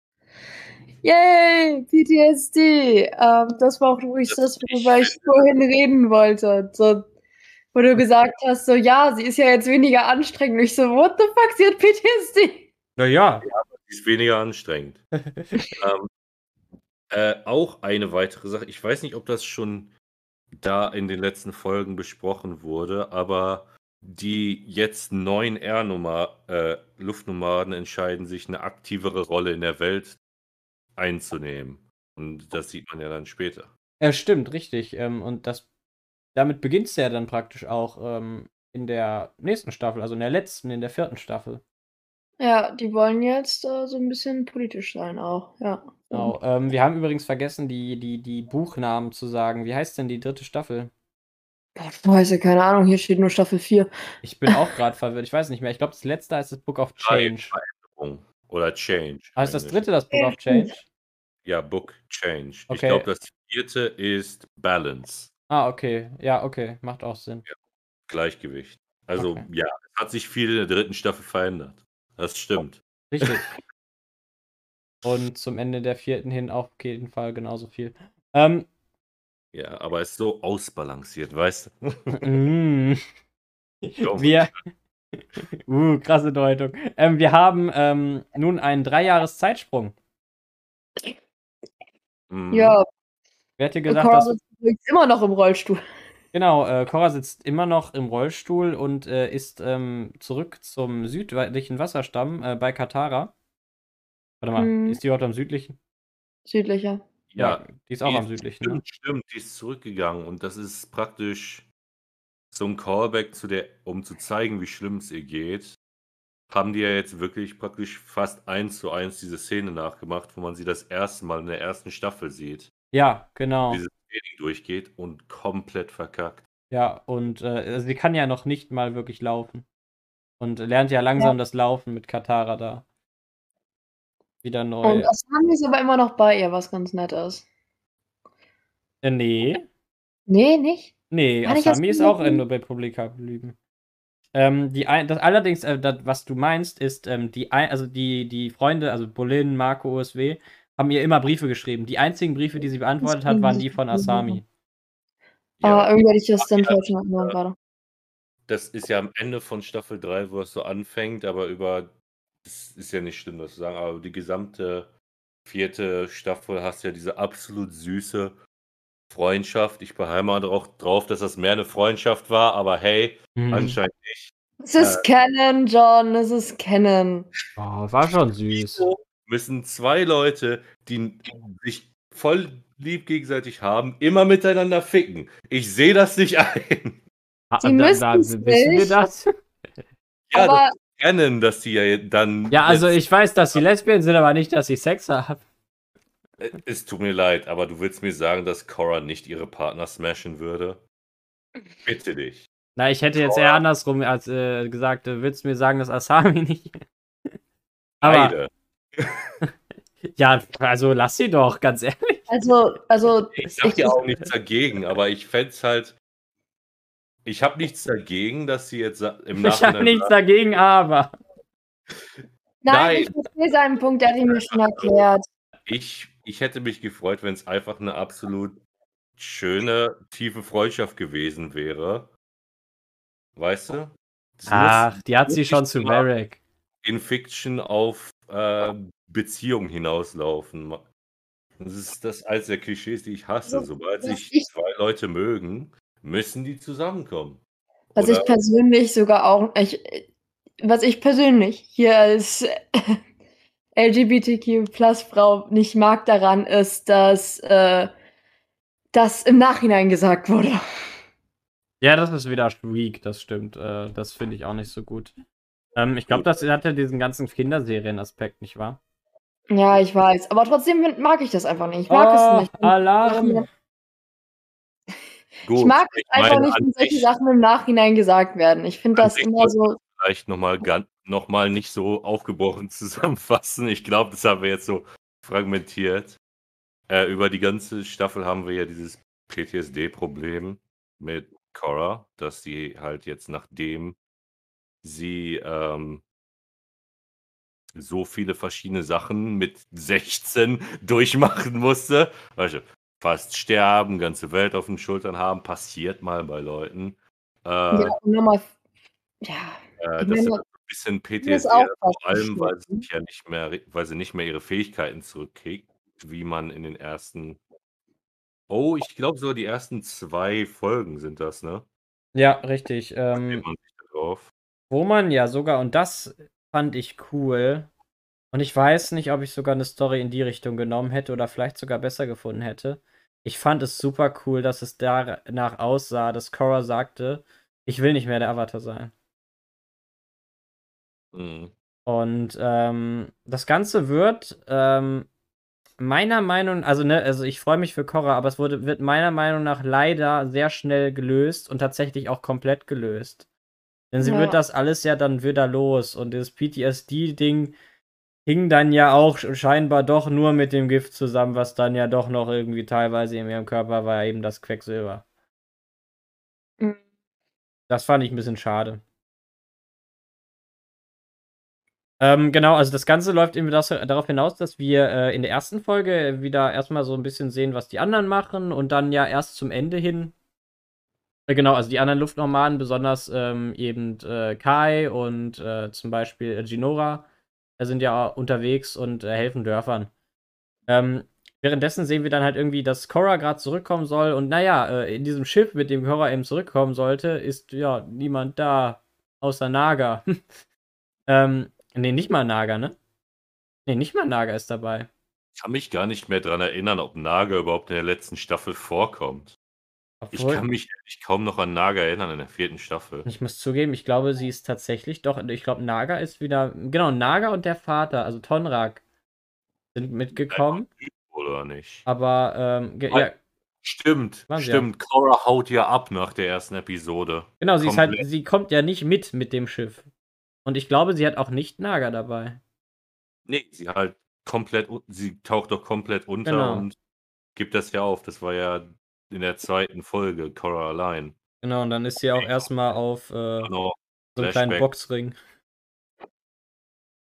Yay! P T S D. Ähm, das war auch übrigens Das- das, worüber ich vorhin reden wollte. So, wo du gesagt hast, so ja, sie ist ja jetzt weniger anstrengend. Ich so, what the fuck, sie hat P T S D. Naja. Die ist weniger anstrengend. ähm, äh, auch eine weitere Sache, ich weiß nicht, ob das schon da in den letzten Folgen besprochen wurde, aber die jetzt neuen R-Nummer, äh, Luftnomaden entscheiden sich, eine aktivere Rolle in der Welt einzunehmen. Und das sieht man ja dann später. Ja, stimmt, richtig. Ähm, und das, damit beginnt es ja dann praktisch auch ähm, in der nächsten Staffel, also in der letzten, in der vierten Staffel. Ja, die wollen jetzt äh, so ein bisschen politisch sein auch, ja. Genau. Ähm, wir haben übrigens vergessen, die, die, die Buchnamen zu sagen. Wie heißt denn die dritte Staffel? Ich weiß ja, keine Ahnung, hier steht nur Staffel vier. Ich bin auch gerade verwirrt, ich weiß nicht mehr. Ich glaube, das letzte heißt das Book of Change. Veränderung oder Change. Ah, ist das Englisch. dritte das Book of Change? Ja, Book Change. Ich Okay. glaube, das vierte ist Balance. Ah, okay. Ja, okay. Macht auch Sinn. Gleichgewicht. Also, Okay. ja, es hat sich viel in der dritten Staffel verändert. Das stimmt. Richtig. Und zum Ende der vierten hin auf jeden Fall genauso viel. Ähm, Ja, aber es ist so ausbalanciert, weißt du? mm. Komm. Wir. Uh, krasse Deutung. Ähm, wir haben ähm, nun einen Dreijahres-Zeitsprung. Mhm. Ja, Wer hätte und gesagt, Korra dass. sitzt übrigens immer noch im Rollstuhl. Genau, äh, Korra sitzt immer noch im Rollstuhl und äh, ist ähm, zurück zum südlichen Wasserstamm äh, bei Katara. Warte mal, Hm. ist die überhaupt am südlichen? Südlicher. Ja, die ist auch die am ist- südlichen, ne? Stimmt, stimmt, die ist zurückgegangen und das ist praktisch so ein Callback zu der, um zu zeigen, wie schlimm es ihr geht, haben die ja jetzt wirklich praktisch fast eins zu eins diese Szene nachgemacht, wo man sie das erste Mal in der ersten Staffel sieht, Ja, genau. dieses Training durchgeht und komplett verkackt. Ja, und äh, sie kann ja noch nicht mal wirklich laufen. Und lernt ja langsam das Laufen mit Katara da. Wieder neu. Und Asami ist aber immer noch bei ihr, was ganz nett ist. Äh, nee. Nee, nicht? Nee, War nicht Asami ist Asami auch in der Republika geblieben. Ähm, die ein, das allerdings, äh, das, was du meinst, ist, ähm, die, ein, also die, die Freunde, also Bolin, Marco, O S W, haben ihr immer Briefe geschrieben. Die einzigen Briefe, die sie beantwortet hat, waren die von Asami. Ah, Ja. irgendwie hatte ich das Ach dann ja, falsch in Erinnerung äh, grade. das ist ja am Ende von Staffel drei, wo es so anfängt, aber über das ist ja nicht schlimm, das zu sagen, aber die gesamte vierte Staffel hast ja diese absolut süße Freundschaft. Ich beharre auch drauf, dass das mehr 'ne Freundschaft war, aber hey, Mhm. anscheinend nicht. Es Äh ist Canon, John, es ist Canon. Oh, war schon süß. Wieso müssen zwei Leute, die n sich voll lieb gegenseitig haben, immer miteinander ficken? Ich sehe das nicht ein. Ah, Die da da müssen's wissen wir nicht. das? Ja, das Aber ist Canon, dass die ja je dann Ja, also jetzt ich weiß, dass sie Lesben sind, aber nicht, dass sie Sex haben. Äh, es tut mir leid, aber du willst mir sagen, dass Cora nicht ihre Partner smashen würde? Bitte dich. Na, ich hätte jetzt eher Cora andersrum als, äh, gesagt, du willst mir sagen, dass Asami nicht aber Beide. ja, also lass sie doch, ganz ehrlich. Also also, Ich es sage ich ja ich auch nichts dagegen, aber ich fände es halt ich habe nichts dagegen, dass sie jetzt sa im Ich habe Nachhinein nichts sagt dagegen, aber Nein, Nein. ich verstehe seinen Punkt, der hat ihn mir schon erklärt. Ich ich hätte mich gefreut, wenn's einfach 'ne absolut schöne, tiefe Freundschaft gewesen wäre. Weißt du? Das muss Ach, die hat muss sie nicht schon zu immer Varric. in Fiction auf, äh, Beziehung hinauslaufen. Ma das ist das eins der Klischees, die ich hasse. Also, Sobald was sich ich zwei Leute mögen, müssen die zusammenkommen. was Oder ich persönlich sogar auch ich äh, was ich persönlich hier als LGBTQ-Plus-Frau nicht mag daran, ist, dass, äh, das im Nachhinein gesagt wurde. Ja, das ist wieder weak, das stimmt. Äh, das finde ich auch nicht so gut. Ähm, ich glaube, Gut. das hat ja diesen ganzen Kinderserien-Aspekt, nicht wahr? Ja, ich weiß, aber trotzdem fin mag ich das einfach nicht. Ich mag es Oh, nicht. Alarm. Ich Gut, mag es ich einfach meine nicht, an wenn solche sich Sachen im Nachhinein gesagt werden. Ich finde an das sich immer sollte so man vielleicht noch mal gan noch mal nicht so aufgebrochen zusammenfassen. Ich glaube, das haben wir jetzt so fragmentiert. Äh, über die ganze Staffel haben wir ja dieses P T S D-Problem mit Cora, dass sie halt jetzt, nachdem sie, ähm so viele verschiedene Sachen mit sechzehn durchmachen musste. Weißt du, fast sterben, ganze Welt auf den Schultern haben, passiert mal bei Leuten. Ja, Äh und nochmal f ja, äh, ich dass sie meine dann so 'n bisschen mir ist P T S D auch hat, vor fast allem, weil sie geschnitten. sich ja nicht mehr ri weil sie nicht mehr ihre Fähigkeiten zurückkriegt, wie man in den ersten oh, ich glaube sogar die ersten zwei Folgen sind das, ne? Ja, richtig. Konzentriert Ähm man sich da drauf. wo man ja sogar und das fand ich cool. Und ich weiß nicht, ob ich sogar 'ne Story in die Richtung genommen hätte oder vielleicht sogar besser gefunden hätte. Ich fand es super cool, dass es danach aussah, dass Cora sagte: „Ich will nicht mehr der Avatar sein.“ Mhm. Und, ähm, das Ganze wird, ähm, meiner Meinung also, ne also, ich freue mich für Cora, aber es wurde wird meiner Meinung nach leider sehr schnell gelöst und tatsächlich auch komplett gelöst. Denn sie wird Ja. das alles ja dann wieder los und dieses P T S D-Ding hing dann ja auch sch scheinbar doch nur mit dem Gift zusammen, was dann ja doch noch irgendwie teilweise in ihrem Körper war, eben das Quecksilber. Mhm. Das fand ich 'n bisschen schade. Ähm, genau, also das Ganze läuft irgendwie das darauf hinaus, dass wir, äh, in der ersten Folge wieder erst mal so 'n bisschen sehen, was die anderen machen und dann ja erst zum Ende hin äh, genau, also die anderen Luftnomaden, besonders, ähm, eben, äh, Kai und, äh, zum Beispiel, äh, Jinora, äh, sind ja unterwegs und, äh, helfen Dörfern. Ähm, währenddessen sehen wir dann halt irgendwie, dass Cora grad zurückkommen soll und na ja, äh, in diesem Schiff, mit dem Cora eben zurückkommen sollte, ist, ja, niemand da, außer Naga. Ähm, ne, nicht mal Naga, ne? Ne, nicht mal Naga ist dabei. Ich kann mich gar nicht mehr dran erinnern, ob Naga überhaupt in der letzten Staffel vorkommt. Ich Obwohl kann mich ehrlich kaum noch an Naga erinnern in der vierten Staffel. Ich muss zugeben, ich glaube, sie ist tatsächlich doch ich glaube, Naga ist wieder genau, Naga und der Vater, also Tonraq sind mitgekommen. Oder nicht? Aber, ähm, ge Al ja stimmt, waren sie ja. stimmt. Cora haut ja ab nach der ersten Episode. Genau, sie ist halt Komplett. sie kommt ja nicht mit mit dem Schiff. Und ich glaube, sie hat auch nicht Naga dabei. Ne, sie halt komplett un sie taucht doch komplett unter Genau. und gibt das ja auf. Das war ja in der zweiten Folge Cora allein. Genau, und dann ist sie auch erst mal auf, äh, Genau, so 'nem kleinen Flashback. Boxring.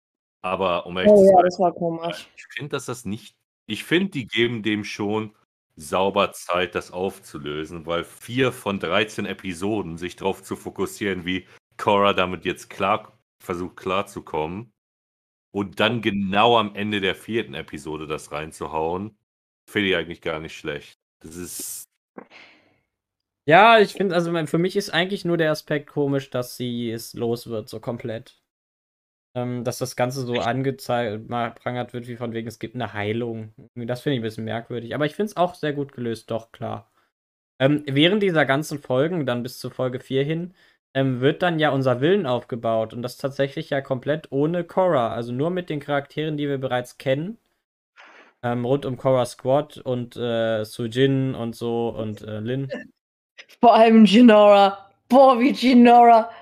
Aber um ehrlich Oh zu ja, sein, das war äh, komisch. ich finde, dass das nicht ich finde, die geben dem schon sauber Zeit, das aufzulösen, weil vier von dreizehn Episoden sich darauf zu fokussieren, wie Korra damit jetzt klar versucht klarzukommen und dann genau am Ende der vierten Episode das reinzuhauen, finde ich eigentlich gar nicht schlecht. Das ist Ja, ich finde, also mein- für mich ist eigentlich nur der Aspekt komisch, dass sie es los wird, so komplett. Ähm, dass das Ganze so angeprangert wird, wie von wegen, es gibt eine Heilung. Irgendwie, Das finde ich ein bisschen merkwürdig. Aber ich finde es auch sehr gut gelöst, doch, klar. Ähm, während dieser ganzen Folgen, dann bis zur Folge vier hin, ähm, wird dann ja unser Willen aufgebaut. Und das tatsächlich ja komplett ohne Korra. Also nur mit den Charakteren, die wir bereits kennen. Ähm, rund um Korra Squad und äh, Sujin und so und äh, Lin. Vor allem Jinora. Boah, wie Jinora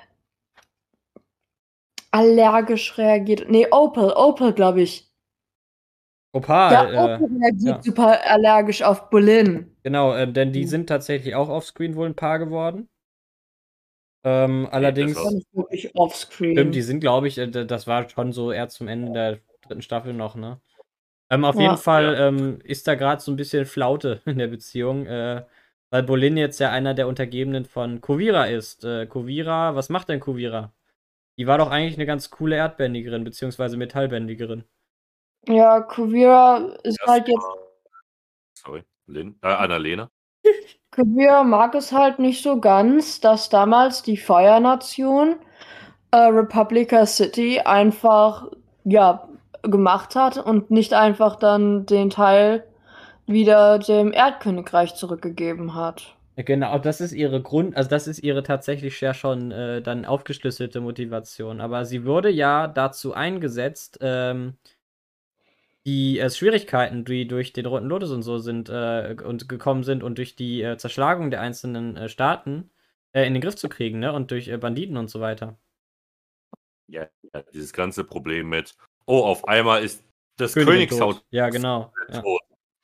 allergisch reagiert. Nee, Opal, Opal, glaube ich. Opal, Ja, äh, Opal reagiert ja. super allergisch auf Bolin. Genau, äh, denn die Mhm. sind tatsächlich auch offscreen wohl ein Paar geworden. Ähm, nee, allerdings, das War war, nicht wirklich stimmt, offscreen. die sind, glaube ich, äh, d- das war schon so eher zum Ende der dritten Staffel noch, ne? Ähm, auf Ja. jeden Fall ja. ähm, ist da gerade so ein bisschen Flaute in der Beziehung, äh, weil Bolin jetzt ja einer der Untergebenen von Kuvira ist. Äh, Kuvira, was macht denn Kuvira? Die war doch eigentlich eine ganz coole Erdbändigerin, beziehungsweise Metallbändigerin. Ja, Kuvira ist Das halt jetzt. war, sorry, Lin, äh, Annalena. Kuvira mag es halt nicht so ganz, dass damals die Feuernation äh, Republica City einfach, ja, gemacht hat und nicht einfach dann den Teil wieder dem Erdkönigreich zurückgegeben hat. Ja, Genau, das ist ihre Grund, also das ist ihre tatsächlich ja schon äh, dann aufgeschlüsselte Motivation. Aber sie wurde ja dazu eingesetzt, ähm, die äh, Schwierigkeiten, die durch den Roten Lotus und so sind äh, und gekommen sind und durch die äh, Zerschlagung der einzelnen äh, Staaten äh, in den Griff zu kriegen, ne? Und durch äh, Banditen und so weiter. Ja, ja, dieses ganze Problem mit, oh, auf einmal ist das Königin Königshaus tot. Ja, genau. Ja. tot.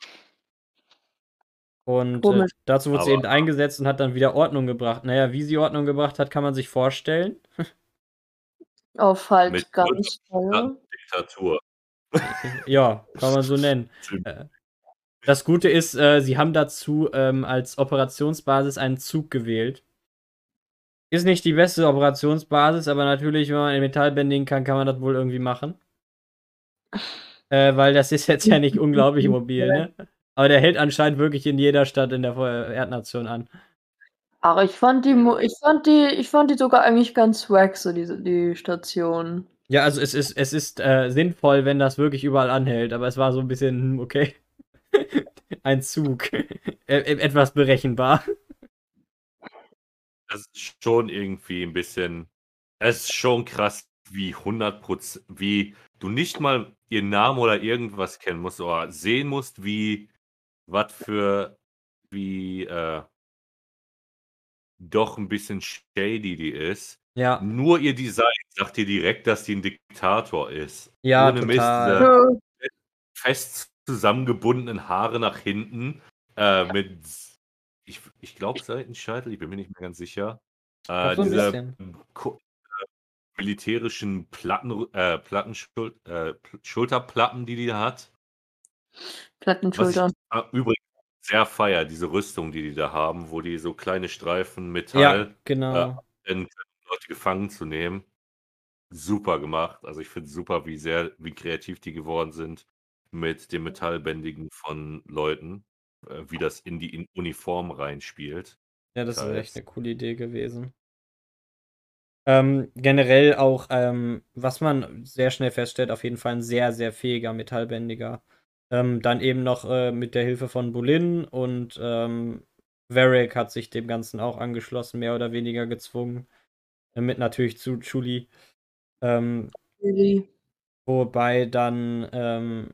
Und äh, Komisch. dazu wurde sie Aber eben eingesetzt und hat dann wieder Ordnung gebracht. Naja, wie sie Ordnung gebracht hat, kann man sich vorstellen. Auf halt mit ganz toll. Diktatur. Ja, kann man so nennen. Äh, Das Gute ist, äh, sie haben dazu ähm, als Operationsbasis einen Zug gewählt. Ist nicht die beste Operationsbasis, aber natürlich, wenn man in Metall bändigen kann, kann man das wohl irgendwie machen. Äh, weil das ist jetzt ja nicht unglaublich mobil, ne? Aber der hält anscheinend wirklich in jeder Stadt in der äh, Erdnation an. Aber ich fand die, Mo- ich fand die, ich fand die sogar eigentlich ganz swag, so diese, die Station. Ja, also es ist, es ist äh, sinnvoll, wenn das wirklich überall anhält, aber es war so ein bisschen, hm, okay. Ein Zug. Äh, äh, etwas berechenbar. Das ist schon irgendwie ein bisschen, es ist schon krass, wie hundert Prozent, wie du nicht mal ihren Namen oder irgendwas kennen musst oder sehen musst, wie, was für, wie, äh, doch ein bisschen shady die ist. Ja, Nur ihr Design sagt dir direkt, dass die ein Diktator ist. ja, Ohne Mist, total. diese fest zusammengebundenen Haare nach hinten, äh, mit, ich, ich glaube, Seitenscheitel, ich bin mir nicht mehr ganz sicher. Doch Äh, so ein diese bisschen. ko- äh, militärischen Platten, äh, Plattenschul äh, Pl- Schulterplatten, die die da hat. Was ich Plattenschultern. äh, übrigens sehr feier, diese Rüstung, die die da haben, wo die so kleine Streifen Ja, Metall äh, genau. um Leute gefangen zu nehmen. Super gemacht. Also ich finde super, wie sehr, wie kreativ die geworden sind mit dem Metallbändigen von Leuten, äh, wie das in die in Uniform reinspielt. Ja, das ist echt Teils. eine coole Idee gewesen. Ähm, generell auch, ähm, was man sehr schnell feststellt, auf jeden Fall ein sehr, sehr fähiger Metallbändiger. Ähm, dann eben noch äh, mit der Hilfe von Bolin und ähm, Varric hat sich dem Ganzen auch angeschlossen, mehr oder weniger gezwungen. Äh, mit natürlich zu Chuli. Ähm, Really? wobei dann ähm,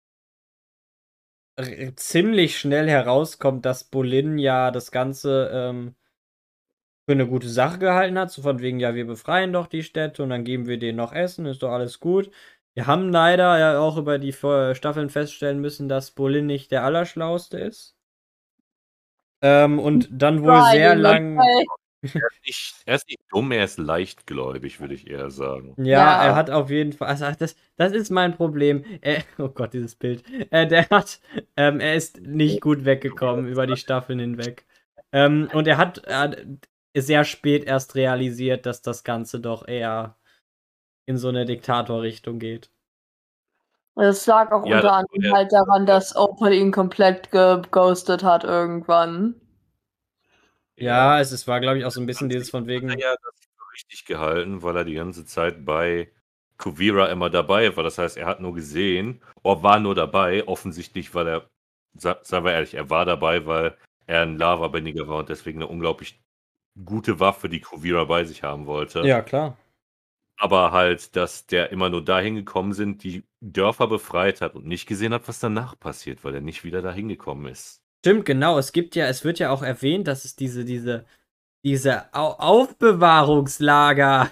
r- ziemlich schnell herauskommt, dass Bolin ja das Ganze ähm, für eine gute Sache gehalten hat, so von wegen, ja, wir befreien doch die Städte und dann geben wir denen noch Essen, ist doch alles gut. Wir haben leider ja auch über die Vor- Staffeln feststellen müssen, dass Bolin nicht der Allerschlauste ist. Ähm, und dann wohl sehr Trying, lang, okay. Er ist nicht er ist nicht dumm, er ist leichtgläubig, würde ich eher sagen. Ja, Ja. er hat auf jeden Fall, also das, das ist mein Problem. Äh, oh Gott, dieses Bild. Äh, der hat, ähm, er ist nicht gut weggekommen über die Staffeln hinweg. Ähm, und er hat, er hat sehr spät erst realisiert, dass das Ganze doch eher in so eine Diktatorrichtung geht. Das lag auch Ja, unter das anderem wurde halt daran, dass Opal ihn komplett geghostet hat irgendwann. Ja, es, es war, glaube ich, auch so ein bisschen An dieses sich von hat wegen. er ja das für richtig gehalten, weil er die ganze Zeit bei Kuvira immer dabei war. Das heißt, er hat nur gesehen, er war nur dabei, offensichtlich, weil er, sa seien wir ehrlich, er war dabei, weil er ein Lavabändiger war und deswegen eine unglaublich gute Waffe, die Kuvira bei sich haben wollte. Ja, klar. Aber halt, dass der immer nur dahin gekommen sind, die Dörfer befreit hat und nicht gesehen hat, was danach passiert, weil er nicht wieder dahin gekommen ist. Stimmt, genau. Es gibt ja, es wird ja auch erwähnt, dass es diese, diese, diese Au Aufbewahrungslager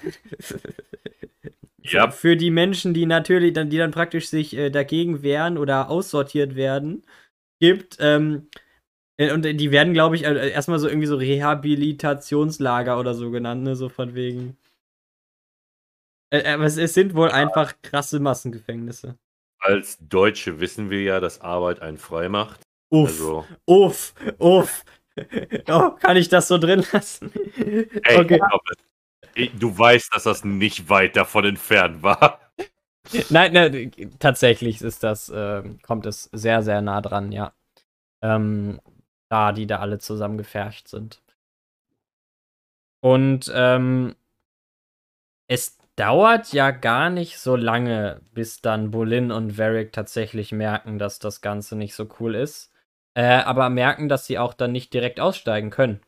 Ja. für die Menschen, die natürlich dann, die dann praktisch sich äh, dagegen wehren oder aussortiert werden, gibt. Ähm, äh, und die werden, glaube ich, äh, erstmal so irgendwie so Rehabilitationslager oder so genannt, ne? So von wegen. Äh, aber es, es sind wohl ja. einfach krasse Massengefängnisse. Als Deutsche wissen wir ja, dass Arbeit einen frei macht. Uff, also. uff, uff. Oh, kann ich das so drin lassen? Ey, okay. ich, du weißt, dass das nicht weit davon entfernt war. Nein, nein, tatsächlich ist das, äh, kommt es sehr, sehr nah dran, ja. Ähm, da, die da alle zusammen gefercht sind. Und ähm, es dauert ja gar nicht so lange, bis dann Bolin und Varric tatsächlich merken, dass das Ganze nicht so cool ist. Äh, aber merken, dass sie auch dann nicht direkt aussteigen können.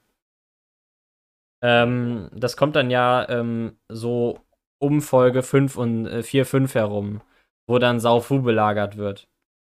Ähm, das kommt dann ja ähm, so um Folge fünf und äh, vier, fünf herum, wo dann Saufu belagert wird.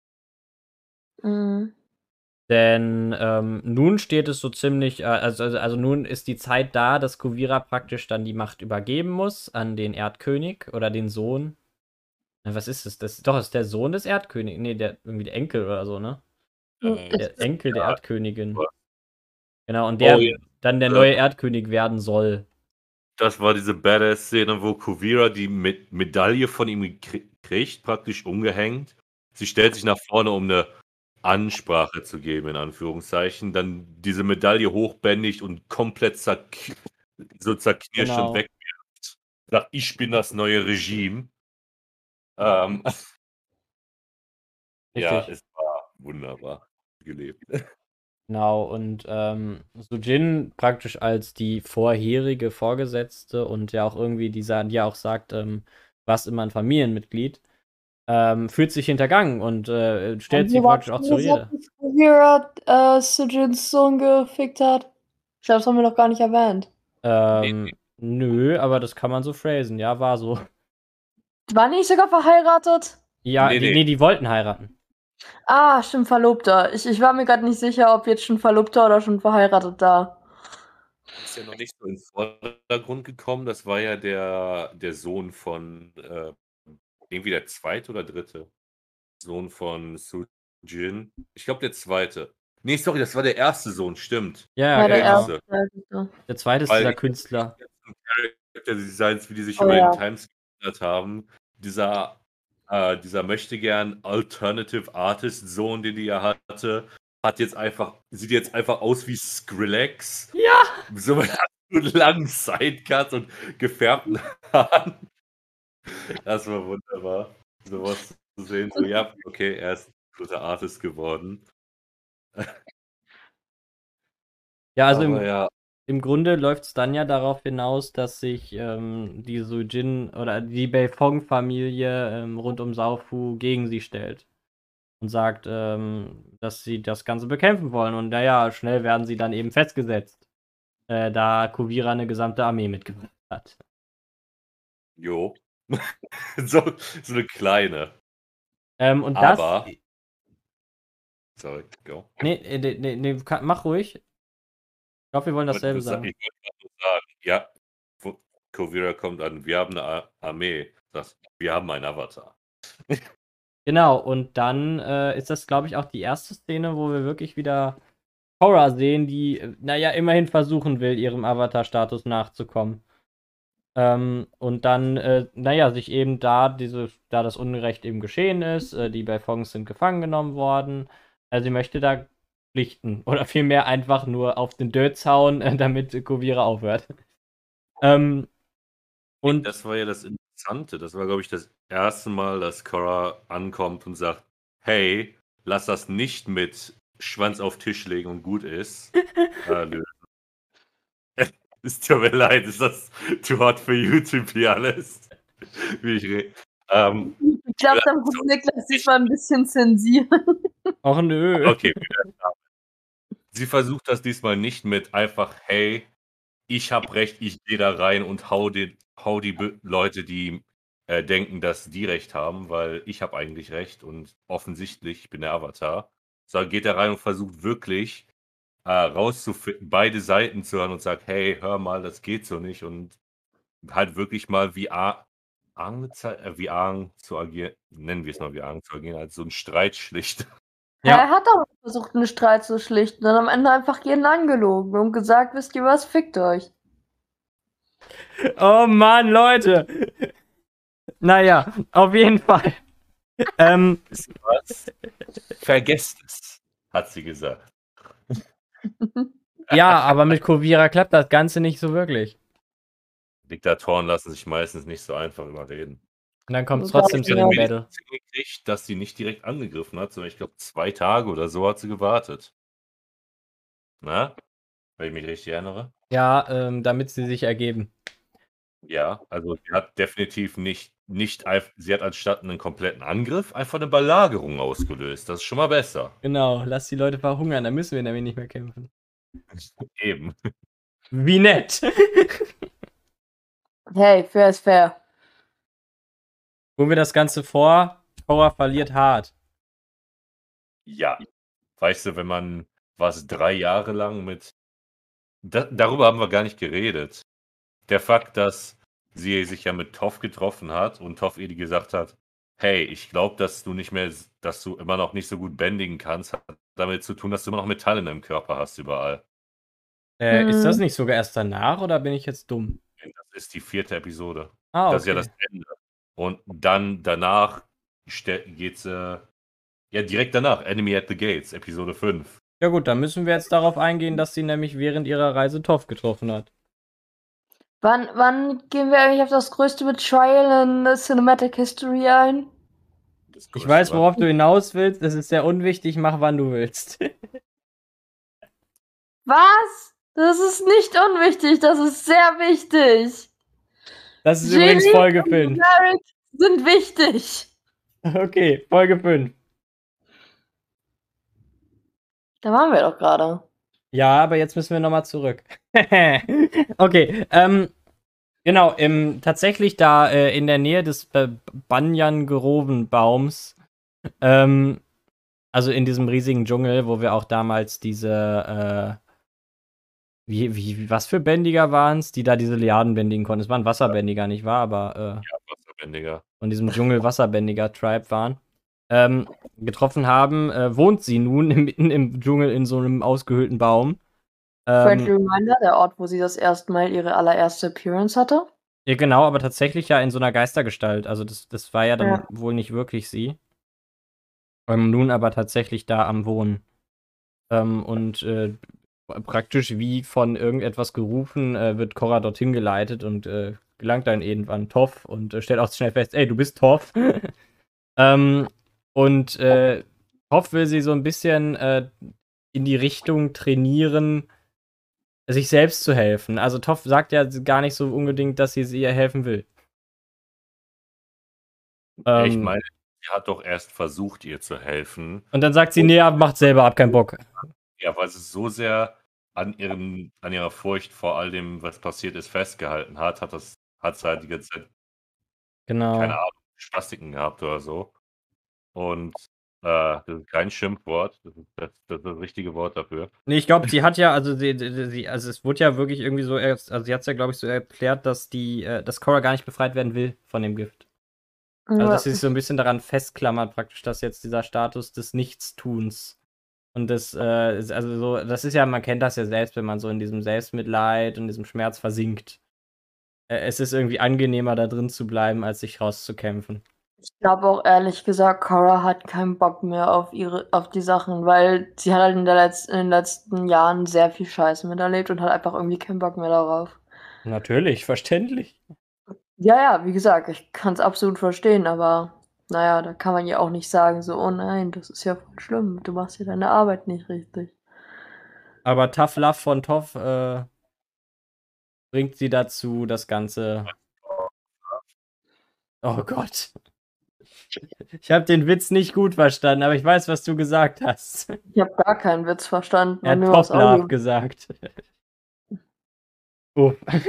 Mhm. Denn ähm, nun steht es so ziemlich, äh, also, also, also nun ist die Zeit da, dass Kuvira praktisch dann die Macht übergeben muss an den Erdkönig oder den Sohn. Na, was ist es? Das, doch, das ist der Sohn des Erdkönigs. Nee, der, irgendwie der Enkel oder so, ne? Äh, Der Enkel der ja, Erdkönigin. Genau, und oh, der ja. dann der neue Erdkönig werden soll. Das war diese Badass-Szene, wo Kuvira die Me Medaille von ihm kriegt, praktisch umgehängt. Sie stellt sich nach vorne, um eine Ansprache zu geben, in Anführungszeichen. Dann diese Medaille hochbändigt und komplett zerk so zerknirscht Genau. und wegwirft. Sagt, ich bin das neue Regime. Ähm. Ja, es war wunderbar gelebt. Genau, und ähm, Sujin praktisch als die vorherige Vorgesetzte und ja auch irgendwie dieser, die ja auch sagt, ähm, was immer ein Familienmitglied, ähm, fühlt sich hintergangen und äh, stellt sie praktisch auch zur Rede. Dass Kuvira äh, Sujins Sohn gefickt hat. Ich glaube, das haben wir noch gar nicht erwähnt. Ähm, nö, aber das kann man so phrasen, ja, war so. War nicht sogar verheiratet? Ja, Nee, die, nee. nee, die wollten heiraten. Ah, stimmt, Verlobter. Ich, ich war mir gerade nicht sicher, ob jetzt schon Verlobter oder schon verheiratet da. Ist ja noch nicht so ins Vordergrund gekommen. Das war ja der, der Sohn von äh, irgendwie der zweite oder dritte Sohn von Sujin. Ich glaube, der zweite. Nee, sorry, das war der erste Sohn, stimmt. Ja, Ja, der, der genau. erste. Der zweite ist Weil dieser ich- Künstler. Charakter-Designs, wie die sich Oh, über ja. den Times geändert haben. Dieser, äh, dieser möchte gern Alternative Artist Sohn, den die ja hatte, hat jetzt einfach, sieht jetzt einfach aus wie Skrillex. Ja! So mit einem langen Sidecut und gefärbten Haaren. Das war wunderbar, sowas zu sehen. So, ja, okay, er ist ein guter Artist geworden. Ja, also Aber im, ja, im Grunde läuft es dann ja darauf hinaus, dass sich ähm, die Sujin oder die Beifong-Familie ähm, rund um Saufu gegen sie stellt. Und sagt, ähm, dass sie das Ganze bekämpfen wollen. Und naja, schnell werden sie dann eben festgesetzt. Äh, da Kuvira eine gesamte Armee mitgebracht hat. jo. so, so eine kleine. Ähm, und Aber. das. Sorry, go. Nee, nee, nee, nee, mach ruhig. Ich glaube, wir wollen dasselbe Ich sagen. wollte gerade nur sagen, ja, Kuvira kommt an, wir haben eine Armee. Das, wir haben einen Avatar. Genau, und dann äh, ist das, glaube ich, auch die erste Szene, wo wir wirklich wieder Korra sehen, die, äh, naja, immerhin versuchen will, ihrem Avatar-Status nachzukommen. Ähm, und dann, äh, naja, sich eben da diese, da das Unrecht eben geschehen ist, äh, die bei Fongs sind gefangen genommen worden. Also sie möchte da pflichten. Oder vielmehr einfach nur auf den Dötz hauen, äh, damit Kuvira aufhört. ähm, und Das war ja das Interessante. Das war, glaube ich, das erste Mal, dass Korra ankommt und sagt, hey, lass das nicht mit Schwanz auf Tisch legen und gut ist. äh, lösen. Es tut mir leid, ist das too hot for YouTube hier alles? Wie ich rede. Ähm, Ich glaube, da muss Niklas sich mal ein bisschen zensieren. Och nö. okay, sie versucht das diesmal nicht mit einfach, hey, ich hab recht, ich gehe da rein und hau, den, hau die Be Leute, die äh, denken, dass die recht haben, weil ich habe eigentlich recht und offensichtlich, ich bin der Avatar. So geht er rein und versucht wirklich äh, rauszufinden, beide Seiten zu hören und sagt, hey, hör mal, das geht so nicht und halt wirklich mal wie A Aang, äh, wie Aang zu agieren, nennen wir es mal wie Aang zu agieren, als so ein Streit schlicht. Ja. Er hat auch versucht, einen Streit zu schlichten und am Ende einfach jeden angelogen und gesagt, wisst ihr was, fickt euch. Oh Mann, Leute. Naja, auf jeden Fall. ähm, Was? Vergesst es, hat sie gesagt. ja, aber mit Kuvira klappt das Ganze nicht so wirklich. Diktatoren lassen sich meistens nicht so einfach überreden. Und dann kommt es trotzdem zu dem Battle. Gekriegt, dass sie nicht direkt angegriffen hat, sondern ich glaube, zwei Tage oder so hat sie gewartet. Na? Wenn ich mich richtig erinnere. Ja, ähm, damit sie sich ergeben. Ja, also sie hat definitiv nicht, nicht einfach, sie hat anstatt einen kompletten Angriff einfach eine Belagerung ausgelöst. Das ist schon mal besser. Genau, lass die Leute verhungern, dann müssen wir nämlich nicht mehr kämpfen. Eben. Wie nett. Hey, fair ist fair. Wo wir das Ganze vor, Korra verliert hart. Ja. Weißt du, wenn man was drei Jahre lang mit. Da, darüber haben wir gar nicht geredet. Der Fakt, dass sie sich ja mit Toph getroffen hat und Toph ihr gesagt hat, hey, ich glaube, dass du nicht mehr, dass du immer noch nicht so gut bändigen kannst, hat damit zu tun, dass du immer noch Metall in deinem Körper hast überall. Äh, Hm. ist das nicht sogar erst danach oder bin ich jetzt dumm? Das ist die vierte Episode. Ah, okay. Das ist ja das Ende. Und dann danach geht's äh, ja direkt danach, Enemy at the Gates, Episode fünf. Ja gut, dann müssen wir jetzt darauf eingehen, dass sie nämlich während ihrer Reise Toph getroffen hat. Wann, wann gehen wir eigentlich auf das größte Betrayal in Cinematic History ein? Ich weiß, worauf du hinaus willst. Es ist sehr unwichtig. Mach, wann du willst. Was? Das ist nicht unwichtig. Das ist sehr wichtig. Das ist Ginny übrigens Folge fünf. Sind wichtig. Okay, Folge fünf. Da waren wir doch gerade. Ja, aber jetzt müssen wir nochmal zurück. Okay, ähm, genau, im, tatsächlich da äh, in der Nähe des äh, Banyan-Groven-Baums, ähm, also in diesem riesigen Dschungel, wo wir auch damals diese, äh, wie, wie, was für Bändiger waren es, die da diese Lianen bändigen konnten? Es waren Wasserbändiger, nicht wahr? Aber, äh, ja, Wasserbändiger. Von diesem Dschungel-Wasserbändiger-Tribe waren. Ähm, getroffen haben, äh, wohnt sie nun mitten im Dschungel in so einem ausgehöhlten Baum. Friendly ähm, Reminder, der Ort, wo sie das erste Mal ihre allererste Appearance hatte. Ja, genau, aber tatsächlich ja in so einer Geistergestalt. Also das, das war ja dann ja. wohl nicht wirklich sie. Ähm, nun aber tatsächlich da am Wohnen. Ähm, und äh, praktisch wie von irgendetwas gerufen, äh, wird Korra dorthin geleitet und äh, gelangt dann irgendwann Toph und äh, stellt auch schnell fest, ey, du bist Toph. ähm, und äh, Toph will sie so ein bisschen äh, in die Richtung trainieren, sich selbst zu helfen. Also Toph sagt ja gar nicht so unbedingt, dass sie ihr helfen will. Ähm, ich meine, sie hat doch erst versucht, ihr zu helfen. Und dann sagt sie, nee, macht selber, hab keinen Bock. Ja, weil sie so sehr an, ihrem, an ihrer Furcht vor all dem, was passiert ist, festgehalten hat, hat das, hat sie halt die ganze Zeit, genau. keine Ahnung, Spastiken gehabt oder so. Und äh, das ist kein Schimpfwort, das ist das, das, ist das richtige Wort dafür. Nee, ich glaube, sie hat ja, also sie, sie, also es wurde ja wirklich irgendwie so, also sie hat es ja, glaube ich, so erklärt, dass die, äh, dass Korra gar nicht befreit werden will von dem Gift. Also, dass sie sich so ein bisschen daran festklammert, praktisch, dass jetzt dieser Status des Nichtstuns Und das, äh, ist also so, das ist ja, man kennt das ja selbst, wenn man so in diesem Selbstmitleid und diesem Schmerz versinkt. Äh, es ist irgendwie angenehmer, da drin zu bleiben, als sich rauszukämpfen. Ich glaube auch ehrlich gesagt, Cora hat keinen Bock mehr auf ihre, auf die Sachen, weil sie hat halt in, der Letz-, in den letzten Jahren sehr viel Scheiße miterlebt und hat einfach irgendwie keinen Bock mehr darauf. Natürlich, verständlich. Ja, ja, wie gesagt, ich kann es absolut verstehen, aber naja, da kann man ja auch nicht sagen, so, oh nein, das ist ja voll schlimm, du machst ja deine Arbeit nicht richtig. Aber Tough Love von Toff äh, bringt sie dazu, das Ganze. Oh Gott. Ich habe den Witz nicht gut verstanden, aber ich weiß, was du gesagt hast. Ich habe gar keinen Witz verstanden, Er hat nur aus Top Love Audio. gesagt. Oh.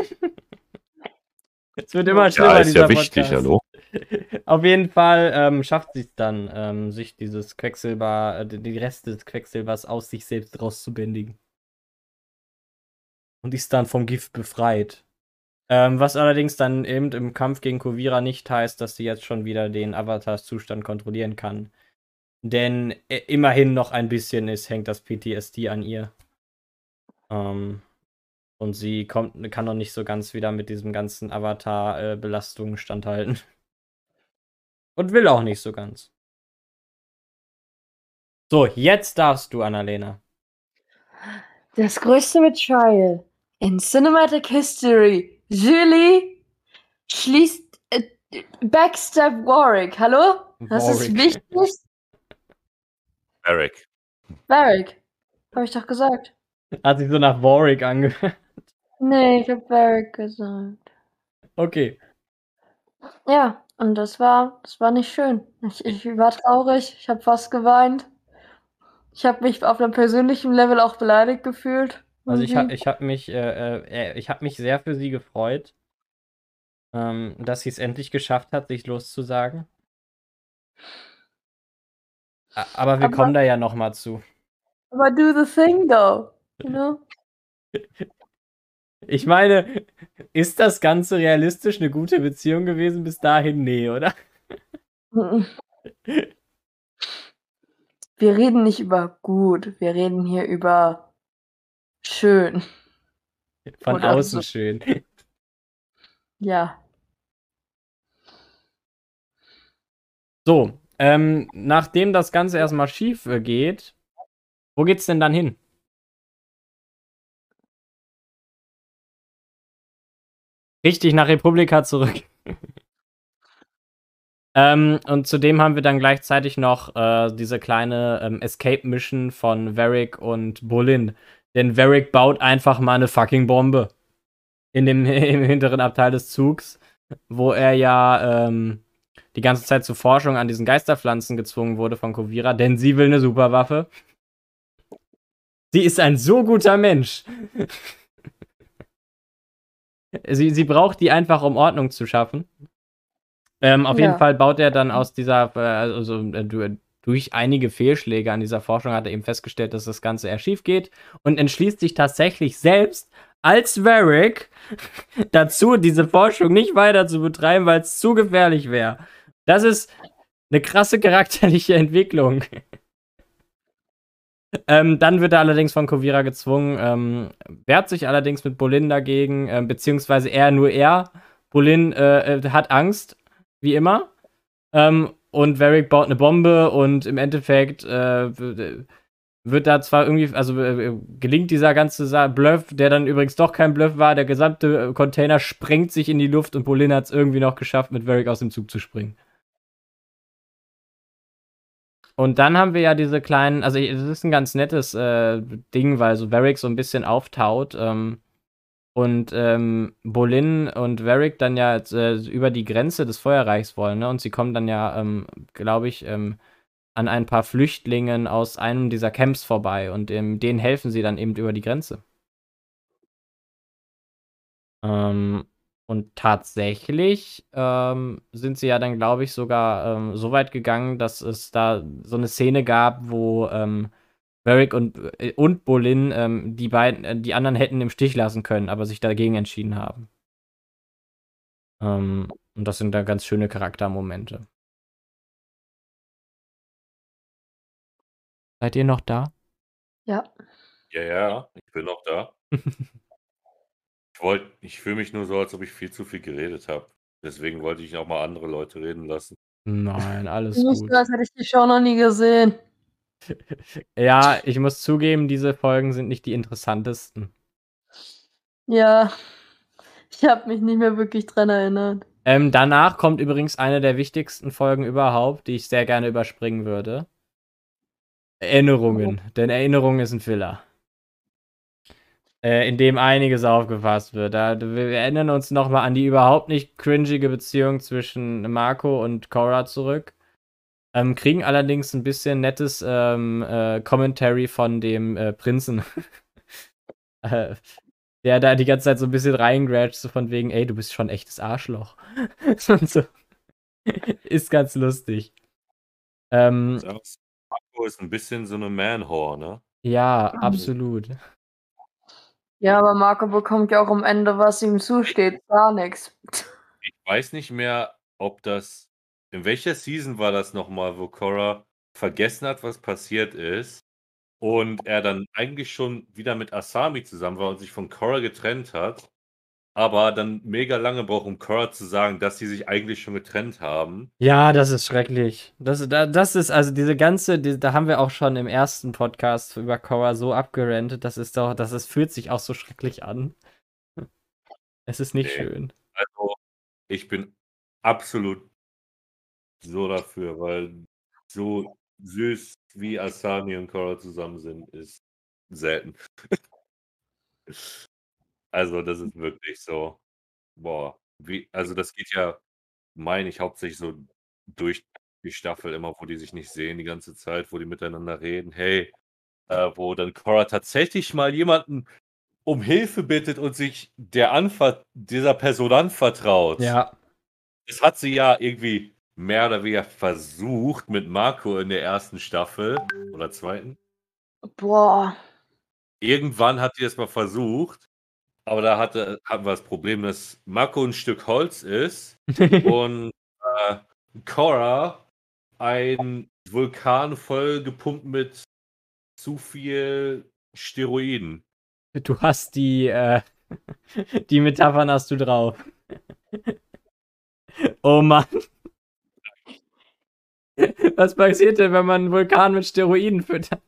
Es wird immer schlimmer, Ja, ist dieser ja wichtig, Podcast. hallo? Auf jeden Fall ähm, schafft sie es dann, ähm, sich dieses Quecksilber, äh, die Reste des Quecksilbers aus sich selbst rauszubändigen. Und ist dann vom Gift befreit. Ähm, was allerdings dann eben im Kampf gegen Kuvira nicht heißt, dass sie jetzt schon wieder den Avatars-Zustand kontrollieren kann. Denn äh, immerhin noch ein bisschen ist, hängt das P T S D an ihr. Ähm, und sie kommt, kann noch nicht so ganz wieder mit diesem ganzen Avatar-Belastungen standhalten. Und will auch nicht so ganz. So, jetzt darfst du, Annalena. Das größte Betrayal in Cinematic History. Julie schließt äh, Backstab Warwick. Hallo? Das ist Warwick. wichtig. Eric. Warwick. Habe ich doch gesagt. Hat sich so nach Warwick angehört. Nee, ich habe Warwick gesagt. Okay. Ja, und das war, das war nicht schön. Ich, ich war traurig, ich habe fast geweint. Ich habe mich auf einem persönlichen Level auch beleidigt gefühlt. Also ich habe irgendwie. ich hab mich, äh, äh, ich hab mich sehr für sie gefreut, ähm, dass sie es endlich geschafft hat, sich loszusagen. A- Aber wir Aber, kommen da ja noch mal zu. aber do the thing though. You know? Ich meine, ist das Ganze realistisch eine gute Beziehung gewesen bis dahin? Nee, oder? Wir reden nicht über gut, wir reden hier über schön. Von Oder außen so. schön. Ja. So, ähm, nachdem das Ganze erstmal schief äh, geht, wo geht's denn dann hin? Richtig, nach Republika zurück. ähm, und zudem haben wir dann gleichzeitig noch äh, diese kleine ähm, Escape-Mission von Varric und Bolin. Denn Varric baut einfach mal eine fucking Bombe. In dem im hinteren Abteil des Zugs, wo er ja ähm, die ganze Zeit zur Forschung an diesen Geisterpflanzen gezwungen wurde von Kuvira, denn sie will eine Superwaffe. Sie ist ein so guter Mensch. sie, sie braucht die einfach, um Ordnung zu schaffen. Ähm, auf Ja. jeden Fall baut er dann aus dieser, äh, also äh, durch einige Fehlschläge an dieser Forschung hat er eben festgestellt, dass das Ganze eher schief geht und entschließt sich tatsächlich selbst als Varric dazu, diese Forschung nicht weiter zu betreiben, weil es zu gefährlich wäre. Das ist eine krasse charakterliche Entwicklung. ähm, dann wird er allerdings von Kuvira gezwungen, ähm, wehrt sich allerdings mit Bolin dagegen, äh, beziehungsweise er, nur er. Bolin äh, hat Angst, wie immer. Ähm, und Varric baut eine Bombe und im Endeffekt äh, wird da zwar irgendwie, also äh, gelingt dieser ganze Sa Bluff, der dann übrigens doch kein Bluff war, der gesamte Container sprengt sich in die Luft und Bolin hat es irgendwie noch geschafft, mit Varric aus dem Zug zu springen. Und dann haben wir ja diese kleinen, also es ist ein ganz nettes äh, Ding, weil so Varric so ein bisschen auftaut ähm, und ähm, Bolin und Varric dann ja äh, über die Grenze des Feuerreichs wollen, ne? Und sie kommen dann ja, ähm, glaube ich, ähm, an ein paar Flüchtlingen aus einem dieser Camps vorbei und ähm, denen helfen sie dann eben über die Grenze. Ähm, und tatsächlich ähm, sind sie ja dann, glaube ich, sogar ähm, so weit gegangen, dass es da so eine Szene gab, wo ähm, Varric und, äh, und Bolin ähm, die beiden, äh, die anderen hätten im Stich lassen können, aber sich dagegen entschieden haben. Ähm, und das sind da ganz schöne Charaktermomente. Seid ihr noch da? Ja. Ja, ja, ich bin noch da. Ich wollte ich fühle mich nur so, als ob ich viel zu viel geredet habe. Deswegen wollte ich auch mal andere Leute reden lassen. Nein, alles Nicht so, gut. als hätte ich die Show noch nie gesehen. Ja, ich muss zugeben, diese Folgen sind nicht die interessantesten. Ja. Ich habe mich nicht mehr wirklich dran erinnert. Ähm, danach kommt übrigens eine der wichtigsten Folgen überhaupt, die ich sehr gerne überspringen würde. Erinnerungen, denn Erinnerung ist ein Filler. Äh, in dem einiges aufgefasst wird. Da, wir erinnern uns nochmal an die überhaupt nicht cringige Beziehung zwischen Marco und Cora zurück. Ähm, kriegen allerdings ein bisschen nettes ähm, äh, Commentary von dem äh, Prinzen. äh, der da die ganze Zeit so ein bisschen reingrätscht, so von wegen, ey, du bist schon ein echtes Arschloch. Und so. Ist ganz lustig. Ähm, Marco ist ein bisschen so eine Man-Whore, ne? ja, absolut. Ja, aber Marco bekommt ja auch am Ende, was ihm zusteht. Gar nichts. Ich weiß nicht mehr, ob das in welcher Season war das nochmal, wo Cora vergessen hat, was passiert ist und er dann eigentlich schon wieder mit Asami zusammen war und sich von Cora getrennt hat, aber dann mega lange braucht, um Cora zu sagen, dass sie sich eigentlich schon getrennt haben. Ja, das ist schrecklich. Das, da, das ist, also diese ganze, die, da haben wir auch schon im ersten Podcast über Cora so abgerantet, das ist doch, das ist, fühlt sich auch so schrecklich an. Es ist nicht Nee. schön. Also, ich bin absolut so dafür, weil so süß wie Asami und Cora zusammen sind, ist selten. Also, das ist wirklich so, boah, wie also, das geht ja, meine ich, hauptsächlich so durch die Staffel immer, wo die sich nicht sehen die ganze Zeit, wo die miteinander reden. Hey, äh, wo dann Cora tatsächlich mal jemanden um Hilfe bittet und sich der Anver dieser Person anvertraut. Ja. Das hat sie ja irgendwie mehr oder weniger versucht mit Marco in der ersten Staffel oder zweiten. Boah. Irgendwann hat die es mal versucht, aber da hatte hatten wir das Problem, dass Marco ein Stück Holz ist und, äh, Cora ein Vulkan voll gepumpt mit zu viel Steroiden. Du hast die, äh, die Metaphern hast du drauf. Oh Mann. Was passiert denn, wenn man einen Vulkan mit Steroiden füttert?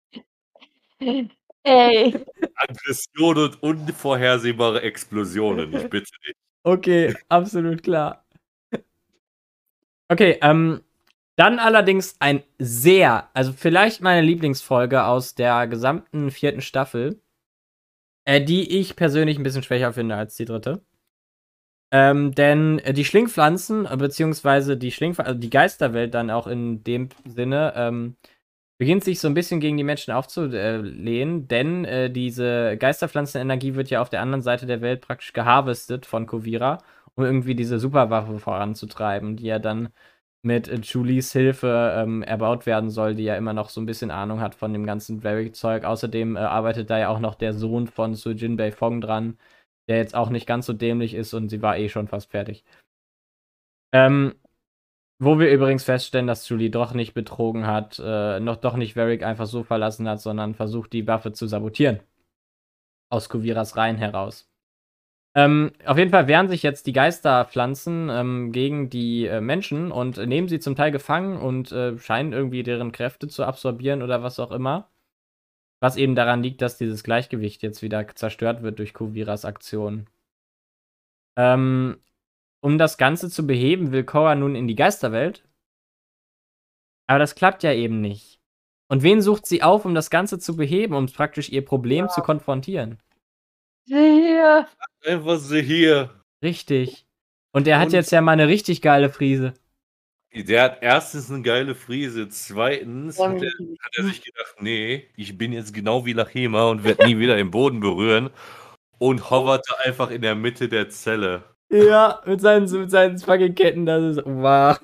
Ey. Aggression und unvorhersehbare Explosionen, ich bitte dich. Okay, absolut klar. Okay, ähm, dann allerdings ein sehr, also vielleicht meine Lieblingsfolge aus der gesamten vierten Staffel, äh, die ich persönlich ein bisschen schwächer finde als die dritte. Ähm, denn äh, die Schlingpflanzen, äh, beziehungsweise die Schlingpflanzen, also die Geisterwelt dann auch in dem Sinne, ähm, beginnt sich so ein bisschen gegen die Menschen aufzulehnen, denn äh, diese Geisterpflanzenenergie wird ja auf der anderen Seite der Welt praktisch geharvestet von Kuvira, um irgendwie diese Superwaffe voranzutreiben, die ja dann mit äh, Julies Hilfe ähm, erbaut werden soll, die ja immer noch so ein bisschen Ahnung hat von dem ganzen Varric-Zeug. Außerdem äh, arbeitet da ja auch noch der Sohn von Sujin Bei-Fong dran, der jetzt auch nicht ganz so dämlich ist und sie war eh schon fast fertig. Ähm, wo wir übrigens feststellen, dass Julie doch nicht betrogen hat, äh, noch doch nicht Varric einfach so verlassen hat, sondern versucht, die Waffe zu sabotieren. Aus Kuviras Reihen heraus. Ähm, auf jeden Fall wehren sich jetzt die Geisterpflanzen ähm, gegen die äh, Menschen und nehmen sie zum Teil gefangen und äh, scheinen irgendwie deren Kräfte zu absorbieren oder was auch immer. Was eben daran liegt, dass dieses Gleichgewicht jetzt wieder zerstört wird durch Kuviras Aktion. Ähm, um das Ganze zu beheben, will Cora nun in die Geisterwelt. Aber das klappt ja eben nicht. Und wen sucht sie auf, um das Ganze zu beheben, um praktisch ihr Problem ja. zu konfrontieren? Hier. Einfach so hier. Richtig. Und der hat jetzt ja mal eine richtig geile Frise. Der hat erstens eine geile Frise, zweitens hat er, hat er sich gedacht, nee, ich bin jetzt genau wie Lachema und werde nie wieder den Boden berühren und hoverte einfach in der Mitte der Zelle. Ja, mit seinen, mit seinen fucking Ketten, das ist wow.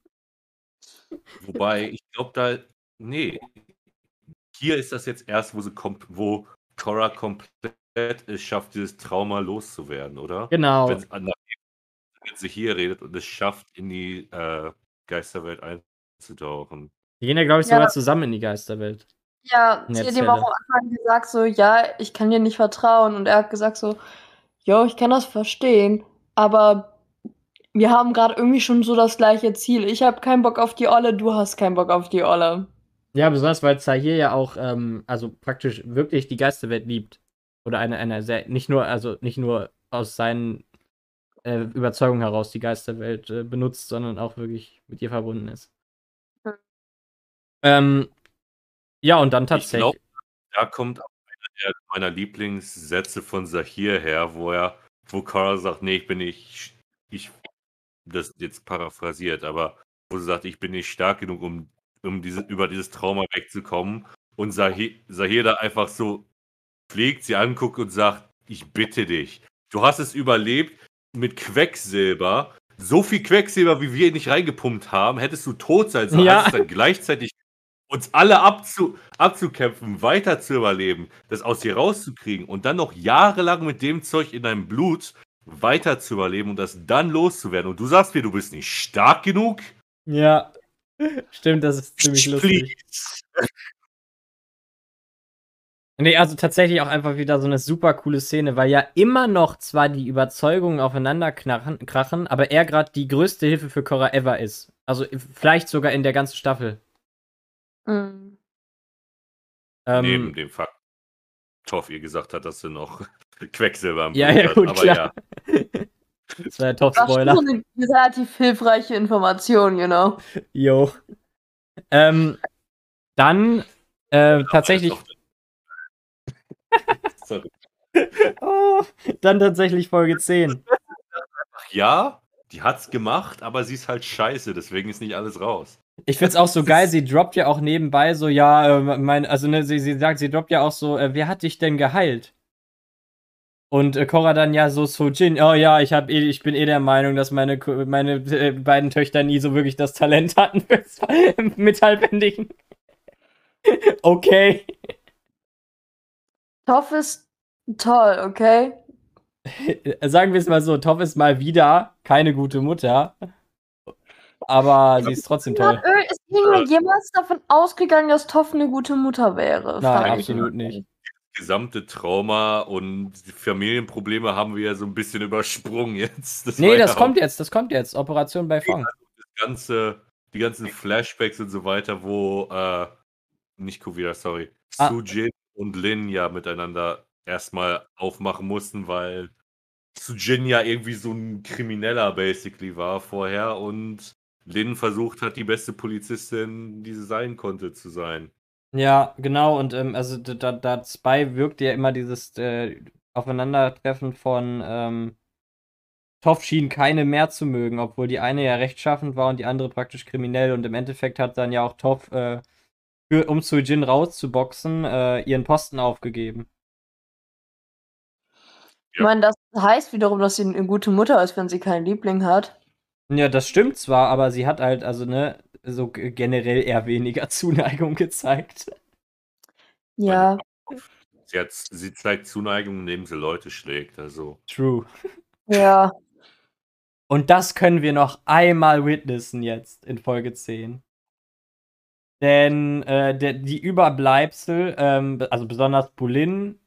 Wobei, ich glaube da, nee, hier ist das jetzt erst, wo sie kommt, wo Cora komplett es schafft, dieses Trauma loszuwerden, oder? Genau. Wenn, wenn sie hier redet und es schafft, in die äh, Geisterwelt einzutauchen. Die gehen ja, glaube ich, ja. sogar zusammen in die Geisterwelt. Ja, in sie der hat ihm auch Zelle. am Anfang gesagt, so, ja, ich kann dir nicht vertrauen. Und er hat gesagt, so, jo, ich kann das verstehen, aber wir haben gerade irgendwie schon so das gleiche Ziel. Ich habe keinen Bock auf die Olle, du hast keinen Bock auf die Olle. Ja, besonders weil Zahir ja auch, ähm, also praktisch wirklich die Geisterwelt liebt. Oder eine, eine sehr, nicht nur, also nicht nur aus seinen äh, Überzeugungen heraus die Geisterwelt äh, benutzt, sondern auch wirklich mit ihr verbunden ist. Hm. Ähm, ja, und dann Ich glaube, tatsächlich. da kommt auch einer der meiner Lieblingssätze von Zahir her, wo er, wo Korra sagt, nee, ich bin nicht, ich, das ist jetzt paraphrasiert, aber wo sie sagt, ich bin nicht stark genug, um, um diese, über dieses Trauma wegzukommen. Und Zahir, Zahir da einfach so fliegt, sie anguckt und sagt, ich bitte dich, du hast es überlebt mit Quecksilber. So viel Quecksilber, wie wir nicht reingepumpt haben, hättest du tot sein sollen. Ja. Hast es dann gleichzeitig uns alle abzu, abzukämpfen, weiter zu überleben, das aus dir rauszukriegen und dann noch jahrelang mit dem Zeug in deinem Blut weiter zu überleben und das dann loszuwerden. Und du sagst mir, du bist nicht stark genug? Ja. Stimmt, das ist ziemlich lustig. Nee, also tatsächlich auch einfach wieder so eine super coole Szene, weil ja immer noch zwar die Überzeugungen aufeinander knachen, krachen, aber er gerade die größte Hilfe für Korra ever ist. Also vielleicht sogar in der ganzen Staffel. Mhm. Ähm, Neben dem Fakt, Toff ihr gesagt hat, dass sie noch Quecksilber im Blut ja, ja, hat. gut, Aber klar. ja. Das war der Top-Spoiler. Das ist schon eine relativ hilfreiche Information, you know. Jo. Ähm, dann äh, tatsächlich. Sorry. Oh, dann tatsächlich Folge zehn. Ach ja, die hat's gemacht, aber sie ist halt scheiße, deswegen ist nicht alles raus. Ich find's auch so geil, sie droppt ja auch nebenbei so, ja, äh, mein, also ne, sie, sie sagt, sie droppt ja auch so, äh, wer hat dich denn geheilt? Und äh, Korra dann ja so, Sojin, oh ja, ich, hab eh, ich bin eh der Meinung, dass meine, meine äh, beiden Töchter nie so wirklich das Talent hatten fürs Metallbändigen. Okay. Toff ist toll, okay? Sagen wir es mal so, Toff ist mal wieder keine gute Mutter. Aber sie ist trotzdem toll. Ist irgendjemand jemals davon ausgegangen, dass Toff eine gute Mutter wäre? Nein, absolut nicht. Gesamte Trauma und Familienprobleme haben wir ja so ein bisschen übersprungen jetzt. Das nee, das ja kommt jetzt, das kommt jetzt. Operation Beifong. Das ganze, die ganzen Flashbacks und so weiter, wo, äh, nicht Kuvira, sorry, ah. Sujin und Lin ja miteinander erstmal aufmachen mussten, weil Sujin ja irgendwie so ein Krimineller basically war vorher und Lin versucht hat, die beste Polizistin, die sie sein konnte, zu sein. Ja, genau, und ähm, also da, da Spy wirkt ja immer dieses äh, Aufeinandertreffen von ähm, Toff schien keine mehr zu mögen, obwohl die eine ja rechtschaffend war und die andere praktisch kriminell und im Endeffekt hat dann ja auch Toff, äh, für, um Sujin rauszuboxen, äh, ihren Posten aufgegeben. Ich meine, das heißt wiederum, dass sie eine gute Mutter ist, wenn sie keinen Liebling hat. Ja, das stimmt zwar, aber sie hat halt, also, ne, so generell eher weniger Zuneigung gezeigt. Ja. Sie, hat, sie zeigt Zuneigung, indem sie Leute schlägt, also. True. Ja. Und das können wir noch einmal witnessen jetzt in Folge zehn. Denn äh, der, die Überbleibsel, ähm, also besonders Bulin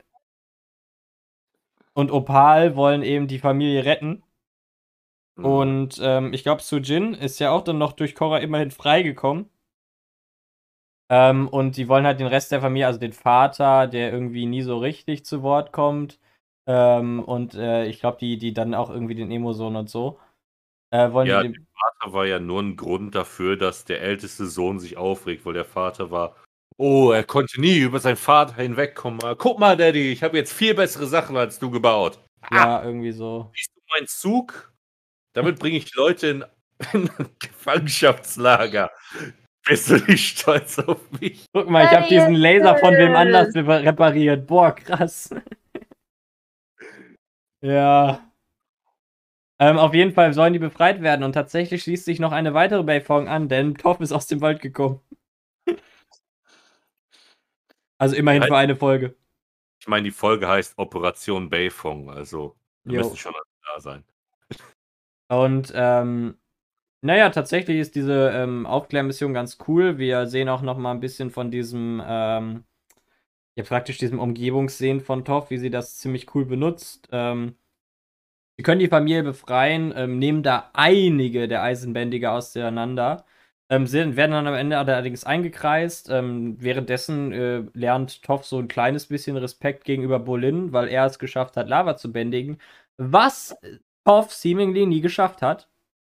und Opal wollen eben die Familie retten. Mhm. Und ähm, ich glaube, Sujin ist ja auch dann noch durch Korra immerhin freigekommen. Ähm, und die wollen halt den Rest der Familie, also den Vater, der irgendwie nie so richtig zu Wort kommt. Ähm, und äh, ich glaube, die, die dann auch irgendwie den Emo-Sohn und so. Äh, wollen ja, die der Vater war ja nur ein Grund dafür, dass der älteste Sohn sich aufregt, weil der Vater war, oh, er konnte nie über seinen Vater hinwegkommen. Guck mal, Daddy, ich habe jetzt viel bessere Sachen als du gebaut. Ja, ah, irgendwie so. Siehst du meinen Zug? Damit bringe ich Leute in, in ein Gefangenschaftslager. Bist du nicht stolz auf mich? Guck mal, ich habe diesen Laser von wem anders repariert. Boah, krass. Ja. Ähm, auf jeden Fall sollen die befreit werden und tatsächlich schließt sich noch eine weitere Beifong an, denn Toff ist aus dem Wald gekommen. Also immerhin für eine Folge. Ich meine, die Folge heißt Operation Beifong, also da müsste schon da sein. Und ähm, naja, tatsächlich ist diese ähm, Aufklärmission ganz cool. Wir sehen auch noch mal ein bisschen von diesem ähm, ja, praktisch diesem Umgebungssehen von Toph, wie sie das ziemlich cool benutzt. Ähm, sie können die Familie befreien, ähm, nehmen da einige der Eisenbändiger auseinander, ähm, sind, werden dann am Ende allerdings eingekreist. Ähm, währenddessen äh, lernt Toph so ein kleines bisschen Respekt gegenüber Bolin, weil er es geschafft hat, Lava zu bändigen, was Toph seemingly nie geschafft hat.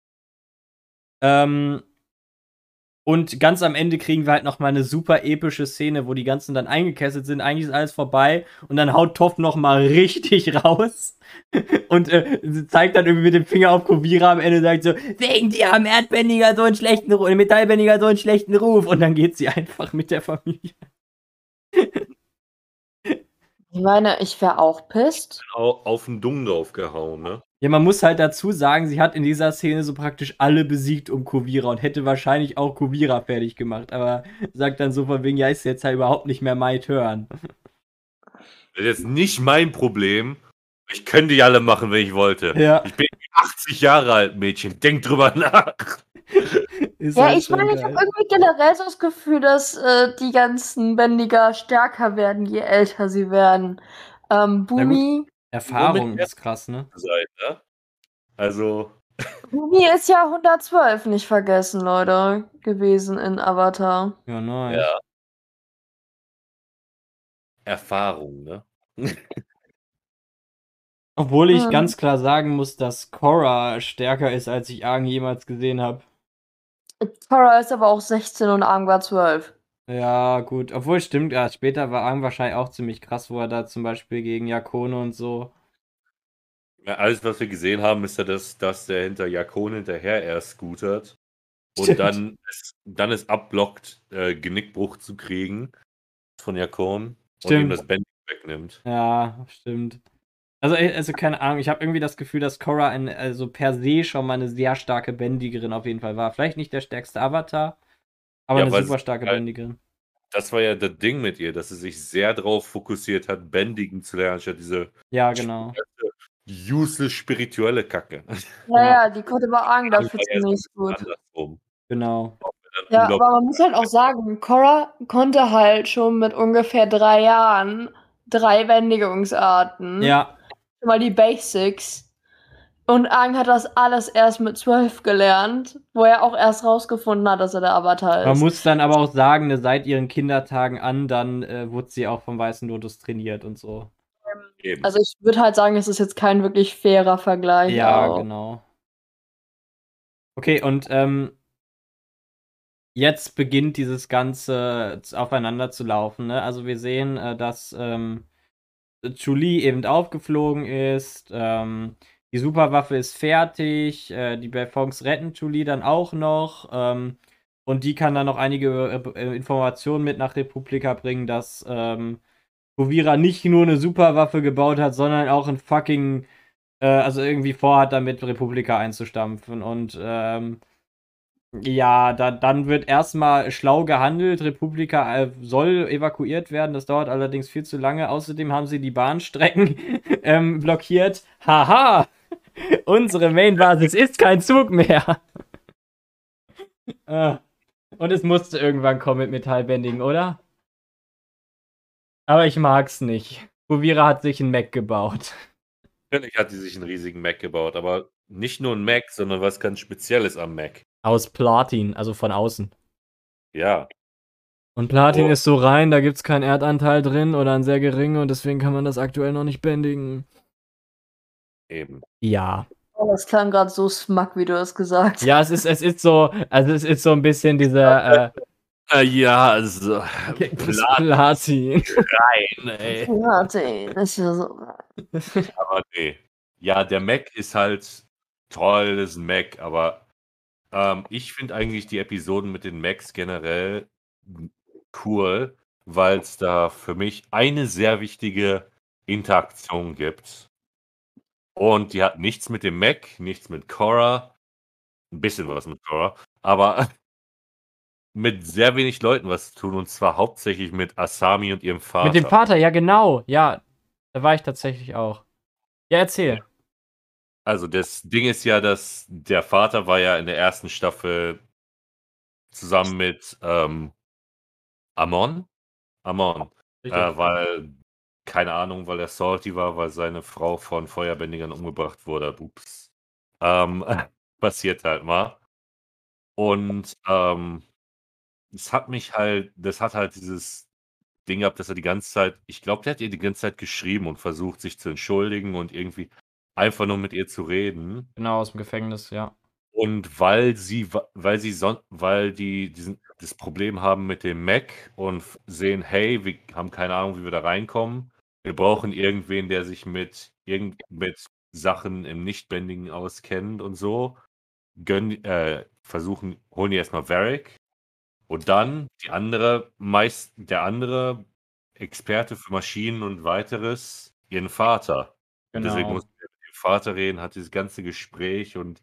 Ähm, Und ganz am Ende kriegen wir halt noch mal eine super epische Szene, wo die ganzen dann eingekesselt sind. Eigentlich ist alles vorbei. Und dann haut Toph noch mal richtig raus. Und äh, sie zeigt dann irgendwie mit dem Finger auf Kuvira am Ende, sagt so, wegen dir haben Erdbändiger so einen schlechten Ruf, Metallbändiger so einen schlechten Ruf. Und dann geht sie einfach mit der Familie. Ich meine, ich wäre auch pisst. Au- Auf den Dung draufgehauen, ne? Ja, man muss halt dazu sagen, sie hat in dieser Szene so praktisch alle besiegt um Kuvira und hätte wahrscheinlich auch Kuvira fertig gemacht. Aber sagt dann so von wegen, ja, ist jetzt halt überhaupt nicht mehr my turn. Das ist jetzt nicht mein Problem. Ich könnte die alle machen, wenn ich wollte. Ja. Ich bin achtzig Jahre alt, Mädchen. Denk drüber nach. Ist Ja, halt ich schon meine, ich geil. habe irgendwie generell so das Gefühl, dass äh, die ganzen Bändiger stärker werden, je älter sie werden. Ähm, Bumi, Erfahrung Womit- ist krass, ne? Sein, ne? Also, Bumi ist ja hundertzwölf, nicht vergessen, Leute, gewesen in Avatar. Ja, nice. ja. Erfahrung, ne? Obwohl ich Mhm. ganz klar sagen muss, dass Korra stärker ist, als ich Aang jemals gesehen habe. Korra ist aber auch sechzehn und Aang war zwölf. Ja, gut. Obwohl, stimmt, ja, später war Aang wahrscheinlich auch ziemlich krass, wo er da zum Beispiel gegen Yakone und so. Ja, alles, was wir gesehen haben, ist ja, dass, dass der hinter Jakone hinterher erst scootert und Stimmt. dann es, dann es abblockt, äh, Genickbruch zu kriegen von Jakone und ihm Stimmt. das Band wegnimmt. Ja, stimmt. Also, äh, also keine Ahnung, ich habe irgendwie das Gefühl, dass Korra ein, also per se schon mal eine sehr starke Bändigerin auf jeden Fall war. Vielleicht nicht der stärkste Avatar, aber Ja, eine weil super sie starke halt- Bändigerin. Das war ja das Ding mit ihr, dass sie sich sehr darauf fokussiert hat, bändigen zu lernen, statt diese Ja, genau. useless spirituelle Kacke. Ja, ja, die konnte bei Aang dafür war ja ziemlich gut. Andersrum. Genau. Ja, Unglaublich- aber man muss halt auch sagen, Korra konnte halt schon mit ungefähr drei Jahren drei Bändigungsarten. Ja, Schon mal die Basics. Und Aang hat das alles erst mit zwölf gelernt, wo er auch erst rausgefunden hat, dass er der Avatar ist. man muss dann aber auch sagen, ne, seit ihren Kindertagen an, dann äh, wurde sie auch vom Weißen Lotus trainiert und so. Eben. Also ich würde halt sagen, es ist jetzt kein wirklich fairer Vergleich. Ja, auch. genau. Okay, und ähm, jetzt beginnt dieses Ganze z- aufeinander zu laufen. Ne? Also wir sehen, äh, dass ähm, Chu-Li eben aufgeflogen ist. Ähm, die Superwaffe ist fertig. Äh, die Belfongs retten Chu-Li dann auch noch. Ähm, und die kann dann noch einige äh, Informationen mit nach Republika bringen, dass ähm, Kuvira nicht nur eine Superwaffe gebaut hat, sondern auch ein fucking, äh, also irgendwie vorhat, damit Republika einzustampfen. Und ähm, ja, da, dann wird erstmal schlau gehandelt. Republika äh, soll evakuiert werden. Das dauert allerdings viel zu lange. Außerdem haben sie die Bahnstrecken ähm, blockiert. Haha! Unsere Mainbasis ist kein Zug mehr. äh, und es musste irgendwann kommen mit Metallbändigen, oder? Aber ich mag's nicht. Kuvira hat sich einen Mac gebaut. Natürlich hat sie sich einen riesigen Mac gebaut, aber nicht nur ein Mac, sondern was ganz Spezielles am Mac. Aus Platin, also von außen. Ja. Und Platin Oh. ist so rein, da gibt's keinen Erdanteil drin oder einen sehr geringen und deswegen kann man das aktuell noch nicht bändigen. Eben. Ja. Oh, das klang gerade so smack, wie du es gesagt hast. Ja, es ist, es ist so, also es ist so ein bisschen dieser äh, Äh, ja, also. Platin. Nein, ey. Platin ist ja so. Aber nee. Ja, der Mac ist halt toll, das ist ein Mac, aber ähm, ich finde eigentlich die Episoden mit den Macs generell cool, weil es da für mich eine sehr wichtige Interaktion gibt. Und die hat nichts mit dem Mac, nichts mit Korra, ein bisschen was mit Korra, aber mit sehr wenig Leuten was zu tun, und zwar hauptsächlich mit Asami und ihrem Vater. Mit dem Vater, ja genau. Ja, da war ich tatsächlich auch. Ja, erzähl. Also das Ding ist ja, dass der Vater war ja in der ersten Staffel zusammen mit ähm, Amon. Amon. Richtig. Äh, weil, keine Ahnung, weil er salty war, weil seine Frau von Feuerbändigern umgebracht wurde. Ups. Ähm, passiert halt mal. Und, ähm, es hat mich halt das hat halt dieses Ding gehabt, dass er die ganze Zeit ich glaube, der hat ihr die ganze Zeit geschrieben und versucht, sich zu entschuldigen und irgendwie einfach nur mit ihr zu reden. Genau, aus dem Gefängnis, ja. Und weil sie wa weil sie son weil die diesen das Problem haben mit dem Mac und f sehen: „Hey, wir haben keine Ahnung, wie wir da reinkommen. Wir brauchen irgendwen, der sich mit irgend mit Sachen im Nichtbändigen auskennt und so." Gönnen äh, versuchen holen die erst mal Varric und dann die andere meist der andere Experte für Maschinen und Weiteres, ihren Vater. Und deswegen Genau. muss er mit dem Vater reden, hat dieses ganze Gespräch und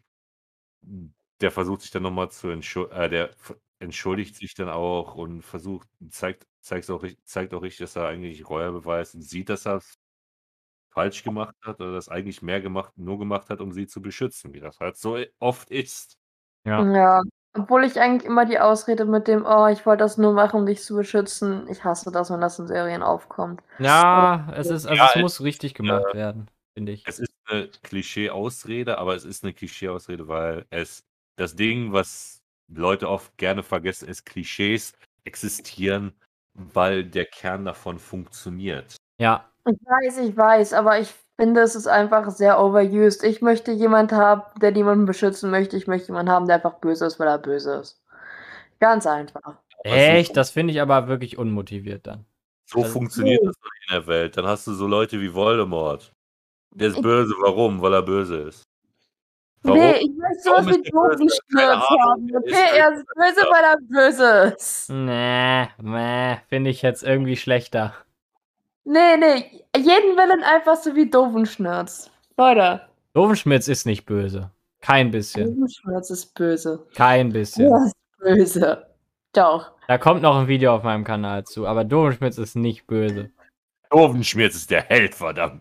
der versucht sich dann noch mal zu entschu äh, der v entschuldigt sich dann auch und versucht zeigt zeigt's auch rich zeigt auch richtig, dass er eigentlich Reue beweist und sieht, dass er's falsch gemacht hat oder das eigentlich mehr gemacht nur gemacht hat, um sie zu beschützen, wie das halt so e oft ist. Ja. Ja, obwohl ich eigentlich immer die Ausrede mit dem: „Oh, ich wollte das nur machen, um dich zu beschützen." Ich hasse das, wenn das in Serien aufkommt. Ja, es ist also, Ja, es es muss richtig ist, gemacht äh werden, finde ich. es ist 'ne Klischee-Ausrede, aber es ist 'ne Klischee-Ausrede, weil es das Ding, was Leute oft gerne vergessen, ist, Klischees existieren, weil der Kern davon funktioniert. Ja. Ich weiß, ich weiß, aber ich finde, es ist einfach sehr overused. Ich möchte jemand haben, der niemanden beschützen möchte. Ich möchte jemanden haben, der einfach böse ist, weil er böse ist. Ganz einfach. Aber so Echt? funkt Das finde ich aber wirklich unmotiviert dann. so Also funktioniert das doch nicht in der Welt. Dann hast du so Leute wie Voldemort. Der ist Ich böse. Warum? Weil er böse ist. Warum? Ne, ich möchte so was Warum ist wie der böse? Keine Doofenshmirtz Ahnung. haben, Er ist okay? halt Er ist böse, weil er böse ist. Ne, ne, finde ich jetzt irgendwie schlechter. Ne, ne, jeden Villain einfach so wie Doofenshmirtz. Leute. Doofenshmirtz ist nicht böse. Kein bisschen. Doofenshmirtz ist böse. Kein bisschen. Er ist böse. Doch. Da kommt noch 'n Video auf meinem Kanal zu, aber Doofenshmirtz ist nicht böse. Doofenshmirtz ist der Held, verdammt.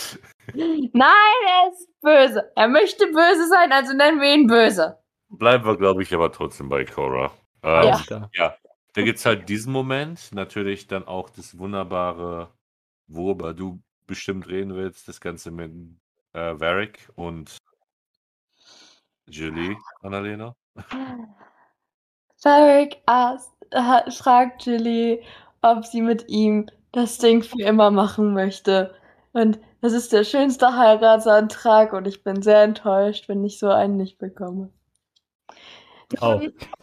Nein, er ist böse. Er möchte böse sein, also nennen wir ihn böse. Bleiben wir, glaube ich, aber trotzdem bei Korra. Ähm, Alles klar. ja, da gibt's halt diesen Moment, natürlich dann auch das wunderbare, worüber du bestimmt reden willst, das Ganze mit, äh, Varric und Julie, Annalena. Varric ask ha fragt Julie, ob sie mit ihm das Ding für immer machen möchte. Und das ist der schönste Heiratsantrag und ich bin sehr enttäuscht, wenn ich so einen nicht bekomme. Oh.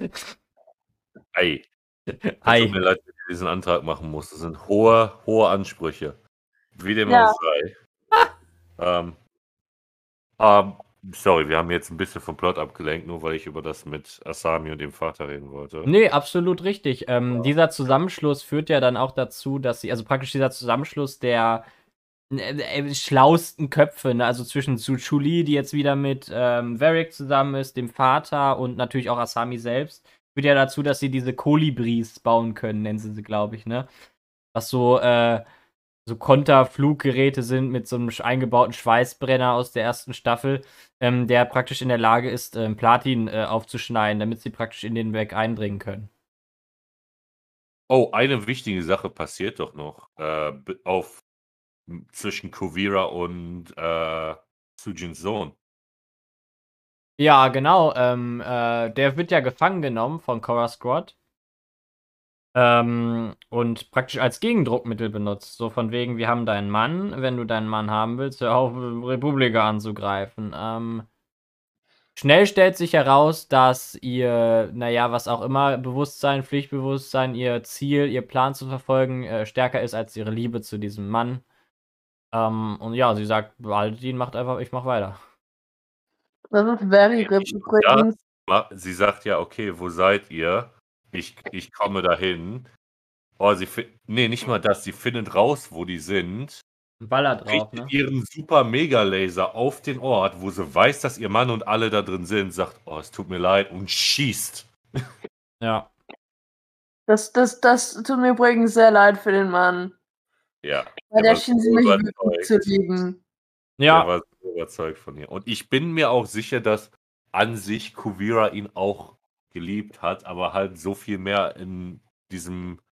Ei. Es Ei. tut mir leid, dass ich diesen Antrag machen muss. Das sind hohe, hohe Ansprüche. Wie dem Ja. auch sei. Ähm. Ähm, sorry, wir haben jetzt 'n bisschen vom Plot abgelenkt, nur weil ich über das mit Asami und dem Vater reden wollte. Ne, absolut richtig. Ähm, Ja. dieser Zusammenschluss führt ja dann auch dazu, dass sie also, praktisch dieser Zusammenschluss der, n äh, schlauesten Köpfe, ne, also, zwischen zu Julie, die jetzt wieder mit, ähm, Varric zusammen ist, dem Vater und natürlich auch Asami selbst, führt ja dazu, dass sie diese Kolibris bauen können, nennen sie sie, glaube ich, ne? Was so, äh, so Konterfluggeräte sind mit so 'nem sch eingebauten Schweißbrenner aus der ersten Staffel, ähm, der praktisch in der Lage ist, ähm, Platin, äh, aufzuschneiden, damit sie praktisch in den Mac eindringen können. Oh, eine wichtige Sache passiert doch noch, äh, b auf hm, zwischen Kuvira und, äh, Sujins Sohn. Ja, genau, ähm, äh, der wird ja gefangen genommen von Korra Squad. Ähm, und praktisch als Gegendruckmittel benutzt. So von wegen: „Wir haben deinen Mann. Wenn du deinen Mann haben willst, hör auf, Republika anzugreifen." Ähm schnell stellt sich heraus, dass ihr, na ja, was auch immer, Bewusstsein, Pflichtbewusstsein, ihr Ziel, ihr Plan zu verfolgen, äh, stärker ist als ihre Liebe zu diesem Mann. Ähm, und ja, sie sagt: „Behaltet ihn, macht einfach ich mache weiter." Das ist very Ne, rip nicht nur das, übrigens. ma sie sagt ja: „Okay, wo seid ihr? Ich ich komme dahin." Oh, sie fi ne, nicht mal das, sie findet raus, wo die sind, Ballert drauf, richtet ne? ihren super Mega-Laser auf den Ort, wo sie weiß, dass ihr Mann und alle da drin sind, sagt: „Oh, es tut mir leid" und schießt. Ja. Das das das tut mir übrigens sehr leid für den Mann. Ja, Weil der der war schien sie so nicht wirklich zu überzeugt. lieben. Der Ja. war so überzeugt von ihr. Und ich bin mir auch sicher, dass an sich Kuvira ihn auch geliebt hat, aber halt so viel mehr in diesem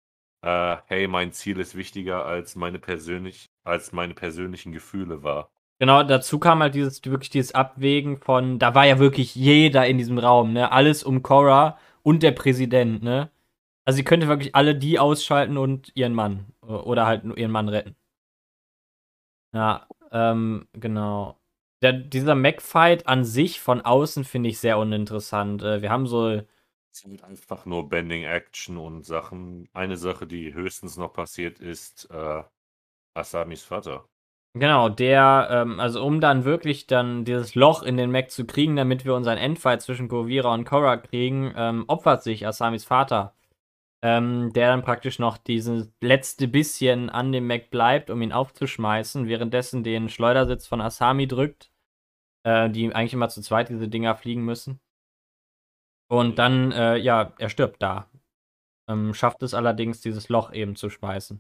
äh, hey, mein Ziel ist wichtiger als meine persönlich als meine persönlichen Gefühle war. Genau, dazu kam halt dieses wirklich dieses Abwägen von da war ja wirklich jeder in diesem Raum, ne? Alles um Korra und der Präsident, ne? Also, sie könnte wirklich alle die ausschalten und ihren Mann o oder halt nur ihren Mann retten. Ja, ähm, genau. Der dieser Mech-Fight an sich von außen finde ich sehr uninteressant. Äh, wir haben so Es sind einfach nur Bending Action und Sachen. Eine Sache, die höchstens noch passiert, ist, äh, Asamis Vater. Genau, der, ähm also, um dann wirklich dann dieses Loch in den Mech zu kriegen, damit wir unseren Endfight zwischen Kuvira und Korra kriegen, ähm, opfert sich Asamis Vater, ähm, der dann praktisch noch dieses letzte bisschen an dem Mech bleibt, um ihn aufzuschmeißen, währenddessen den Schleudersitz von Asami drückt, äh, die eigentlich immer zu zweit diese Dinger fliegen müssen. Und dann, äh, ja, er stirbt da. Ähm, schafft es allerdings, dieses Loch eben zu schmeißen.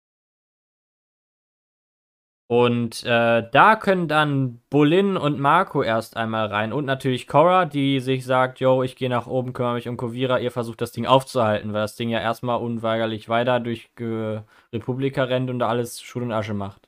Und, äh, da können dann Bolin und Marco erst einmal rein und natürlich Korra, die sich sagt: „Jo, ich gehe nach oben, kümmere mich um Kuvira, ihr versucht das Ding aufzuhalten“, weil das Ding ja erst mal unweigerlich weiter durch Ge Republika rennt und da alles Schutt und Asche macht.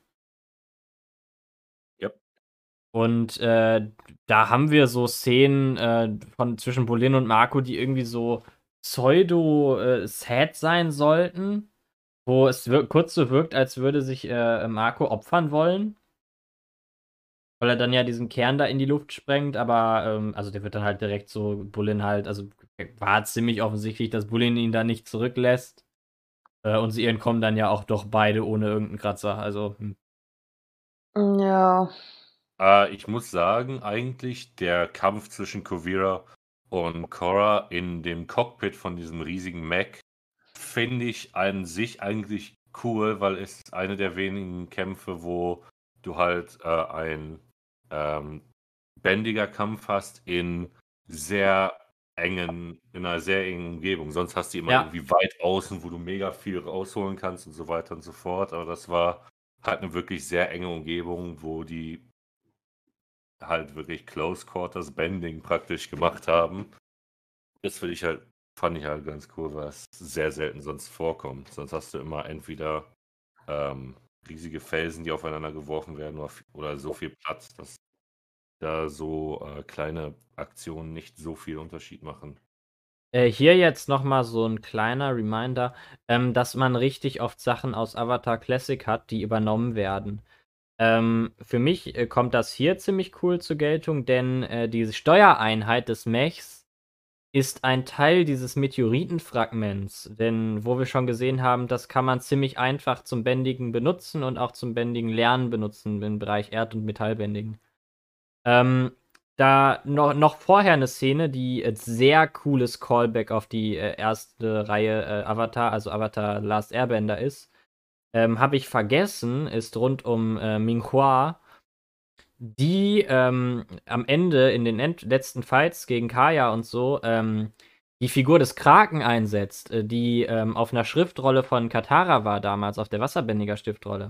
Jap. Und, äh, da haben wir so Szenen, äh, von zwischen Bolin und Marco, die irgendwie so pseudo, äh, sad sein sollten, wo es wir kurz so wirkt, als würde sich, äh, Marco opfern wollen. Weil er dann ja diesen Kern da in die Luft sprengt, aber, ähm also, der wird dann halt direkt so Bolin halt also, war ziemlich offensichtlich, dass Bolin ihn da nicht zurücklässt. Äh, und sie entkommen dann ja auch doch beide ohne irgendeinen Kratzer, also, hm. Hm, ja. Äh, ich muss sagen, eigentlich der Kampf zwischen Kuvira und Korra in dem Cockpit von diesem riesigen Mech finde ich an sich eigentlich cool, weil es ist eine der wenigen Kämpfe, wo du halt, äh, ein, ähm, bändiger Kampf hast in sehr engen in 'ner sehr engen Umgebung. Sonst hast du die immer Ja. irgendwie weit außen, wo du mega viel rausholen kannst und so weiter und so fort. Aber das war halt 'ne wirklich sehr enge Umgebung, wo die halt wirklich Close Quarters Bending praktisch gemacht haben. Das finde ich halt fand ich halt ganz cool, was sehr selten sonst vorkommt. Sonst hast du immer entweder, ähm, riesige Felsen, die aufeinander geworfen werden oder v oder so viel Platz, dass da so, äh, kleine Aktionen nicht so viel Unterschied machen. Äh, hier jetzt noch mal so 'n kleiner Reminder, ähm, dass man richtig oft Sachen aus Avatar Classic hat, die übernommen werden. Ähm, für mich, äh, kommt das hier ziemlich cool zur Geltung, denn, äh, diese Steuereinheit des Mechs ist ein Teil dieses Meteoritenfragments, denn wo wir schon gesehen haben, das kann man ziemlich einfach zum Bändigen benutzen und auch zum bändigen Lernen benutzen im Bereich Erd und Metallbändigen. Ähm, da no noch vorher 'ne Szene, die, äh, sehr cooles Callback auf die, äh, erste Reihe, äh, Avatar, also Avatar: The Last Airbender ist, ähm, habe ich vergessen, ist rund um, äh, Minghua, die, ähm, am Ende in den end letzten Fights gegen Kaya und so, ähm, die Figur des Kraken einsetzt, äh, die, ähm, auf 'ner Schriftrolle von Katara war damals, auf der Wasserbändiger-Schriftrolle.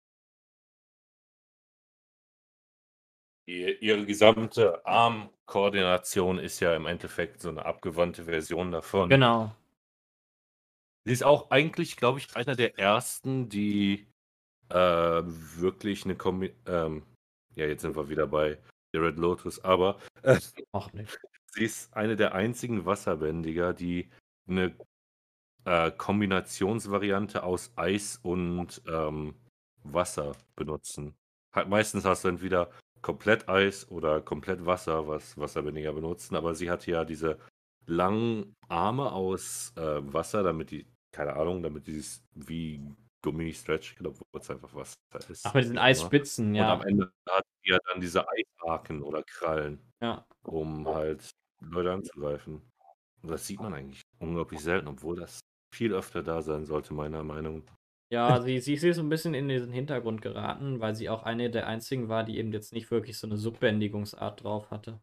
Ihr ihre gesamte Armkoordination ist ja im Endeffekt so 'ne abgewandte Version davon. Genau. Sie ist auch eigentlich, glaube ich, einer der ersten, die, äh, wirklich 'ne Kombi ähm, ja, jetzt sind wir wieder bei The Red Lotus, aber, äh, Ach ne. sie ist eine der einzigen Wasserbändiger, die 'ne, äh, Kombinationsvariante aus Eis und, ähm, Wasser benutzen. Halt meistens hast du entweder komplett Eis oder komplett Wasser, was Wasserbändiger benutzen, aber sie hat ja diese langen Arme aus, äh, Wasser, damit die keine Ahnung, damit dieses wie Gummi stretchen kann, obwohl's einfach Wasser Ach, ist, mit diesen wie auch immer. Eisspitzen, Und am ja. Ende hat die ja dann diese Eishaken oder Krallen, Ja. um halt Leute anzugreifen. Und das sieht man eigentlich unglaublich selten, obwohl das viel öfter da sein sollte, meiner Meinung. Ja, sie sie sie ist so 'n bisschen in diesen Hintergrund geraten, weil sie auch eine der einzigen war, die eben jetzt nicht wirklich so 'ne Subbändigungsart drauf hatte.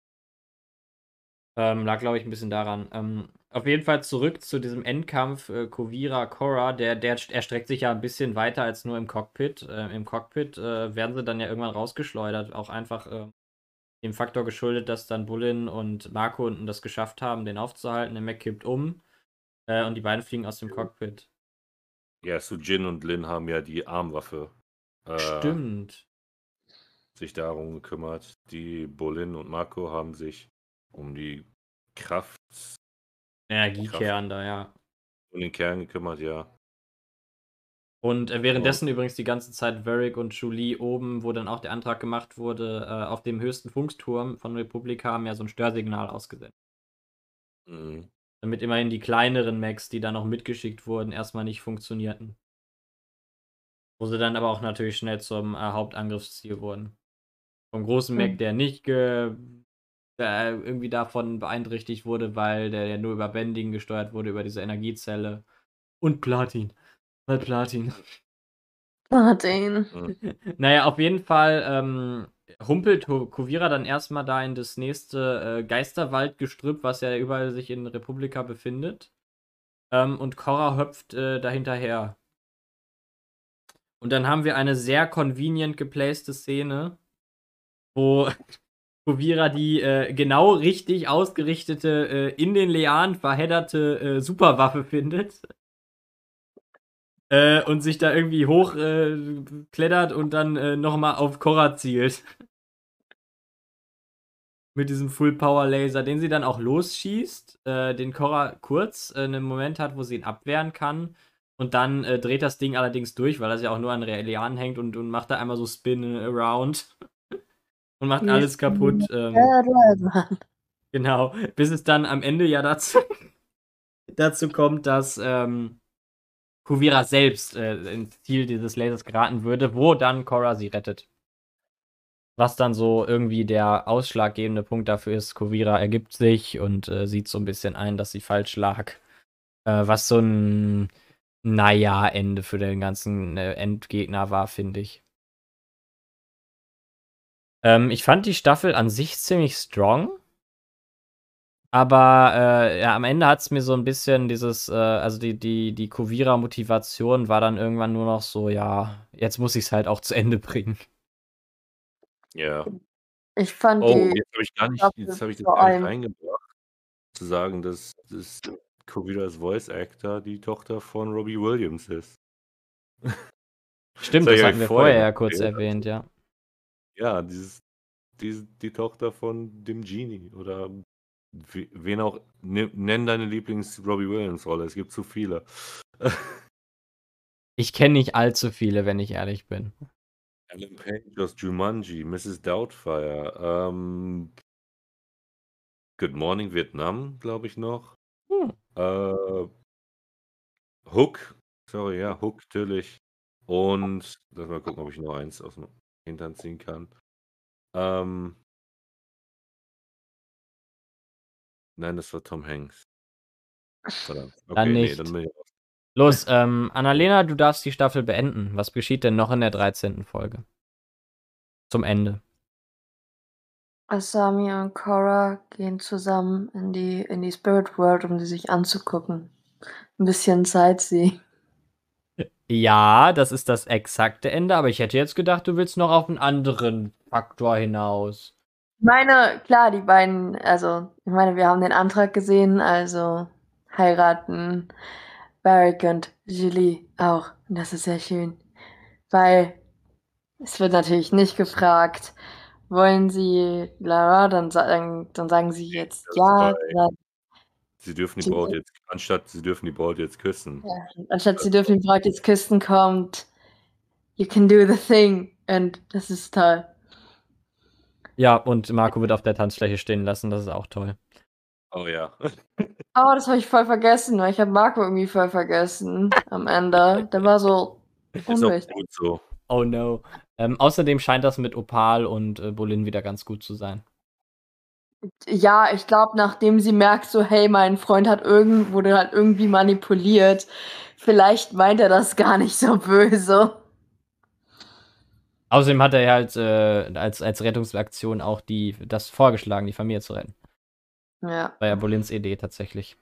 Ähm, lag, glaube ich, 'n bisschen daran. Ähm, auf jeden Fall zurück zu diesem Endkampf, äh, Kuvira, Korra, der der erstreckt sich ja 'n bisschen weiter als nur im Cockpit. Äh, im Cockpit, äh, werden sie dann ja irgendwann rausgeschleudert, auch einfach, äh, dem Faktor geschuldet, dass dann Bolin und Marco unten das geschafft haben, den aufzuhalten. Der Mech kippt um, äh, und die beiden fliegen aus dem Cockpit. Ja, Sujin und Lin haben ja die Armwaffe äh, Stimmt. sich darum gekümmert. Die Bolin und Marco haben sich um die Kraft Energiekern da, ja. und den Kern gekümmert, ja. Und äh, währenddessen übrigens die ganze Zeit Varric und Julie oben, wo dann auch der Antrag gemacht wurde, äh, auf dem höchsten Funkturm von Republika haben ja so ein Störsignal ausgesendet. Mhm. Damit immerhin die kleineren Mechs, die dann noch mitgeschickt wurden, erstmal nicht funktionierten. Wo sie dann aber auch natürlich schnell zum äh, Hauptangriffsziel wurden. Vom großen Mech, Mhm. der nicht ge äh, irgendwie davon beeinträchtigt wurde, weil der ja nur über Bending gesteuert wurde, über diese Energiezelle. Und Platin. Weil Platin. Martin. Mhm. Naja, auf jeden Fall ähm, humpelt Ho- Kuvira dann erstmal da in das nächste äh, Geisterwaldgestrüpp, was ja überall sich in Republika befindet. Ähm, und Korra hüpft äh, dahinterher. Und dann haben wir eine sehr convenient geplacete Szene, wo Kuvira die äh, genau richtig ausgerichtete, äh, in den Lianen verhedderte äh, Superwaffe findet. Äh, und sich da irgendwie hochklettert äh, und dann äh, nochmal auf Korra zielt. Mit diesem Full-Power-Laser, den sie dann auch losschießt, äh, den Korra kurz äh, einen Moment hat, wo sie ihn abwehren kann. Und dann äh, dreht das Ding allerdings durch, weil das ja auch nur an Lianen hängt und, und macht da einmal so Spin around. Und macht alles kaputt. Ähm, genau. Bis es dann am Ende ja dazu, dazu kommt, dass ähm, Kuvira selbst äh, ins Ziel dieses Lasers geraten würde, wo dann Korra sie rettet. Was dann so irgendwie der ausschlaggebende Punkt dafür ist, Kuvira ergibt sich und äh, sieht so ein bisschen ein, dass sie falsch lag. Äh, was so ein, naja, Ende für den ganzen äh, Endgegner war, finde ich. Ähm, ich fand die Staffel an sich ziemlich strong. Aber äh, ja, am Ende hat es mir so ein bisschen dieses, äh, also die, die, die Kuvira-Motivation war dann irgendwann nur noch so, ja, jetzt muss ich es halt auch zu Ende bringen. Ja. Ich fand Oh, die jetzt habe ich gar nicht, Staffel jetzt habe ich das vor gar nicht allem. reingebracht, zu sagen, dass, dass Kuviras Voice Actor die Tochter von Robbie Williams ist. Stimmt, Das hab das ich hatten euch wir vorher vorher ja noch kurz erzählt. erwähnt, ja. Ja, dieses, die, die Tochter von dem Genie oder we- wen auch. Nimm- Nenn deine Lieblings-Robbie Williams-Rolle, es gibt zu viele. Ich kenne nicht allzu viele, wenn ich ehrlich bin. Ellen Page aus Jumanji, Missus Doubtfire, ähm, Good Morning Vietnam, glaube ich noch. Hm. Äh, Hook, sorry, ja, Hook natürlich. Und lass mal gucken, ob ich noch eins aus dem Hintern ziehen kann. Ähm, nein, das war Tom Hanks. Verdammt. Dann Okay, nee, nicht. dann bin ich raus. Los, ähm, Annalena, du darfst die Staffel beenden. Was geschieht denn noch in der dreizehnten Folge? Zum Ende. Asami und Korra gehen zusammen in die, in die Spirit World, um sie sich anzugucken. Ein bisschen Sightseeing. Ja, das ist das exakte Ende, aber ich hätte jetzt gedacht, du willst noch auf einen anderen Faktor hinaus. Ich meine, klar, die beiden, also, ich meine, wir haben den Antrag gesehen, also heiraten Varric und Julie auch. Und das ist sehr schön. Weil es wird natürlich nicht gefragt, wollen sie Lara, dann sagen, dann sagen sie jetzt Das ist ja. bei- Dann, Sie dürfen die Sie- Braut jetzt, anstatt sie dürfen die Braut jetzt küssen. ja, anstatt sie dürfen die Braut jetzt küssen, kommt You can do the thing. Und das ist toll. Ja, und Marco wird auf der Tanzfläche stehen lassen, das ist auch toll. Oh ja. Oh, das habe ich voll vergessen, weil ich habe Marco irgendwie voll vergessen am Ende. Der war so Ist auch unwichtig. gut so. Oh no. Ähm, außerdem scheint das mit Opal und äh, Bolin wieder ganz gut zu sein. Ja, ich glaube, nachdem sie merkt, so, hey, mein Freund hat irgend, wurde halt irgendwie manipuliert, vielleicht meint er das gar nicht so böse. Außerdem hat er ja halt äh, als, als Rettungsaktion auch die, das vorgeschlagen, die Familie zu retten. Ja. War ja Bolins Idee tatsächlich.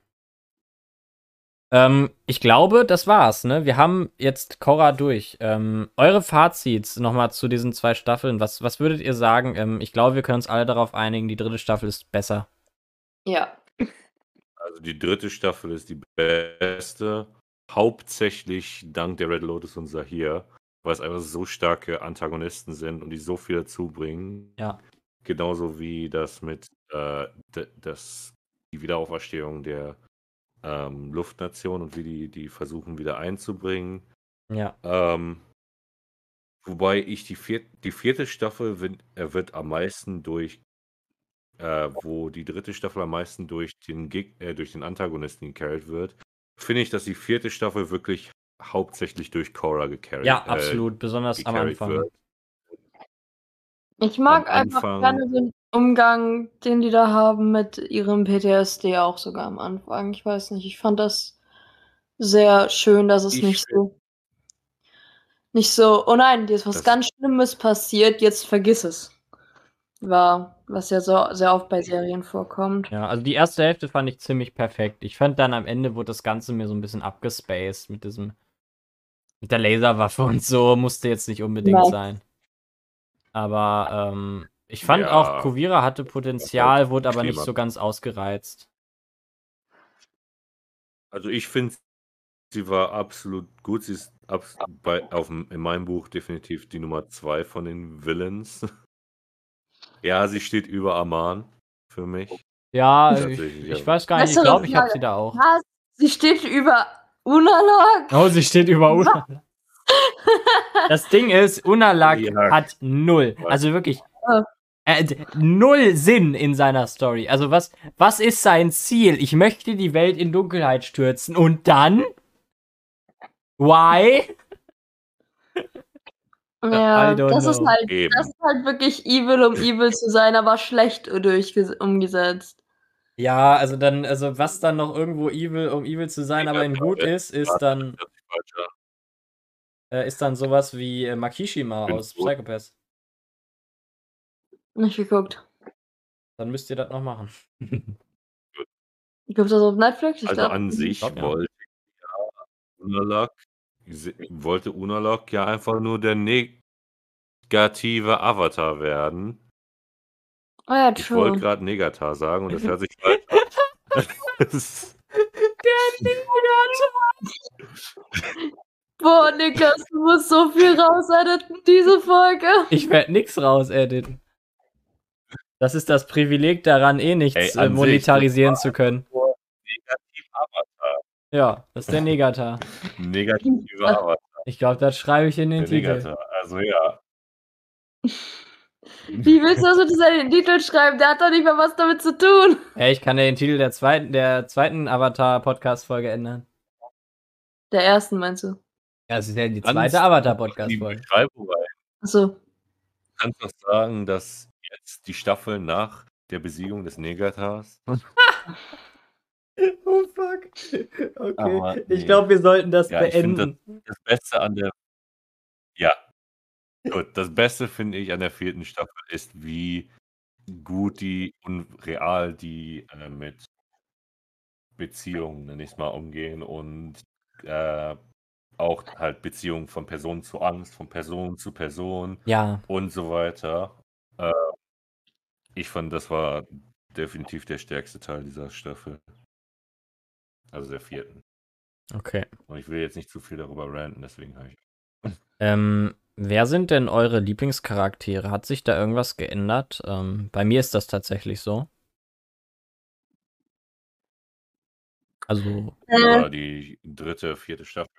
Ähm, ich glaube, das war's, ne? Wir haben jetzt Korra durch. Ähm, eure Fazits nochmal zu diesen zwei Staffeln. Was, was würdet ihr sagen? Ähm, ich glaube, wir können uns alle darauf einigen, die dritte Staffel ist besser. Ja. Also die dritte Staffel ist die beste. hauptsächlich dank der Red Lotus und Zahir, weil es einfach so starke Antagonisten sind und die so viel dazu bringen. Ja. Genauso wie das mit äh, d- das, die Wiederauferstehung der ähm, Luftnation und wie die die versuchen wieder einzubringen. Ja. Ähm, wobei ich die, vier, die vierte Staffel wird, er wird am meisten durch, äh, wo die dritte Staffel am meisten durch den, Geg äh, durch den Antagonisten gecarried wird, finde ich, dass die vierte Staffel wirklich hauptsächlich durch Korra gecarried, Ja, äh, absolut, besonders am gecarried Anfang. wird. Ich mag Am einfach Anfang- gerne den Umgang, den die da haben mit ihrem P T S D auch sogar am Anfang. Ich weiß nicht, ich fand das sehr schön, dass es Ich nicht so nicht so, oh nein, dir ist was Das- ganz Schlimmes passiert, jetzt vergiss es. War, was ja so sehr oft bei Serien vorkommt. Ja, also die erste Hälfte fand ich ziemlich perfekt. Ich fand dann am Ende wurde das Ganze mir so ein bisschen abgespaced mit diesem mit der Laserwaffe und so, musste jetzt nicht unbedingt Nein. sein. Aber ähm, ich fand Ja, auch, Kuvira hatte Potenzial, wurde aber nicht Thema. so ganz ausgereizt. Also ich finde, sie war absolut gut. Sie ist abs bei, auf, dem- in meinem Buch definitiv die Nummer zwei von den Villains. Ja, sie steht über Aman für mich. Ja, ich, Tatsächlich, ich ja. weiß gar nicht, ich Bessere glaube, ich habe Frage. sie da auch. Was? Sie steht über Unalog? Oh, sie steht über Unalak. Das Ding ist, Unalak Ja. hat null. Also wirklich. Äh, d- null Sinn in seiner Story. Also was, was ist sein Ziel? Ich möchte die Welt in Dunkelheit stürzen. Und dann? Why? Ja, I don't das ist know. halt, Eben. das ist halt wirklich evil, um evil zu sein, aber schlecht durchges- umgesetzt. Ja, also dann, also was dann noch irgendwo evil, um evil zu sein, aber in gut ist, ist dann, äh, ist dann sowas wie äh, Makishima Bin aus tot. Psychopath. Nicht geguckt. Dann müsst ihr das noch machen. Gibt's das auf Netflix? Ich Also glaub, an sich glaub, ja. wollte ja Unalak, se- wollte Unalak ja einfach nur der negative Avatar werden. Oh ja, Ich wollte true. gerade Negatar sagen und das hört sich falsch an. Das- Boah, Niklas, du musst so viel rausediten, diese Folge. Ich werde nix rausediten. Das ist das Privileg daran, eh nichts Ey, äh, an sich, monetarisieren das zu können. nur negativ Avatar. Ja, das ist der Negatar. Negative Avatar. Ich glaube, das schreibe ich in den Der Titel. Negatar. Also ja. Wie willst du das mit seinen Titel schreiben? Der hat doch nicht mal was damit zu tun. Ey, ich kann ja den Titel der zweiten, der zweiten Avatar-Podcast-Folge ändern. Der ersten, meinst du? Ja, es ist ja die Kannst zweite du in die Avatar-Podcast-Folge. Beschreibung rein. Achso. Du kannst doch sagen, dass jetzt die Staffel nach der Besiegung des Negatars. Oh fuck. Okay. Aber Ich nee. glaube, wir sollten das Ja, ich find beenden. Das Beste an der. Ja. Gut, das Beste finde ich an der vierten Staffel ist, wie gut die und real die äh, mit Beziehungen, nenne ich es mal, umgehen und äh, auch halt Beziehungen von Person zu Angst, von Person zu Person Ja, und so weiter. Äh, ich fand, das war definitiv der stärkste Teil dieser Staffel. Also der vierten. okay. Und ich will jetzt nicht zu viel darüber ranten, deswegen habe ich. Ähm, wer sind denn eure Lieblingscharaktere? Hat sich da irgendwas geändert? Ähm, bei mir ist das tatsächlich so. Also, Äh, Oder die dritte, vierte Staffel.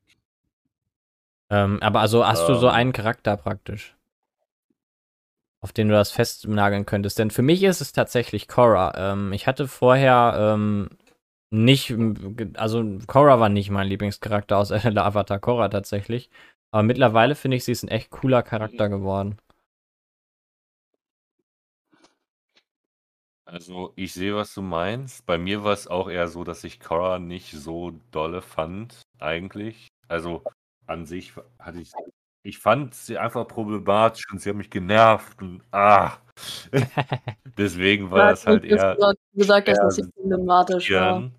ähm, aber also hast du so Ähm. einen Charakter praktisch, auf den du das festnageln könntest? Denn für mich ist es tatsächlich Korra. Ähm, ich hatte vorher ähm, nicht, m, ge- also Korra war nicht mein Lieblingscharakter aus der Avatar Korra tatsächlich. Aber mittlerweile finde ich, sie ist ein echt cooler Charakter geworden. Also, ich sehe, was du meinst. Bei mir war es auch eher so, dass ich Korra nicht so dolle fand, eigentlich. Also, an sich hatte ich. Ich fand sie einfach problematisch und sie hat mich genervt und ah. Deswegen war das halt eher. gesagt, gesagt hast, schwer dass sie problematisch war. akzeptieren.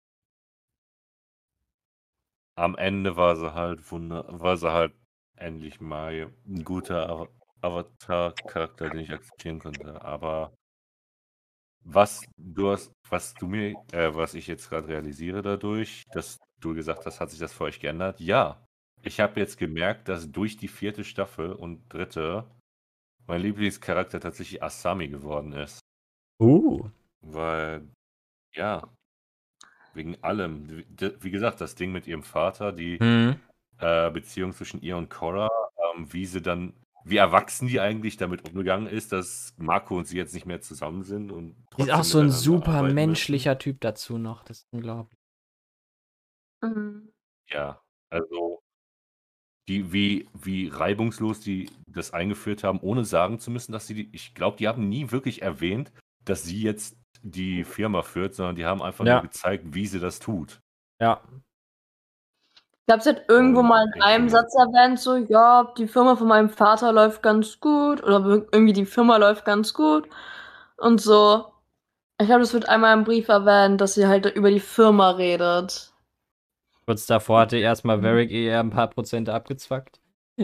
Am Ende war sie halt wunder war sie halt endlich mal ein guter Ava Avatar-Charakter, den ich akzeptieren konnte. Aber was du hast was du mir äh, was ich jetzt gerade realisiere dadurch, dass du gesagt hast, hat sich das für euch geändert? Ja. Ich habe jetzt gemerkt, dass durch die vierte Staffel und dritte mein Lieblingscharakter tatsächlich Asami geworden ist. Uh. Weil, ja, wegen allem. Wie d wie gesagt, das Ding mit ihrem Vater, die, Mhm. äh, Beziehung zwischen ihr und Korra, ähm, wie sie dann wie erwachsen die eigentlich damit umgegangen ist, dass Marco und sie jetzt nicht mehr zusammen sind und Die ist trotzdem auch so 'n miteinander super arbeiten müssen. menschlicher Typ dazu noch. Das ist unglaublich. Mhm. Ja, also die wie wie reibungslos die das eingeführt haben, ohne sagen zu müssen, dass sie die ich glaube, die haben nie wirklich erwähnt, dass sie jetzt die Firma führt, sondern die haben einfach nur Ja. gezeigt, wie sie das tut. Ja. Ich glaube, sie hat irgendwo Und mal in einem irgendwie Satz erwähnt, so: „Ja, die Firma von meinem Vater läuft ganz gut“ oder w irgendwie die Firma läuft ganz gut und so. Ich glaube, das wird einmal im Brief erwähnt, dass sie halt über die Firma redet. Kurz davor hatte erst mal Varrick ihr 'n paar Prozente abgezwackt.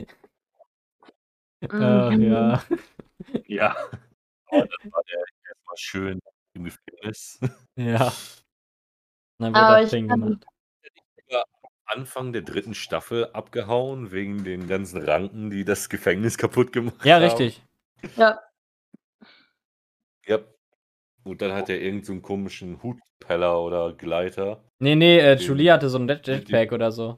Ach Mhm. ja. Ja. Aber dann war der erst mal schön im Gefängnis. Ja. Dann wird Aber das ich Ding kann gemacht. Ist der nicht sogar Anfang der dritten Staffel abgehauen wegen den ganzen Ranken, die das Gefängnis kaputt gemacht Ja, haben? richtig. Ja. Ja. Und dann hat er irgend so 'n komischen Hutpropeller oder Gleiter. Ne, ne, äh, Den Julie hatte so 'n Jet mit dem Jetpack oder so.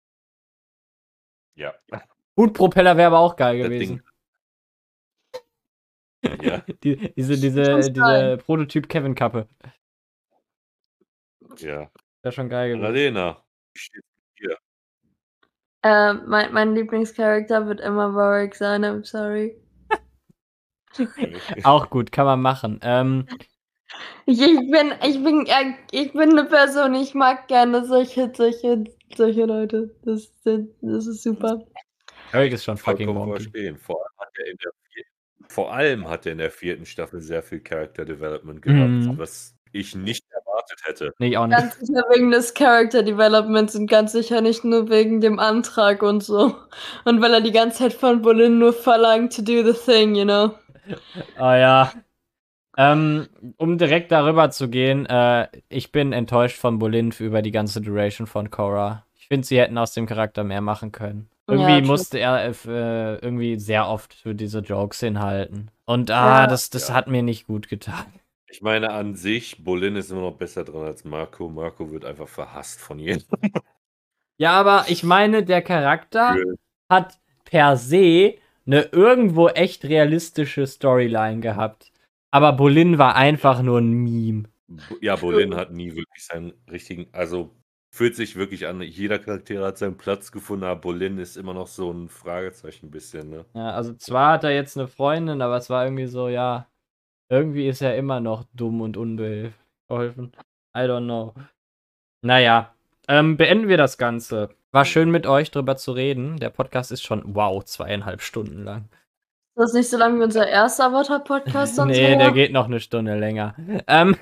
Ja. Hutpropeller wäre aber auch geil Das gewesen. Ding Ja. Die diese Kann diese sein. diese Prototyp-Kevin-Kappe. Ja. Wäre schon geil gewesen. Annalena, wie steht's mit dir? Ähm, mein mein Lieblingscharakter wird immer Varrick sein, I'm sorry. Auch gut, kann man machen. Ähm Ich ich bin ich bin äh, ich bin 'ne Person, ich mag gerne solche solche solche Leute. Das sind das ist super. Varrick ist schon fucking Vollkommen wonky. verstehen. Vor allem hat er in der vier vor allem hat er in der vierten Staffel sehr viel Character Development gehabt, Mhm. was ich nicht erwartet hätte. Ne, ich auch nicht. Ganz sicher wegen des Character Developments und ganz sicher nicht nur wegen dem Antrag und so. Und weil er die ganze Zeit von Bolin nur verlangt to do the thing, you know? Oh ja. Ähm, um direkt darüber zu gehen, äh, ich bin enttäuscht von Bolin über die ganze Duration von Korra. Ich finde, sie hätten aus dem Charakter mehr machen können. Irgendwie Ja, true. musste er f äh, irgendwie sehr oft für diese Jokes hinhalten. Und, ah, Ja. das das Ja. hat mir nicht gut getan. Ich meine an sich, Bolin ist immer noch besser dran als Marco. Marco wird einfach verhasst von jedem. Ja, aber ich meine, der Charakter Für hat per se 'ne irgendwo echt realistische Storyline gehabt. Aber Bolin war einfach nur 'n Meme. B ja, Bolin hat nie wirklich seinen richtigen also, fühlt sich wirklich an, jeder Charakter hat seinen Platz gefunden, aber Bolin ist immer noch so 'n Fragezeichen bisschen, ne? Ja, also zwar hat er jetzt 'ne Freundin, aber es war irgendwie so, ja, irgendwie ist er immer noch dumm und unbeholfen. I don't know. Na ja, ähm, beenden wir das Ganze. War schön mit euch drüber zu reden. Der Podcast ist schon, wow, zweieinhalb Stunden lang. Das ist nicht so lang wie unser erster Avatar-Podcast sonst Ne, der war. geht noch 'ne Stunde länger. Ähm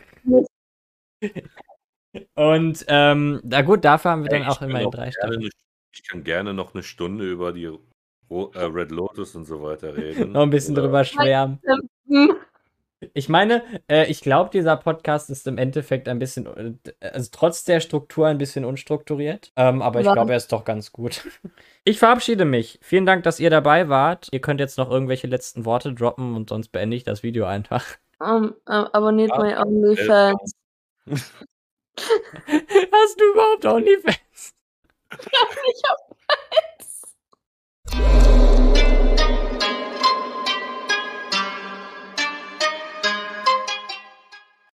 und, ähm, na gut, dafür haben wir Ey, dann ich auch kann immerhin auch drei gerne Staffeln. 'ne ich kann gerne noch 'ne Stunde über die Ro äh, Red Lotus und so weiter reden. Noch 'n bisschen Oder drüber schwärmen. Ich meine, äh, ich glaube, dieser Podcast ist im Endeffekt ein bisschen, äh, d also trotz der Struktur ein bisschen unstrukturiert, ähm, aber ich Was? glaube, er ist doch ganz gut. Ich verabschiede mich. Vielen Dank, dass ihr dabei wart. Ihr könnt jetzt noch irgendwelche letzten Worte droppen und sonst beende ich das Video einfach. Um, äh, abonniert Ja, my OnlyFans. Hast du überhaupt OnlyFans? Ja, ich habe